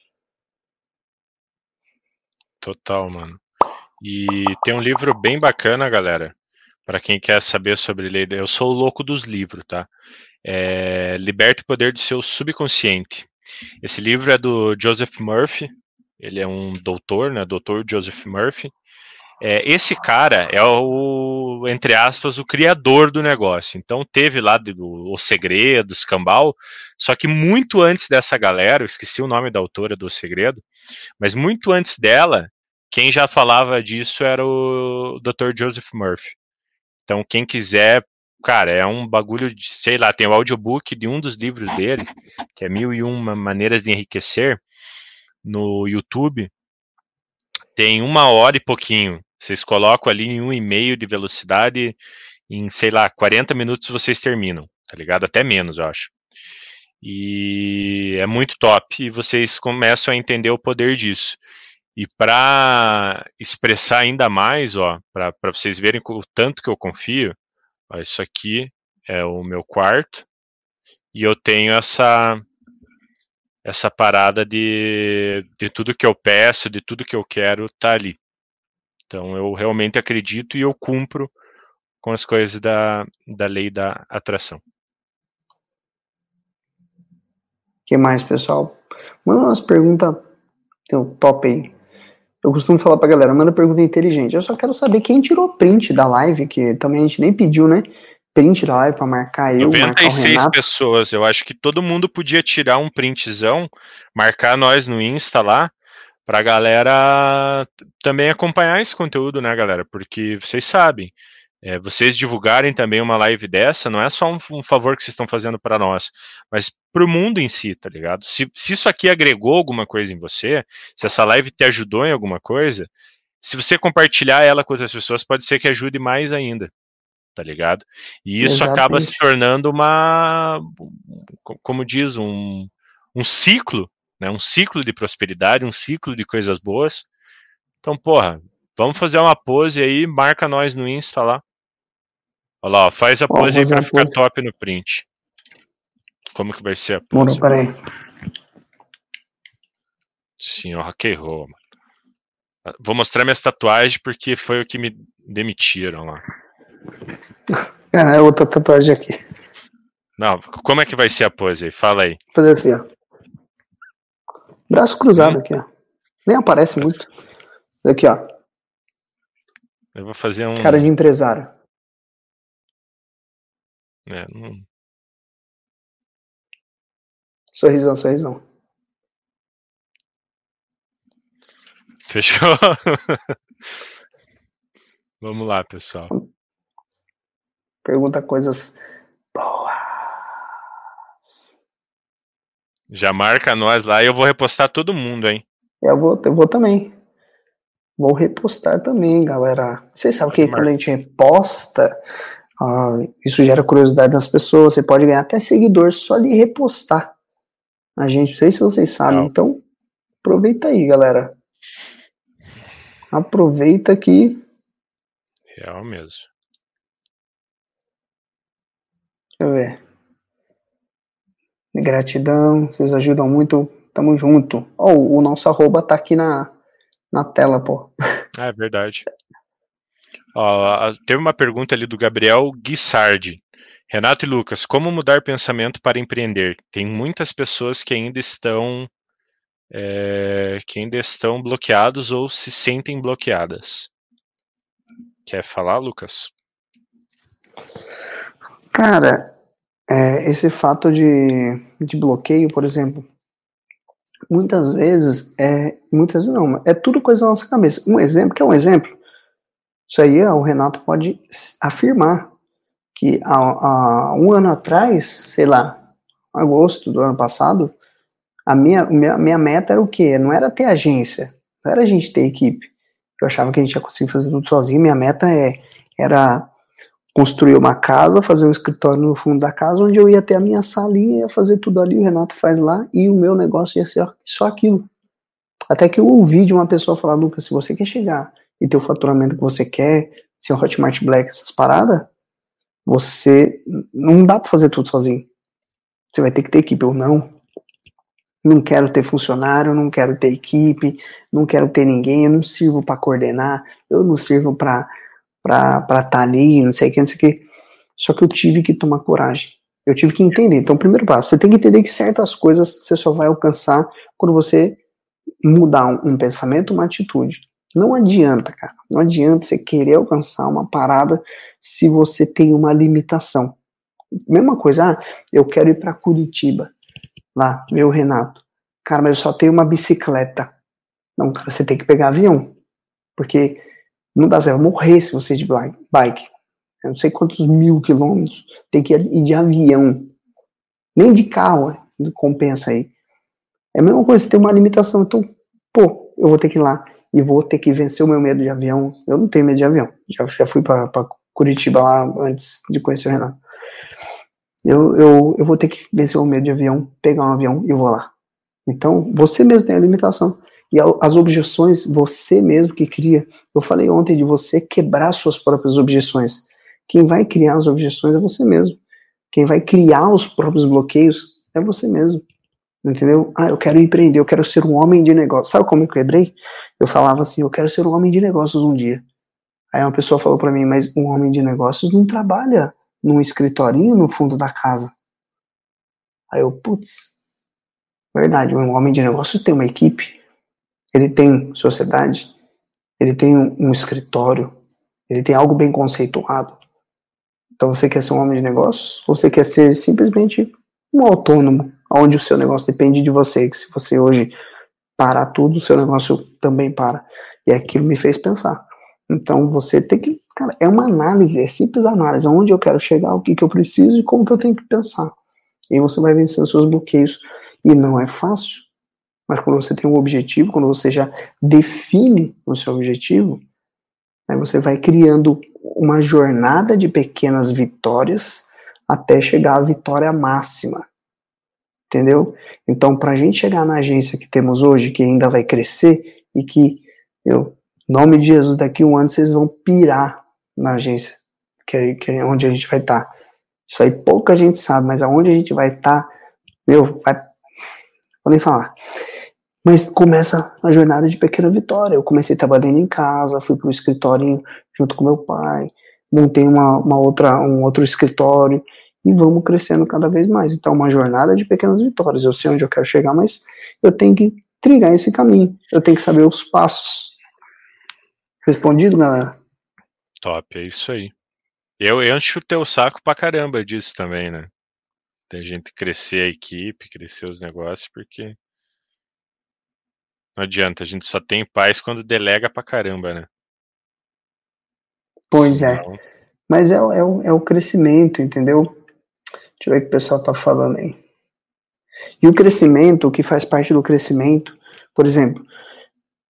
Total, mano. E tem um livro bem bacana, galera, para quem quer saber sobre lei. Eu sou o louco dos livros, tá? É Liberte o Poder do Seu Subconsciente. Esse livro é do Joseph Murphy. Ele é um doutor, né? doutor Joseph Murphy. É, esse cara é o, entre aspas, o criador do negócio. Então teve lá do, O Segredo, Escambau, só que muito antes dessa galera, eu esqueci o nome da autora do O Segredo, mas muito antes dela, quem já falava disso era o doutor Joseph Murphy. Então quem quiser, cara, é um bagulho de, sei lá, tem o audiobook de um dos livros dele, que é Mil e Uma Maneiras de Enriquecer, no YouTube. Tem uma hora e pouquinho. Vocês colocam ali em um e meio de velocidade, em, sei lá, quarenta minutos vocês terminam, tá ligado? Até menos, eu acho. E é muito top, e vocês começam a entender o poder disso. E para expressar ainda mais, ó, para vocês verem o tanto que eu confio, ó, isso aqui é o meu quarto, e eu tenho essa essa parada de, de tudo que eu peço, de tudo que eu quero, tá ali. Então eu realmente acredito e eu cumpro com as coisas da, da lei da atração. O que mais, pessoal? Manda umas perguntas top aí. Eu costumo falar pra galera, manda pergunta inteligente. Eu só quero saber quem tirou print da live, que também a gente nem pediu, né? Print da live pra marcar eu, marcar o noventa e seis Renato. pessoas, eu acho que todo mundo podia tirar um printzão, marcar nós no Insta lá, pra galera também acompanhar esse conteúdo, né, galera? Porque vocês sabem, é, vocês divulgarem também uma live dessa, não é só um, um favor que vocês estão fazendo para nós, mas para o mundo em si, tá ligado? Se, se isso aqui agregou alguma coisa em você, se essa live te ajudou em alguma coisa, se você compartilhar ela com outras pessoas, pode ser que ajude mais ainda, tá ligado? E isso Exatamente. acaba se tornando uma, como diz, um, um ciclo, né? Um ciclo de prosperidade, um ciclo de coisas boas. Então, porra, vamos fazer uma pose aí, marca nós no Insta lá. Olha lá, ó, faz a Ó, pose aí pra ficar pose. top no print. Como que vai ser a pose? Morou, peraí. Sim, ó, hackerou, mano. Vou mostrar minhas tatuagens porque foi o que me demitiram lá. Ah, é outra tatuagem aqui. Não, como é que vai ser a pose aí? Fala aí. Vou fazer assim, ó. Braço cruzado hum? aqui, ó. Nem aparece muito. Aqui, ó. Eu vou fazer um... Cara de empresário. É, não... Sorrisão, sorrisão. Fechou? Vamos lá, pessoal. Pergunta coisas boas. Já marca nós lá e eu vou repostar todo mundo, hein? Eu vou, eu vou também. vou repostar também, galera. Vocês sabem que quando a gente reposta, uh, isso gera curiosidade nas pessoas. Você pode ganhar até seguidor só de repostar a gente. Não sei se vocês sabem. Não. Então, aproveita aí, galera. Aproveita que... Real mesmo. Deixa eu ver. Gratidão, vocês ajudam muito. Tamo junto. Oh, o nosso arroba tá aqui na, na tela, pô. Ah, é verdade. Ó, teve uma pergunta ali do Gabriel Guissardi. Renato e Lucas, como mudar pensamento para empreender? Tem muitas pessoas que ainda estão é, que ainda estão bloqueados ou se sentem bloqueadas. Quer falar, Lucas? Cara, é, esse fato de, de bloqueio, por exemplo, muitas vezes, é, muitas não, é tudo coisa da nossa cabeça. Um exemplo, que é um exemplo, isso aí o Renato pode afirmar que há, há um ano atrás, sei lá, agosto do ano passado, a minha, minha, minha meta era o quê? Não era ter agência, não era a gente ter equipe. Eu achava que a gente ia conseguir fazer tudo sozinho. Minha meta é, era construir uma casa, fazer um escritório no fundo da casa, onde eu ia ter a minha salinha, ia fazer tudo ali, o Renato faz lá, e o meu negócio ia ser só aquilo. Até que eu ouvi de uma pessoa falar, Lucas, se você quer chegar e ter o faturamento que você quer, ser um Hotmart Black, essas paradas, você não dá pra fazer tudo sozinho. Você vai ter que ter equipe. Eu não. Não quero ter funcionário, não quero ter equipe, não quero ter ninguém, eu não sirvo para coordenar, eu não sirvo para para estar tá ali, não sei o que, não sei o que. Só que eu tive que tomar coragem. Eu tive que entender. Então, primeiro passo, você tem que entender que certas coisas você só vai alcançar quando você mudar um, um pensamento, uma atitude. Não adianta, cara. Não adianta você querer alcançar uma parada se você tem uma limitação. Mesma coisa, ah, eu quero ir para Curitiba. Lá, meu Renato. Cara, mas eu só tenho uma bicicleta. Não, cara, você tem que pegar avião. Porque não dá certo, morrer se você ir de bike. Eu não sei quantos mil quilômetros. Tem que ir de avião. Nem de carro, compensa aí. É a mesma coisa, você tem uma limitação. Então, pô, eu vou ter que ir lá. E vou ter que vencer o meu medo de avião. Eu não tenho medo de avião. Já, já fui pra, pra Curitiba lá antes de conhecer o Renato. Eu, eu, eu vou ter que vencer o medo de avião, pegar um avião e eu vou lá. Então, você mesmo tem a limitação. E as objeções, você mesmo que cria. Eu falei ontem de você quebrar suas próprias objeções. Quem vai criar as objeções é você mesmo. Quem vai criar os próprios bloqueios é você mesmo. Entendeu? Ah, eu quero empreender, eu quero ser um homem de negócios. Sabe como eu quebrei? Eu falava assim, eu quero ser um homem de negócios um dia. Aí uma pessoa falou pra mim, mas um homem de negócios não trabalha num escritorinho no fundo da casa. Aí eu, putz, verdade, um homem de negócios tem uma equipe, ele tem sociedade, ele tem um, um escritório, ele tem algo bem conceituado. Então você quer ser um homem de negócios? Ou você quer ser simplesmente um autônomo, onde o seu negócio depende de você, que se você hoje parar tudo, o seu negócio também para. E aquilo me fez pensar. Então você tem que, cara, é uma análise, é simples análise, onde eu quero chegar, o que, que eu preciso e como que eu tenho que pensar. E você vai vencer os seus bloqueios. E não é fácil, mas quando você tem um objetivo, quando você já define o seu objetivo, aí você vai criando uma jornada de pequenas vitórias até chegar à vitória máxima. Entendeu? Então, pra gente chegar na agência que temos hoje, que ainda vai crescer, e que, eu, em nome de Jesus, daqui a um ano vocês vão pirar na agência, que é, que é onde a gente vai estar. Tá. Isso aí pouca gente sabe, mas aonde a gente vai estar, tá, meu, vai, vou nem falar. Mas começa a jornada de pequena vitória. Eu comecei trabalhando em casa, fui pro escritório junto com meu pai, montei uma, uma outra, um outro escritório, e vamos crescendo cada vez mais. Então, uma jornada de pequenas vitórias. Eu sei onde eu quero chegar, mas eu tenho que trilhar esse caminho. Eu tenho que saber os passos. Respondido, galera? Top, é isso aí. Eu encho o teu saco pra caramba disso também, né? Tem gente crescer a equipe, crescer os negócios, porque não adianta, a gente só tem paz quando delega pra caramba, né? Pois Senão... é. Mas é, é, o, é o crescimento, entendeu? Deixa eu ver o que o pessoal tá falando aí. E o crescimento, o que faz parte do crescimento, por exemplo,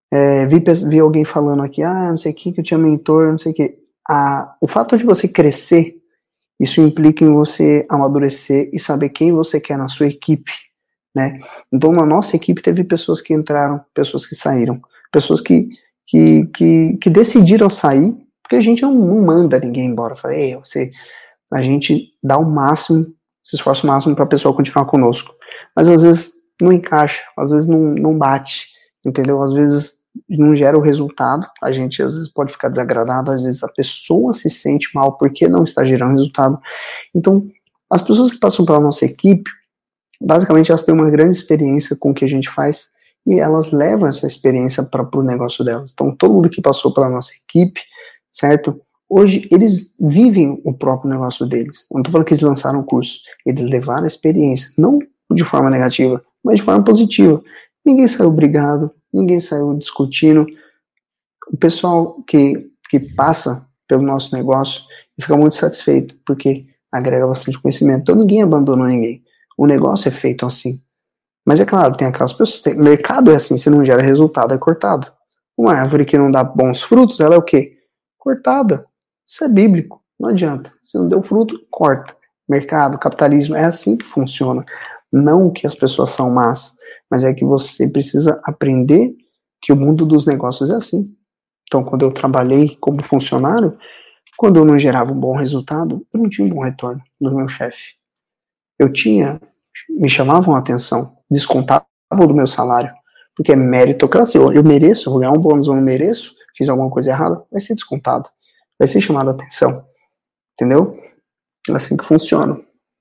É, vi, vi alguém falando aqui, ah, não sei o que, que eu tinha mentor, não sei o que. Ah, o fato de você crescer, isso implica em você amadurecer e saber quem você quer na sua equipe, né? Então, na nossa equipe teve pessoas que entraram, pessoas que saíram, pessoas que, que, que, que decidiram sair, porque a gente não, não manda ninguém embora. Fala, ei, você, a gente dá o máximo, se esforça o máximo para a pessoa continuar conosco. Mas às vezes não encaixa, às vezes não, não bate, entendeu? Às vezes não gera o resultado, a gente às vezes pode ficar desagradado, às vezes a pessoa se sente mal porque não está gerando resultado. Então, as pessoas que passam pela nossa equipe, basicamente elas têm uma grande experiência com o que a gente faz e elas levam essa experiência para o negócio delas. Então, todo mundo que passou pela nossa equipe, certo? Hoje, eles vivem o próprio negócio deles. Não estou falando que eles lançaram o curso, eles levaram a experiência, não de forma negativa, mas de forma positiva. Ninguém saiu brigado, ninguém saiu discutindo. O pessoal que, que passa pelo nosso negócio fica muito satisfeito, porque agrega bastante conhecimento. Então ninguém abandonou ninguém. O negócio é feito assim. Mas é claro, tem aquelas pessoas, tem, mercado é assim, se não gera resultado, é cortado. Uma árvore que não dá bons frutos, ela é o quê? Cortada. Isso é bíblico, não adianta. Se não deu fruto, corta. Mercado, capitalismo, é assim que funciona. Não que as pessoas são más, mas é que você precisa aprender que o mundo dos negócios é assim. Então, quando eu trabalhei como funcionário, quando eu não gerava um bom resultado, eu não tinha um bom retorno do meu chefe. Eu tinha, me chamavam a atenção, descontavam do meu salário, porque é meritocracia. Eu, eu mereço, eu vou ganhar um bônus, eu não mereço, fiz alguma coisa errada, vai ser descontado, vai ser chamado a atenção. Entendeu? É assim que funciona.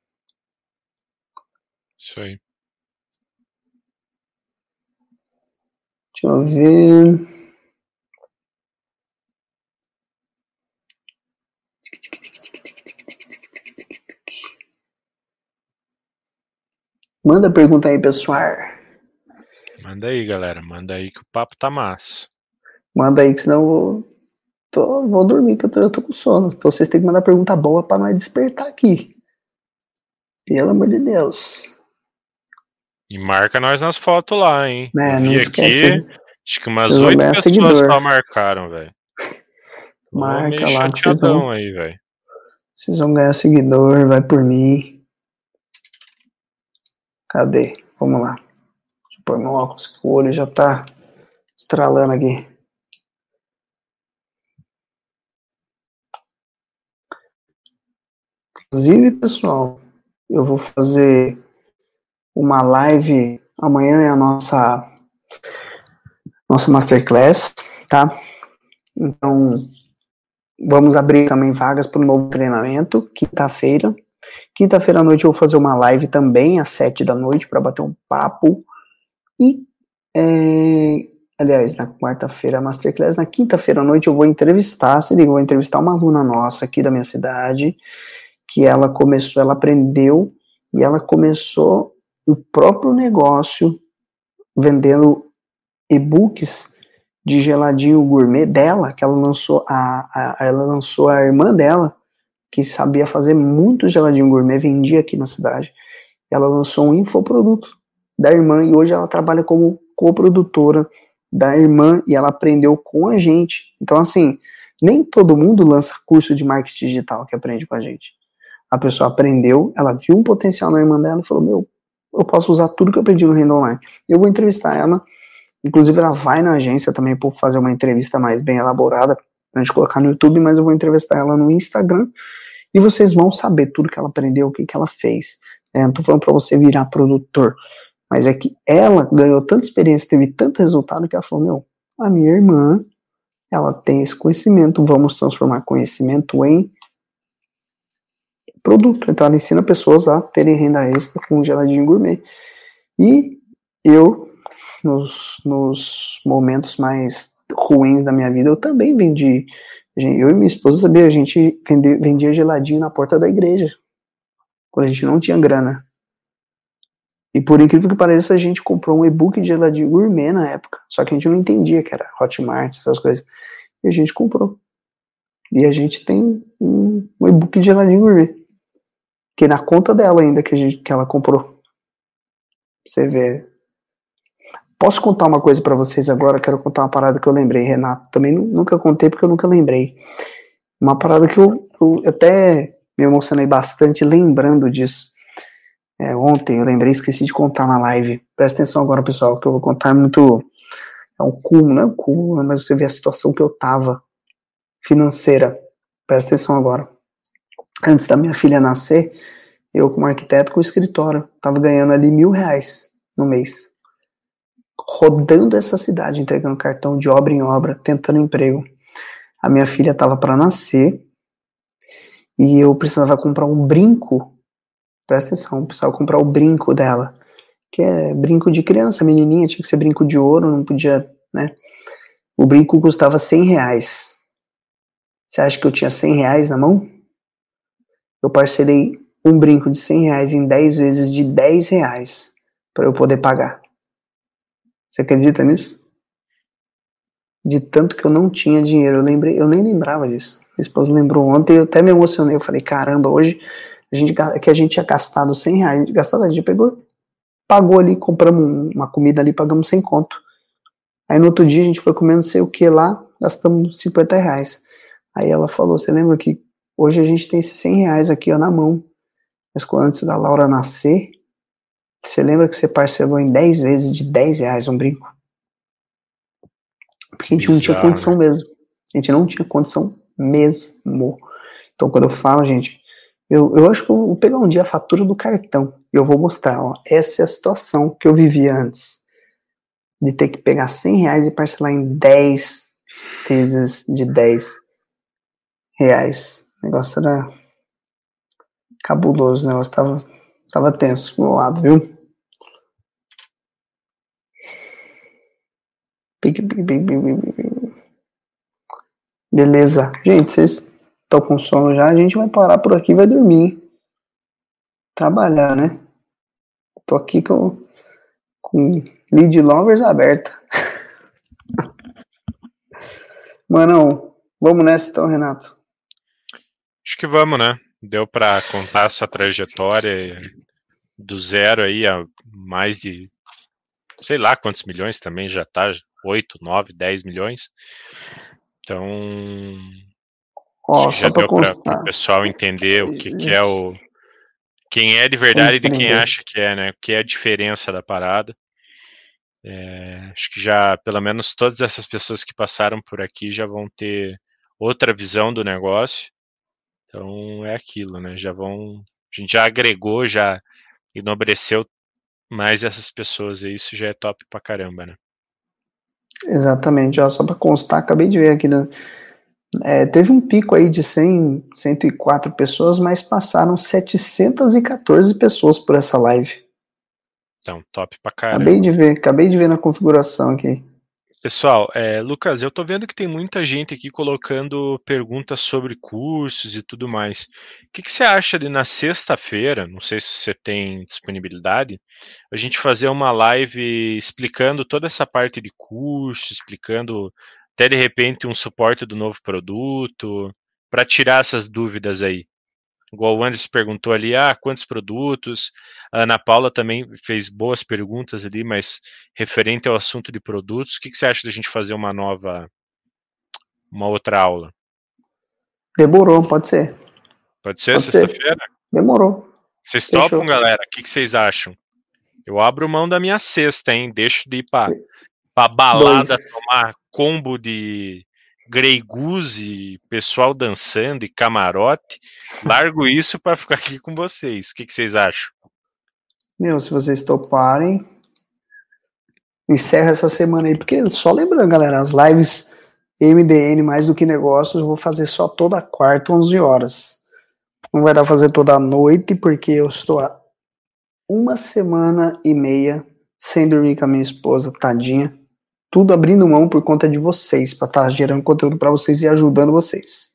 Isso aí. Deixa eu ver. Manda pergunta aí, pessoal. Manda aí, galera. Manda aí que o papo tá massa. Manda aí, que senão eu vou, tô, vou dormir, que eu tô, eu tô com sono. Então vocês têm que mandar pergunta boa pra nós despertar aqui. Pelo amor de Deus. E marca nós nas fotos lá, hein? É, Eu não vi esquece. aqui, acho que umas Vocês vão oito ganhar pessoas seguidor. só marcaram, velho. Tô Marca meio lá que vocês chateadão vão, aí, velho. vocês vão ganhar seguidor, vai por mim. Cadê? Vamos lá. Deixa eu pôr meu óculos, que o olho já tá estralando aqui. Inclusive, pessoal, eu vou fazer uma live. Amanhã é a nossa, nossa Masterclass, tá? Então, vamos abrir também vagas para o novo treinamento, quinta-feira. Quinta-feira à noite eu vou fazer uma live também, às sete da noite, para bater um papo. E, é, aliás, na quarta-feira a Masterclass, na quinta-feira à noite eu vou entrevistar, se liga, eu vou entrevistar uma aluna nossa aqui da minha cidade, que ela começou, ela aprendeu, e ela começou o próprio negócio, vendendo e-books de geladinho gourmet dela, que ela lançou, a, a, ela lançou a irmã dela, que sabia fazer muito geladinho gourmet, vendia aqui na cidade. Ela lançou um infoproduto da irmã e hoje ela trabalha como coprodutora da irmã e ela aprendeu com a gente. Então, assim, nem todo mundo lança curso de marketing digital que aprende com a gente. A pessoa aprendeu, ela viu um potencial na irmã dela e falou, meu, eu posso usar tudo que eu aprendi no Renda Online. Eu vou entrevistar ela, inclusive ela vai na agência também por fazer uma entrevista mais bem elaborada, pra gente colocar no YouTube, mas eu vou entrevistar ela no Instagram e vocês vão saber tudo que ela aprendeu, o que, que ela fez. É, não tô falando pra você virar produtor, mas é que ela ganhou tanta experiência, teve tanto resultado que ela falou, meu, a minha irmã, ela tem esse conhecimento, vamos transformar conhecimento em produto. Então ela ensina pessoas a terem renda extra com geladinho gourmet. E eu, nos, nos momentos mais ruins da minha vida, eu também vendi. Eu e minha esposa, sabia, a gente vendia, vendia geladinho na porta da igreja, quando a gente não tinha grana. E por incrível que pareça, a gente comprou um e-book de geladinho gourmet na época, só que a gente não entendia que era Hotmart, essas coisas. E a gente comprou. E a gente tem um, um e-book de geladinho gourmet, que é na conta dela ainda que, a gente, que ela comprou. Você vê. Posso contar uma coisa pra vocês agora? Quero contar uma parada que eu lembrei, Renato. Também nu- nunca contei porque eu nunca lembrei. Uma parada que eu, eu até me emocionei bastante lembrando disso. É, ontem eu lembrei, esqueci de contar na live. Presta atenção agora, pessoal, que eu vou contar muito. É um cúmulo, não é um cúmulo, mas você vê a situação que eu tava financeira. Presta atenção agora. Antes da minha filha nascer, eu como arquiteto com escritório, tava ganhando ali mil reais no mês. Rodando essa cidade, entregando cartão de obra em obra, tentando emprego. A minha filha tava para nascer e eu precisava comprar um brinco. Presta atenção, precisava comprar o brinco dela, que é brinco de criança, menininha, tinha que ser brinco de ouro, não podia, né? O brinco custava cem reais. Você acha que eu tinha cem reais na mão? Eu parcelei um brinco de cem reais em dez vezes de dez reais para eu poder pagar. Você acredita nisso? De tanto que eu não tinha dinheiro. Eu lembrei, eu nem lembrava disso. Minha esposa lembrou ontem e eu até me emocionei. Eu falei, caramba, hoje a gente, que a gente tinha gastado cem reais. A gente gastado, a gente pegou, pagou ali, compramos uma comida ali, pagamos cem conto. Aí no outro dia a gente foi comer não sei o que lá, gastamos cinquenta reais. Aí ela falou, você lembra que hoje a gente tem esses cem reais aqui ó, na mão. Mas antes da Laura nascer, você lembra que você parcelou em dez vezes de dez reais um brinco? Porque a gente não tinha Bizarro, condição né? mesmo. A gente não tinha condição mesmo. Então quando eu falo, gente, eu, eu acho que eu vou pegar um dia a fatura do cartão e eu vou mostrar, ó, essa é a situação que eu vivia antes. De ter que pegar cem reais e parcelar em dez vezes de dez reais. O negócio era cabuloso, o negócio tava, tava tenso pro meu lado, viu? Pique, pique, pique, pique, pique. Beleza. Gente, vocês estão com sono já? A gente vai parar por aqui e vai dormir, hein? Trabalhar, né? Tô aqui com, com lead lovers aberta. Mano, vamos nessa então, Renato. Acho que vamos, né? Deu para contar essa trajetória do zero aí a mais de, sei lá quantos milhões também já tá, oito, nove, dez milhões. Então, Ó, acho que já só pra deu para o constar. pessoal entender o que, que é o... Quem é de verdade e de quem acha que é, né? O que é a diferença da parada. É, acho que já, pelo menos, todas essas pessoas que passaram por aqui já vão ter outra visão do negócio. Então, é aquilo, né? Já vão... A gente já agregou, já enobreceu mais essas pessoas aí. Isso já é top pra caramba, né? Exatamente, ó, só pra constar, acabei de ver aqui, né? É, teve um pico aí de cem, cento e quatro pessoas, mas passaram setecentas e quatorze pessoas por essa live. Então, top pra caramba. Acabei de ver, acabei de ver na configuração aqui. Pessoal, é, Lucas, eu tô vendo que tem muita gente aqui colocando perguntas sobre cursos e tudo mais. O que, que você acha de na sexta-feira, não sei se você tem disponibilidade, a gente fazer uma live explicando toda essa parte de curso, explicando até de repente um suporte do novo produto, para tirar essas dúvidas aí. Igual o Anderson perguntou ali, ah, quantos produtos? A Ana Paula também fez boas perguntas ali, mas referente ao assunto de produtos, o que, que você acha da gente fazer uma nova, uma outra aula? Demorou, pode ser. Pode ser Pode sexta-feira? Demorou. Vocês Fechou. topam, galera? O que, que vocês acham? Eu abro mão da minha sexta, hein? Deixo de ir pra, pra balada, Dois. tomar combo de Grey Goose, pessoal dançando e camarote. Largo isso para ficar aqui com vocês. O que, que vocês acham? Meu, se vocês toparem, encerra essa semana aí, porque só lembrando, galera, as lives M D N mais do que negócios, eu vou fazer só toda quarta, onze horas. Não vai dar pra fazer toda noite, porque eu estou há uma semana e meia sem dormir com a minha esposa, tadinha. Tudo abrindo mão por conta de vocês, pra estar gerando conteúdo pra vocês e ajudando vocês.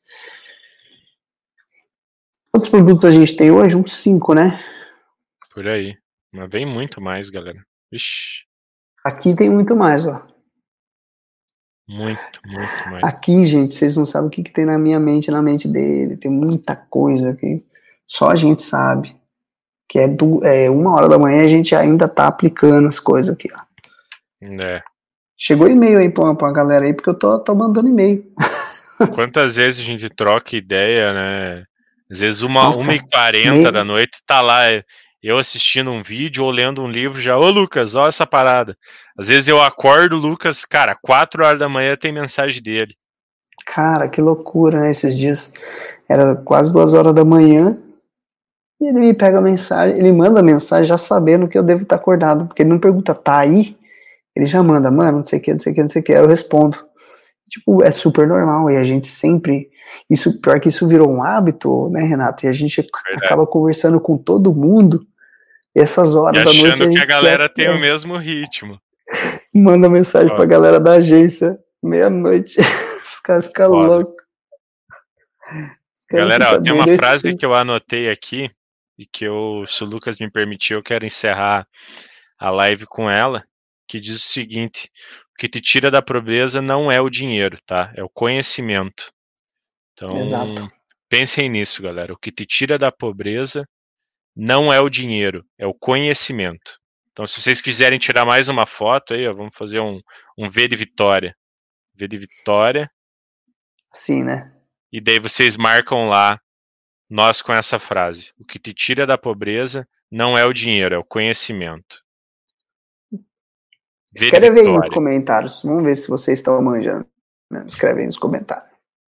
Quantos produtos a gente tem hoje? Uns cinco, né? Por aí. Mas vem muito mais, galera. Ixi. Aqui tem muito mais, ó. Muito, muito mais. Aqui, gente, vocês não sabem o que, que tem na minha mente e na mente dele. Tem muita coisa aqui. Só a gente sabe. Que é, do, é uma hora da manhã a gente ainda tá aplicando as coisas aqui, ó. É. Chegou e-mail aí pra, pra galera aí, porque eu tô, tô mandando e-mail. Quantas vezes a gente troca ideia, né? Às vezes uma, Nossa, uma e quarenta meio- da noite tá lá eu assistindo um vídeo ou lendo um livro já. Ô Lucas, olha essa parada. Às vezes eu acordo, Lucas, cara, quatro horas da manhã tem mensagem dele. Cara, que loucura, né? Esses dias era quase duas horas da manhã e ele me pega a mensagem, ele manda a mensagem já sabendo que eu devo estar acordado, porque ele não pergunta, tá aí? Ele já manda, mano, não sei o que, não sei o que, não sei o que, aí eu respondo. Tipo, é super normal e a gente sempre, isso, pior que isso virou um hábito, né, Renato? E a gente Verdade. acaba conversando com todo mundo e essas horas E da noite achando a que gente a galera esquece, tem né? o mesmo ritmo. Manda mensagem Ó, pra galera da agência, meia-noite, os caras ficam foda. loucos. Os caras Galera, ó, ficam tem uma doidos. frase que eu anotei aqui e que eu, se o Lucas me permitir, eu quero encerrar a live com ela, que diz o seguinte: o que te tira da pobreza não é o dinheiro, tá? É o conhecimento. Então, Exato. pensem nisso, galera. O que te tira da pobreza não é o dinheiro, é o conhecimento. Então, se vocês quiserem tirar mais uma foto aí, ó, vamos fazer um, um V de Vitória. V de Vitória. Sim, né? E daí vocês marcam lá, nós com essa frase: o que te tira da pobreza não é o dinheiro, é o conhecimento. V de Escreve aí nos Vitória. comentários. Vamos ver se vocês estão manjando. Né? Escreve aí nos comentários.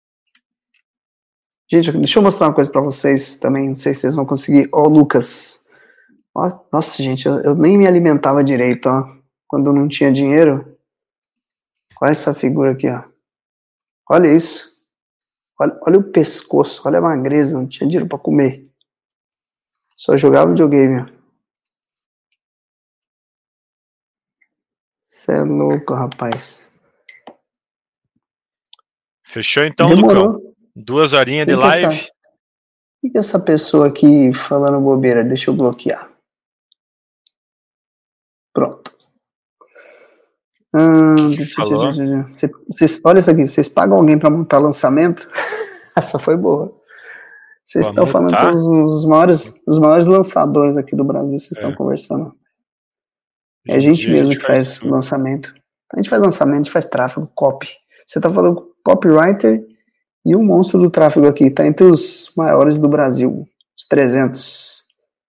Gente, deixa eu mostrar uma coisa pra vocês também. Não sei se vocês vão conseguir. Ó, o Lucas. Ó, nossa, gente, eu, eu nem me alimentava direito, ó. Quando não tinha dinheiro. Olha essa figura aqui, ó. Olha isso. Olha, olha o pescoço. Olha a magreza. Não tinha dinheiro pra comer. Só jogava videogame, ó. Você é louco, rapaz. Fechou então, Demorou. Lucão? Duas horinhas de Quem que é live. essa- quem que é essa pessoa aqui falando bobeira? Deixa eu bloquear. Pronto. Hum, deixa, Falou? deixa, deixa, deixa. Vocês, olha isso aqui, vocês pagam alguém para montar lançamento? Essa foi boa. Vocês Pra estão falando multar? todos os maiores, os maiores lançadores aqui do Brasil, vocês estão É. conversando. É a Hoje em gente dia a mesmo gente que faz tudo. lançamento. A gente faz lançamento, a gente faz tráfego, copy. Você tá falando com copywriter e um monstro do tráfego aqui, tá entre os maiores do Brasil, os trezentos.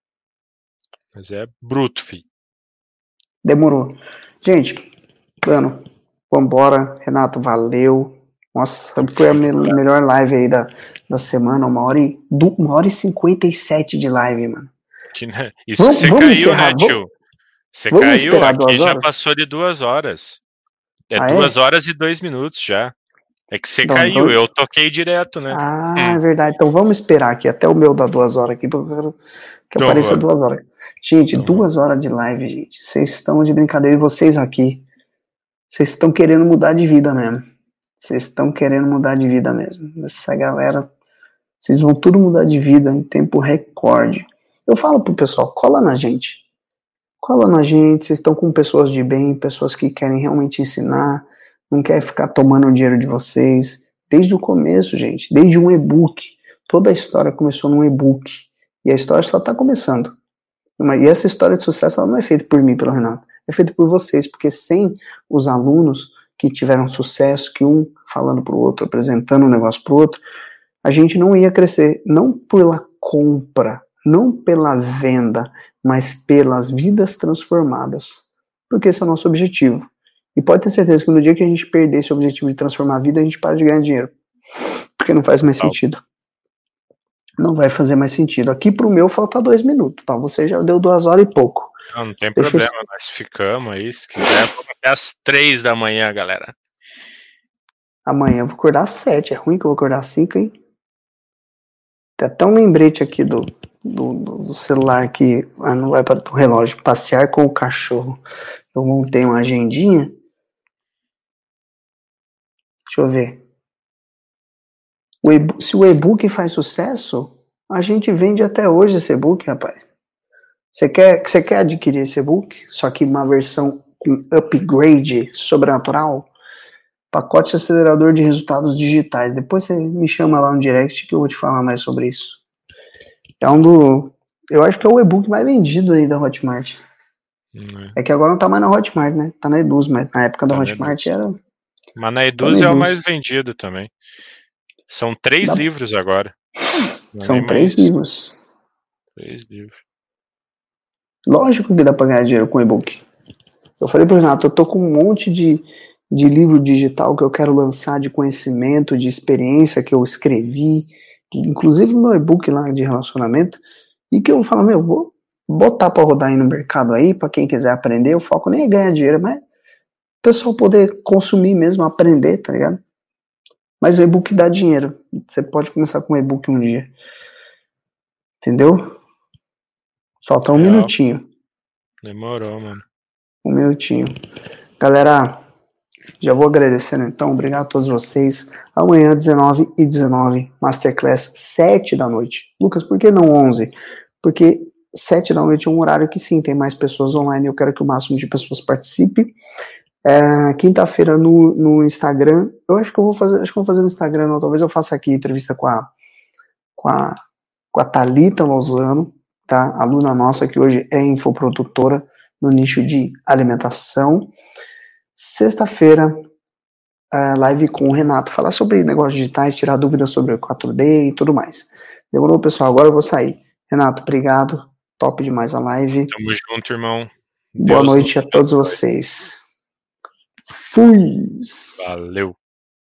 Mas é bruto, filho. Demorou. Gente, mano, vambora. Renato, valeu. Nossa, foi a me- melhor live aí da, da semana, uma hora e du- uma hora e cinquenta e sete de live, mano. Que, né? Isso Vamos- que você vamos caiu, encerrar, né, vamos- tio? Você vamos caiu, esperar aqui duas já horas? passou de duas horas. É Ah, duas é? horas e dois minutos já. É que você Não, caiu, então- eu toquei direto, né? Ah, Hum. é verdade. Então vamos esperar aqui até o meu dar duas horas aqui, porque eu quero que Então apareça vamos. duas horas. Gente, Então duas horas de live, gente. Vocês estão de brincadeira e vocês aqui. Vocês estão querendo mudar de vida mesmo. Vocês estão querendo mudar de vida mesmo. Essa galera, vocês vão tudo mudar de vida em tempo recorde. Eu falo pro pessoal, cola na gente. Cola na gente, vocês estão com pessoas de bem, pessoas que querem realmente ensinar, não querem ficar tomando o dinheiro de vocês. Desde o começo, gente, desde um e-book. Toda a história começou num e-book. E a história só está começando. E essa história de sucesso ela não é feita por mim, pelo Renato. É feita por vocês, porque sem os alunos que tiveram sucesso, que um falando para o outro, apresentando um negócio para o outro, a gente não ia crescer, não pela compra, não pela venda, mas pelas vidas transformadas. Porque esse é o nosso objetivo. E pode ter certeza que no dia que a gente perder esse objetivo de transformar a vida, a gente para de ganhar dinheiro. Porque não faz mais sentido. Não vai fazer mais sentido. Aqui pro meu falta dois minutos, tá? Você já deu duas horas e pouco. Não, não tem Deixa problema, eu... nós ficamos aí. Se quiser, vamos até às três da manhã, galera. Amanhã eu vou acordar às sete. É ruim que eu vou acordar às cinco, hein? Tem até um lembrete aqui do, do, do celular que ah, não vai para o relógio. Passear com o cachorro. Eu montei uma agendinha. Deixa eu ver. O e se o e-book faz sucesso, a gente vende até hoje esse e-book, rapaz. Você quer, você quer adquirir esse e-book? Só que uma versão com upgrade sobrenatural? Pacote acelerador de resultados digitais. Depois você me chama lá no direct que eu vou te falar mais sobre isso. É um do... Eu acho que é o e-book mais vendido aí da Hotmart. Hum, É que agora não tá mais na Hotmart, né? Tá na Eduz, mas na época da Tá na Hotmart Eduz. era. Mas na Eduz Tá é na o Eduz. mais vendido também. São três Dá- livros agora. Não é São nem três mais livros. três livros. Lógico que dá pra ganhar dinheiro com e-book. Eu falei pro Renato, eu tô com um monte de, de livro digital que eu quero lançar de conhecimento, de experiência que eu escrevi, que, inclusive meu e-book lá de relacionamento, e que eu falo, meu, vou botar pra rodar aí no mercado aí, pra quem quiser aprender. O foco nem é ganhar dinheiro, mas o pessoal poder consumir mesmo, aprender, tá ligado? Mas o e-book dá dinheiro. Você pode começar com um e-book um dia. Entendeu? Falta um Real. minutinho. Demorou, mano. Um minutinho. Galera, já vou agradecendo então. Obrigado a todos vocês. Amanhã, dezenove e dezenove, Masterclass, sete da noite. Lucas, por que não onze? Porque sete da noite é um horário que sim, tem mais pessoas online. Eu quero que o máximo de pessoas participe. É, quinta-feira no, no Instagram. Eu acho que eu vou fazer. Acho que eu vou fazer no Instagram, não. Talvez eu faça aqui entrevista com a, com a, com a Thalita Lozano, tá? Aluna nossa que hoje é infoprodutora no nicho de alimentação. Sexta-feira, uh, live com o Renato, falar sobre negócios digitais, tirar dúvidas sobre o quatro D e tudo mais. Demorou, pessoal? Agora eu vou sair. Renato, obrigado. Top demais a live. Tamo junto, irmão. Boa Deus noite a nos todos abençoe. vocês. Fui! Valeu.